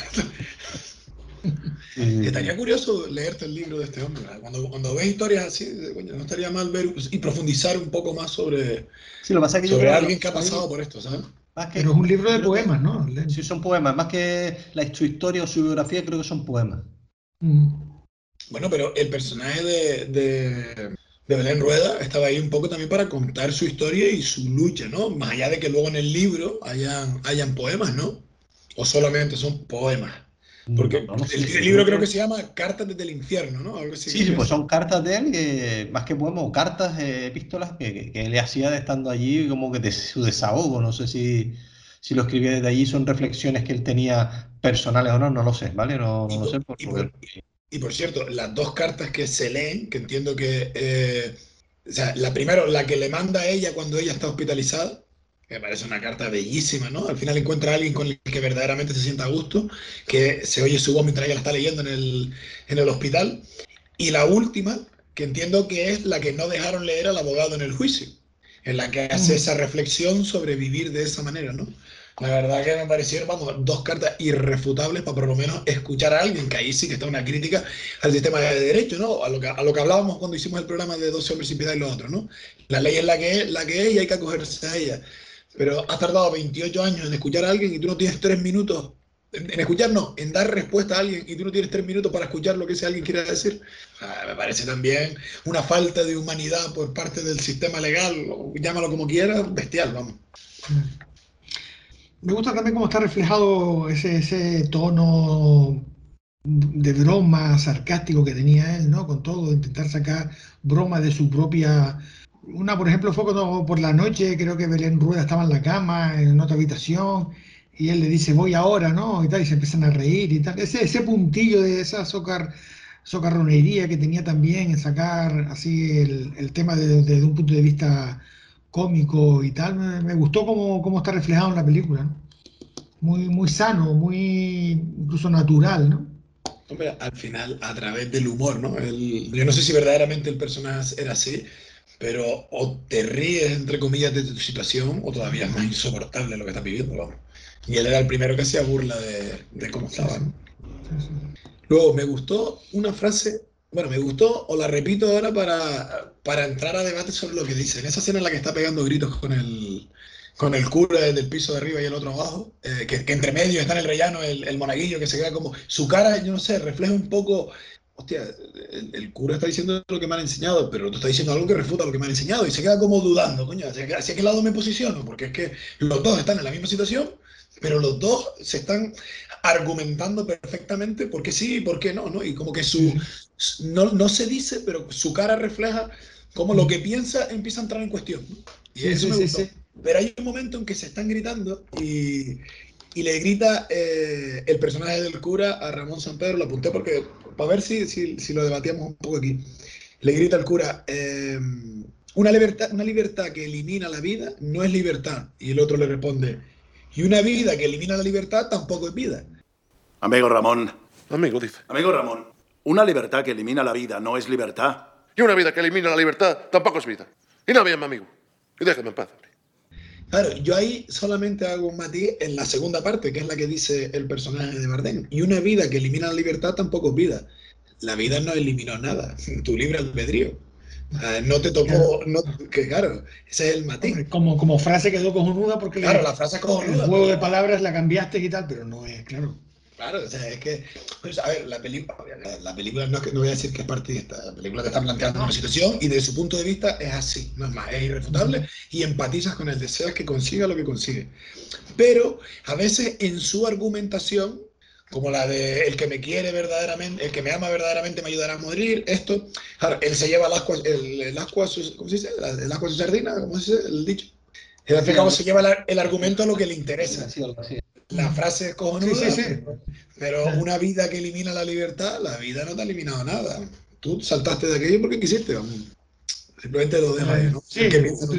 Estaría curioso leerte el libro de este hombre. Cuando ves historias así, no estaría mal ver y profundizar un poco más sobre, sí, lo pasa que sobre alguien que ha pasado por esto, ¿sabes? Pero es un libro de poemas, ¿no? Sí, son poemas. Más que su historia o su biografía, creo que son poemas. Bueno, pero el personaje de Belén Rueda estaba ahí un poco también para contar su historia y su lucha, ¿no? Más allá de que luego en el libro hayan poemas, ¿no? O solamente son poemas. Porque el libro creo que se llama Cartas desde el infierno, ¿no? Algo así. Sí, pues son cartas de él, más que poemas, o cartas, epístolas que él hacía de estando allí, como que de su desahogo. No sé si lo escribía desde allí, son reflexiones que él tenía personales o no, no lo sé, ¿vale? No lo sé. Y por cierto, las dos cartas que se leen, que entiendo que... o sea, la primera, la que le manda a ella cuando ella está hospitalizada, que me parece una carta bellísima, ¿no? Al final encuentra a alguien con el que verdaderamente se sienta a gusto, que se oye su voz mientras ella la está leyendo en el hospital. Y la última, que entiendo que es la que no dejaron leer al abogado en el juicio, en la que hace esa reflexión sobre vivir de esa manera, ¿no? La verdad que me parecieron, vamos, dos cartas irrefutables para por lo menos escuchar a alguien, que ahí sí que está una crítica al sistema de derecho, ¿no? A lo que hablábamos cuando hicimos el programa de 12 hombres sin piedad y los otros, ¿no? La ley es la que es y hay que acogerse a ella. Pero has tardado 28 años en escuchar a alguien y tú no tienes 3 minutos en escuchar no, en dar respuesta a alguien y tú no tienes 3 minutos para escuchar lo que ese alguien quiere decir. O sea, me parece también una falta de humanidad por parte del sistema legal, o llámalo como quieras, bestial, vamos. Me gusta también cómo está reflejado ese tono de broma sarcástico que tenía él, ¿no? Con todo, intentar sacar broma de su propia... Una, por ejemplo, fue cuando por la noche, creo que Belén Rueda estaba en la cama, en otra habitación, y él le dice, voy ahora, ¿no? Y tal, y se empiezan a reír y tal. Ese puntillo de esa socarronería que tenía también en sacar así el tema desde un punto de vista cómico y tal, me gustó cómo está reflejado en la película, ¿no? Muy sano, muy incluso natural, ¿no? Hombre, al final, a través del humor, ¿no? Yo no sé si verdaderamente el personaje era así, pero o te ríes, entre comillas, de tu situación, o todavía es más insoportable lo que estás viviendo, vamos. Y él era el primero que hacía burla de cómo estaba, ¿no? Luego, me gustó una frase, bueno, me gustó, o la repito ahora para entrar a debate sobre lo que dice. En esa escena en la que está pegando gritos con el cura desde el piso de arriba y el otro abajo, que entre medio está en el rellano el monaguillo que se queda como... Su cara, yo no sé, refleja un poco... Hostia, el cura está diciendo lo que me han enseñado, pero tú estás diciendo algo que refuta lo que me han enseñado y se queda como dudando, coño, ¿hacia qué lado me posiciono? Porque es que los dos están en la misma situación, pero los dos se están argumentando perfectamente por qué sí y por qué no, ¿no? Y como que no se dice, pero su cara refleja cómo lo que piensa empieza a entrar en cuestión, ¿no? Y eso me gustó. Pero hay un momento en que se están gritando y le grita el personaje del cura a Ramón Sampedro, lo apunté porque para ver si lo debatíamos un poco aquí. Le grita al cura, una libertad que elimina la vida no es libertad. Y el otro le responde, y una vida que elimina la libertad tampoco es vida. Amigo Ramón. Amigo, dice. Amigo Ramón, una libertad que elimina la vida no es libertad. Y una vida que elimina la libertad tampoco es vida. Y no bien, mi amigo. Y déjame en paz, hombre. Claro, yo ahí solamente hago un matiz en la segunda parte, que es la que dice el personaje de Bardem. Y una vida que elimina la libertad tampoco es vida. La vida no eliminó nada, tu libre albedrío. No te tocó, claro, ese es el matiz. Como frase quedó cojonuda porque claro, la frase es cojonuda. El juego de palabras la cambiaste y tal, pero no es, claro. Claro, o sea, es que, pues, a ver, la película no voy a decir que es partidista, la película te está planteando una situación y desde su punto de vista es así, no es más, es irrefutable y empatizas con el deseo que consiga lo que consigue. Pero a veces en su argumentación, como la de el que me quiere verdaderamente, el que me ama verdaderamente me ayudará a morir, esto, claro, él se lleva el ascua a su, ¿cómo se dice? El ascua a su sardina, ¿cómo se dice el dicho? El africano se lleva el argumento a lo que le interesa. La frase es cojonuda, pero una vida que elimina la libertad, la vida no te ha eliminado nada. Tú saltaste de aquello porque quisiste, vamos. Simplemente lo dejas ahí, ¿no? Sí,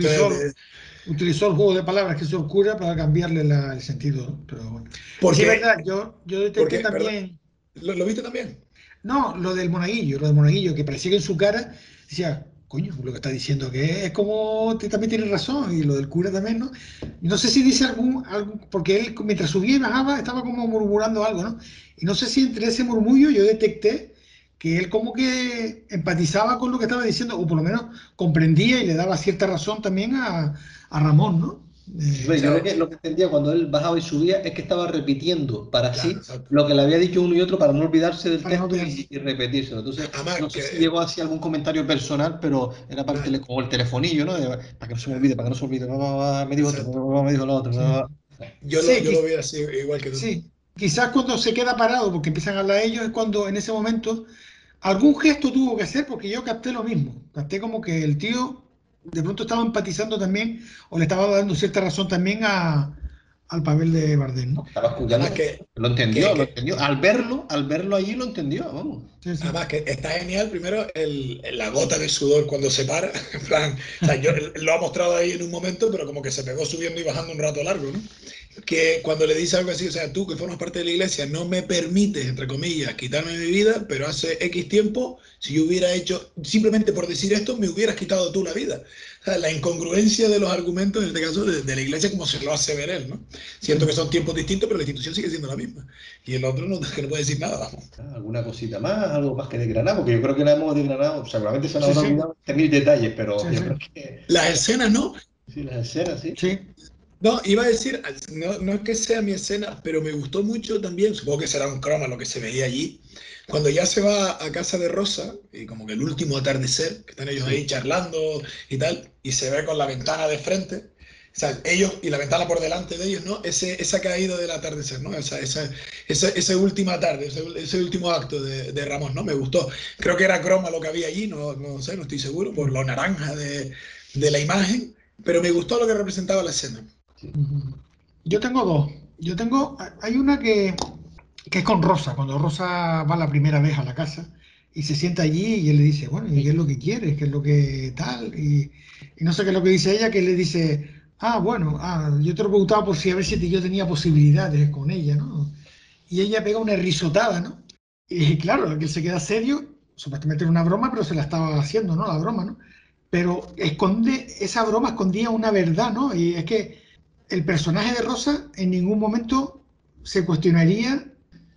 utilizó el juego de palabras que se oscura para cambiarle el sentido, ¿no? Pero bueno. Porque, sí, es verdad, yo detecté también... ¿Lo viste también? No, lo del monaguillo, que parecía que en su cara decía... Coño, lo que está diciendo que es como también tiene razón, y lo del cura también, ¿no? No sé si dice algún porque él mientras subía y bajaba estaba como murmurando algo, ¿no? Y no sé si entre ese murmullo yo detecté que él como que empatizaba con lo que estaba diciendo, o por lo menos comprendía y le daba cierta razón también a Ramón, ¿no? Yo creo que lo que entendía cuando él bajaba y subía es que estaba repitiendo para sí lo que le había dicho uno y otro para no olvidarse del texto y repetírselo. Entonces, no sé si llegó así algún comentario personal, pero era como el telefonillo, ¿no? Para que no se me olvide, me dijo esto, me dijo lo otro. Yo lo veo así, igual que tú. Sí, quizás cuando se queda parado, porque empiezan a hablar ellos, es cuando en ese momento algún gesto tuvo que hacer, porque yo capté lo mismo. Capté como que el tío de pronto estaba empatizando también, o le estaba dando cierta razón también al papel de Bardem, ¿no? Estaba escuchando, lo entendió. Al verlo allí lo entendió, vamos. Sí. Además que está genial, primero, la gota de sudor cuando se para, en plan, o sea, lo ha mostrado ahí en un momento, pero como que se pegó subiendo y bajando un rato largo, ¿no? Que cuando le dice algo así, o sea, tú que formas parte de la iglesia no me permites, entre comillas, quitarme mi vida, pero hace X tiempo, si yo hubiera hecho, simplemente por decir esto, me hubieras quitado tú la vida. O sea, la incongruencia de los argumentos, en este caso, de la iglesia, como se lo hace ver él, ¿no? Siento que son tiempos distintos, pero la institución sigue siendo la misma. Y el otro que no puede decir nada, vamos. ¿Alguna cosita más? ¿Algo más que desgranar? Porque yo creo que la hemos desgranado, seguramente se nos han olvidado 1000 detalles, pero yo creo que... Las escenas, ¿no? Sí, las escenas, sí. Sí. No, iba a decir, no es que sea mi escena, pero me gustó mucho también, supongo que será un croma lo que se veía allí, cuando ya se va a casa de Rosa, y como que el último atardecer, que están ellos ahí charlando y tal, y se ve con la ventana de frente, o sea, ellos y la ventana por delante de ellos, ¿no? Esa caída del atardecer, ¿no? Esa última tarde, ese último acto de Ramón, ¿no? Me gustó. Creo que era croma lo que había allí, no sé, no estoy seguro, por lo naranja de la imagen, pero me gustó lo que representaba la escena. Yo tengo dos. Hay una que es con Rosa, cuando Rosa va la primera vez a la casa y se sienta allí y él le dice, bueno, ¿y qué es lo que quieres? ¿Qué es lo que tal? Y no sé qué es lo que dice ella, que le dice, bueno, yo te lo preguntaba por si a ver si yo tenía posibilidades con ella, ¿no? Y ella pega una risotada, ¿no? Y claro, que él se queda serio, supuestamente era una broma, pero se la estaba haciendo, ¿no? La broma, ¿no? Pero esa broma escondía una verdad, ¿no? Y es que el personaje de Rosa en ningún momento se cuestionaría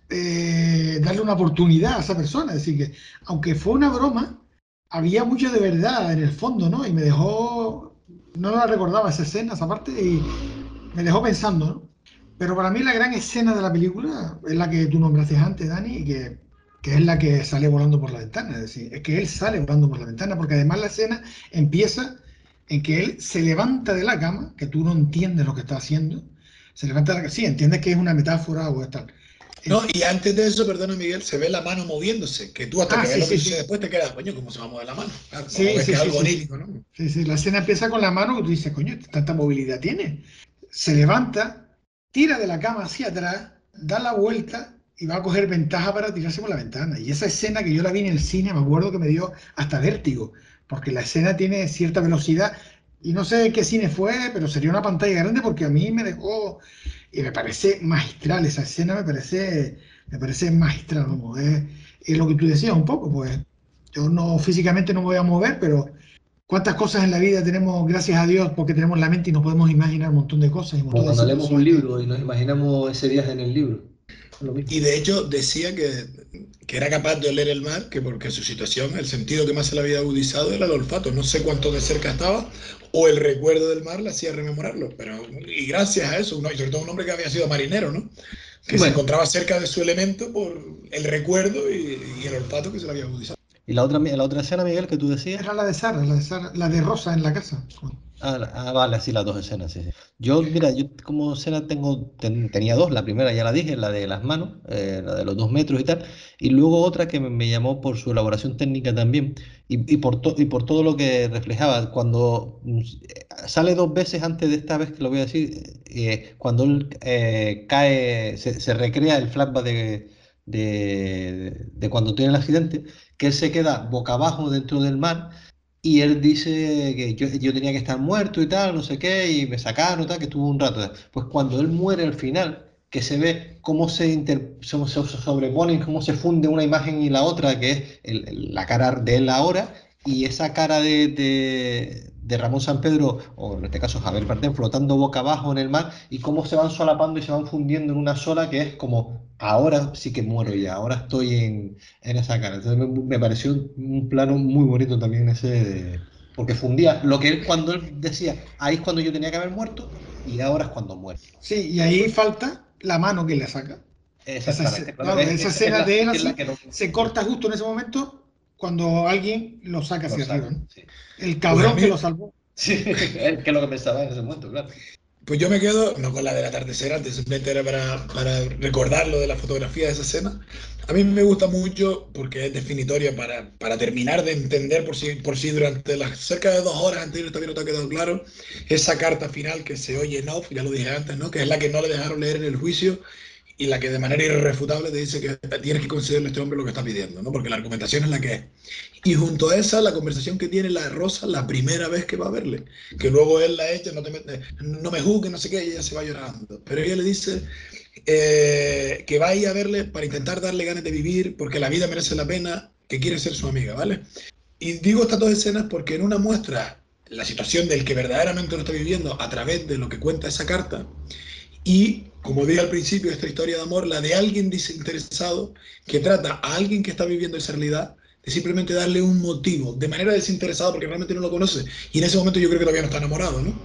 darle una oportunidad a esa persona. Es decir, que aunque fue una broma, había mucho de verdad en el fondo, ¿no? Y me dejó, no la recordaba esa escena, esa parte, y me dejó pensando, ¿no? Pero para mí la gran escena de la película es la que tú nombraste antes, Dani, y que es la que sale volando por la ventana. Es decir, es que él sale volando por la ventana, porque además la escena empieza en que él se levanta de la cama, que tú no entiendes lo que está haciendo, se levanta de la cama, sí, entiendes que es una metáfora o tal. No, y antes de eso, perdona Miguel, se ve la mano moviéndose, que tú hasta que ves lo que sucede después te quedas, coño, ¿cómo se va a mover la mano? Claro, Sí, ves sí, que es sí, algo sí. onírico, ¿no? Sí, sí, la escena empieza con la mano que tú dices, coño, tanta movilidad tiene. Se levanta, tira de la cama hacia atrás, da la vuelta y va a coger ventaja para tirarse por la ventana. Y esa escena que yo la vi en el cine, me acuerdo que me dio hasta vértigo, porque la escena tiene cierta velocidad. Y no sé qué cine fue, pero sería una pantalla grande porque a mí me dejó, y me parece magistral, esa escena me parece magistral, vamos, es lo que tú decías un poco, pues yo no físicamente no me voy a mover, pero cuántas cosas en la vida tenemos, gracias a Dios, porque tenemos la mente y nos podemos imaginar un montón de cosas y un Como montón de cuando leemos un situaciones. libro y nos imaginamos ese viaje en el libro. Es lo mismo. Y de hecho decía que era capaz de oler el mar, que porque su situación, el sentido que más se le había agudizado era el olfato. No sé cuánto de cerca estaba, o el recuerdo del mar le hacía rememorarlo. Pero, y gracias a eso, y sobre todo un hombre que había sido marinero, ¿no? Que se encontraba cerca de su elemento por el recuerdo y el olfato que se le había agudizado. ¿Y la otra escena, Miguel, que tú decías? Era la de Sara, la de Rosa en la casa. Vale, sí, las dos escenas, sí, sí. Mira, yo como escena tenía dos. La primera ya la dije, la de las manos, la de los 2 metros y tal. Y luego otra que me llamó por su elaboración técnica también y por todo lo que reflejaba. Cuando sale 2 veces antes de esta vez que lo voy a decir, cuando él cae, se recrea el flashback de cuando tiene el accidente, que él se queda boca abajo dentro del mar. Y él dice que yo tenía que estar muerto y tal, no sé qué, y me sacaron y tal, que estuvo un rato. Pues cuando él muere al final, que se ve cómo se sobreponen, cómo se funde una imagen y la otra, que es la cara de él ahora, y esa cara de Ramón Sampedro, o en este caso Javier Bardem, flotando boca abajo en el mar, y cómo se van solapando y se van fundiendo en una sola, que es como, ahora sí que muero ya, ahora estoy en esa cara. Entonces me pareció un plano muy bonito también ese, porque fundía lo que él cuando él decía, ahí es cuando yo tenía que haber muerto y ahora es cuando muero. Sí, y ahí falta la mano que le saca. Exactamente. Claro, esa escena de él así no, se corta justo en ese momento cuando alguien lo saca hacia arriba, ¿no? Sí. El cabrón que lo salvó. Sí, que es lo que pensaba en ese momento, claro. Pues yo me quedo, no con la del atardecer antes, simplemente era para recordar lo de la fotografía de esa escena. A mí me gusta mucho porque es definitoria para terminar de entender por si durante las cerca de 2 horas anteriores todavía no te ha quedado claro esa carta final que se oye en off, ya lo dije antes, ¿no? Que es la que no le dejaron leer en el juicio y la que de manera irrefutable te dice que tienes que concederle a este hombre lo que está pidiendo, ¿no? Porque la argumentación es la que es. Y junto a esa, la conversación que tiene la Rosa la primera vez que va a verle, que luego él la echa, no me juzgue, no sé qué, y ella se va llorando. Pero ella le dice que va a ir a verle para intentar darle ganas de vivir, porque la vida merece la pena, que quiere ser su amiga, ¿vale? Y digo estas 2 escenas porque en una muestra la situación del que verdaderamente lo está viviendo a través de lo que cuenta esa carta, y, como dije al principio, esta historia de amor, la de alguien desinteresado que trata a alguien que está viviendo esa realidad de simplemente darle un motivo, de manera desinteresada porque realmente no lo conoce. Y en ese momento yo creo que todavía no está enamorado, ¿no?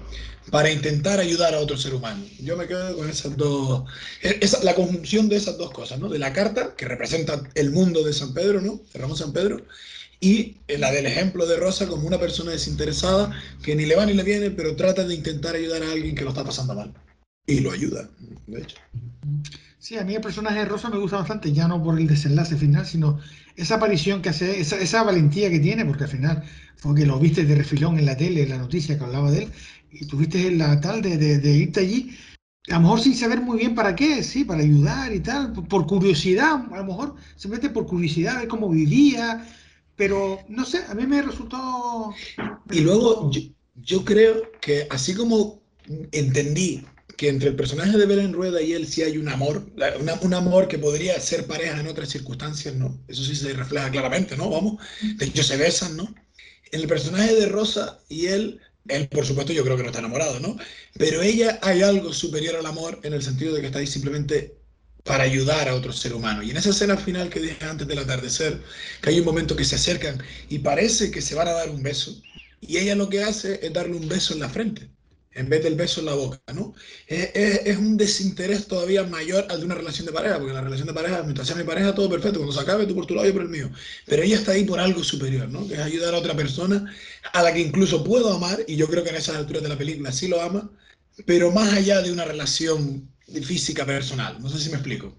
para intentar ayudar a otro ser humano. Yo me quedo con esas dos, la conjunción de esas dos cosas, ¿no? De la carta, que representa el mundo de San Pedro, ¿no? De Ramón San Pedro, y la del ejemplo de Rosa como una persona desinteresada que ni le va ni le viene, pero trata de intentar ayudar a alguien que lo está pasando mal. Y lo ayuda, de hecho. Sí, a mí el personaje de Rosa me gusta bastante, ya no por el desenlace final, sino esa aparición que hace, esa valentía que tiene, porque al final fue que lo viste de refilón en la tele, en la noticia que hablaba de él, y tuviste la tal de irte allí, a lo mejor sin saber muy bien para qué, sí, para ayudar y tal, por curiosidad, a lo mejor simplemente por curiosidad, ver cómo vivía, pero no sé, a mí me resultó... Y luego yo creo que así como entendí que entre el personaje de Belén Rueda y él sí hay un amor, un amor que podría ser pareja en otras circunstancias, ¿no? Eso sí se refleja claramente, ¿no? Vamos, de hecho se besan, ¿no? En el personaje de Rosa y él por supuesto yo creo que no está enamorado, ¿no? Pero ella hay algo superior al amor en el sentido de que está ahí simplemente para ayudar a otro ser humano. Y en esa escena final que dije antes del atardecer, que hay un momento que se acercan y parece que se van a dar un beso, y ella lo que hace es darle un beso en la frente, en vez del beso en la boca, ¿no? Es un desinterés todavía mayor al de una relación de pareja, porque en la relación de pareja, mientras sea mi pareja, todo perfecto, cuando se acabe, tú por tu lado, yo por el mío. Pero ella está ahí por algo superior, ¿no? Que es ayudar a otra persona a la que incluso puedo amar, y yo creo que en esas alturas de la película sí lo ama, pero más allá de una relación física personal. No sé si me explico.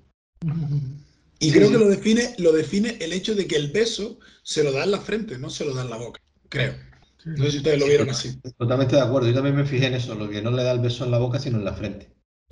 Y creo que lo define el hecho de que el beso se lo da en la frente, no se lo da en la boca, creo. No sé si ustedes lo vieron así. Totalmente de acuerdo. Yo también me fijé en eso, lo que no le da el beso en la boca, sino en la frente.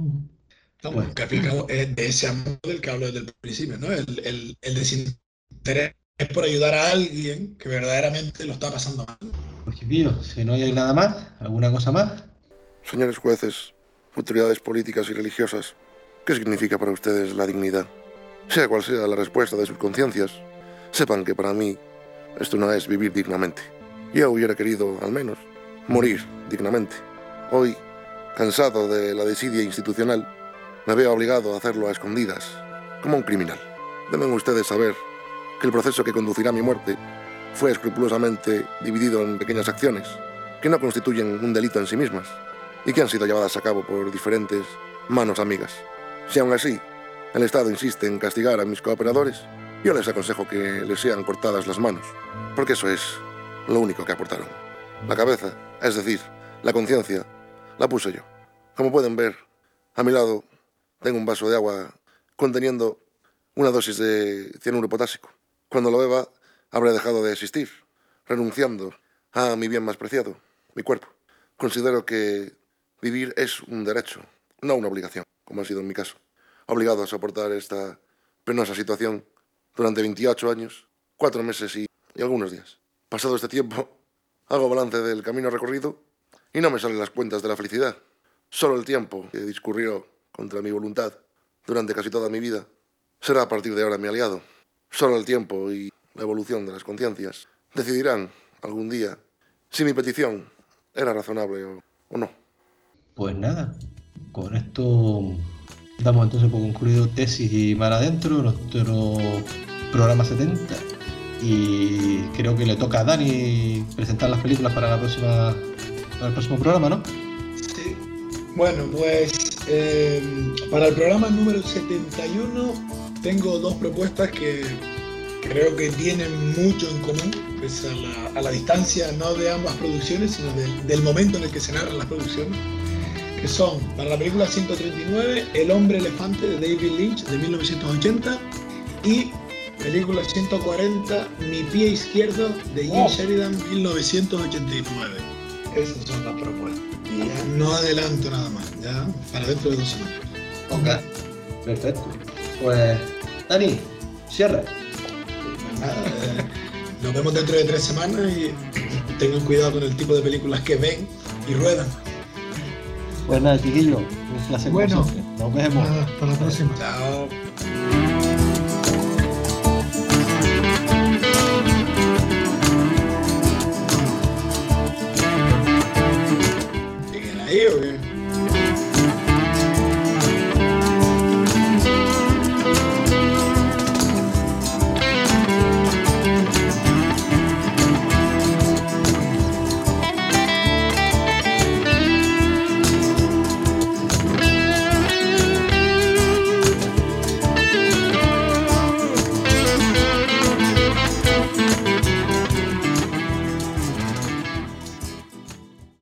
No, pues, que al fin y al cabo es de ese amor del que hablo desde el principio, ¿no? El desinterés por ayudar a alguien que verdaderamente lo está pasando mal. Pues chiquillos, si no hay nada más, ¿alguna cosa más? Señores jueces, autoridades políticas y religiosas, ¿qué significa para ustedes la dignidad? Sea cual sea la respuesta de sus conciencias, sepan que para mí esto no es vivir dignamente. Yo hubiera querido, al menos, morir dignamente. Hoy, cansado de la desidia institucional, me veo obligado a hacerlo a escondidas, como un criminal. Deben ustedes saber que el proceso que conducirá a mi muerte fue escrupulosamente dividido en pequeñas acciones, que no constituyen un delito en sí mismas, y que han sido llevadas a cabo por diferentes manos amigas. Si aún así el Estado insiste en castigar a mis cooperadores, yo les aconsejo que les sean cortadas las manos, porque eso es lo único que aportaron. La cabeza, es decir, la conciencia, la puse yo. Como pueden ver, a mi lado tengo un vaso de agua conteniendo una dosis de cianuro potásico. Cuando lo beba, habré dejado de existir, renunciando a mi bien más preciado, mi cuerpo. Considero que vivir es un derecho, no una obligación, como ha sido en mi caso. Obligado a soportar esta penosa situación durante 28 años, 4 meses y algunos días. Pasado este tiempo, hago balance del camino recorrido y no me salen las cuentas de la felicidad. Solo el tiempo que discurrió contra mi voluntad durante casi toda mi vida será a partir de ahora mi aliado. Solo el tiempo y la evolución de las conciencias decidirán algún día si mi petición era razonable o no. Pues nada, con esto damos entonces por concluido Tesis y Mar Adentro, nuestro programa 70, y creo que le toca a Dani presentar las películas para el próximo programa, ¿no? Sí. Bueno, pues para el programa número 71 tengo 2 propuestas que creo que tienen mucho en común, pese a la distancia no de ambas producciones, sino del momento en el que se narran las producciones, que son, para la película 139, El hombre elefante de David Lynch de 1980 y película 140, Mi pie izquierdo de Jim Sheridan 1989. Esas son las propuestas. Y ya no adelanto nada más, ya para dentro de 2 semanas. Ok, perfecto. Pues, Dani, cierra. Nada, nos vemos dentro de 3 semanas y tengan cuidado con el tipo de películas que ven y ruedan. Pues nada, chiquillo, un placer. Bueno, nos vemos. Nada, hasta la próxima. Chao. ¿Siguen ahí o qué?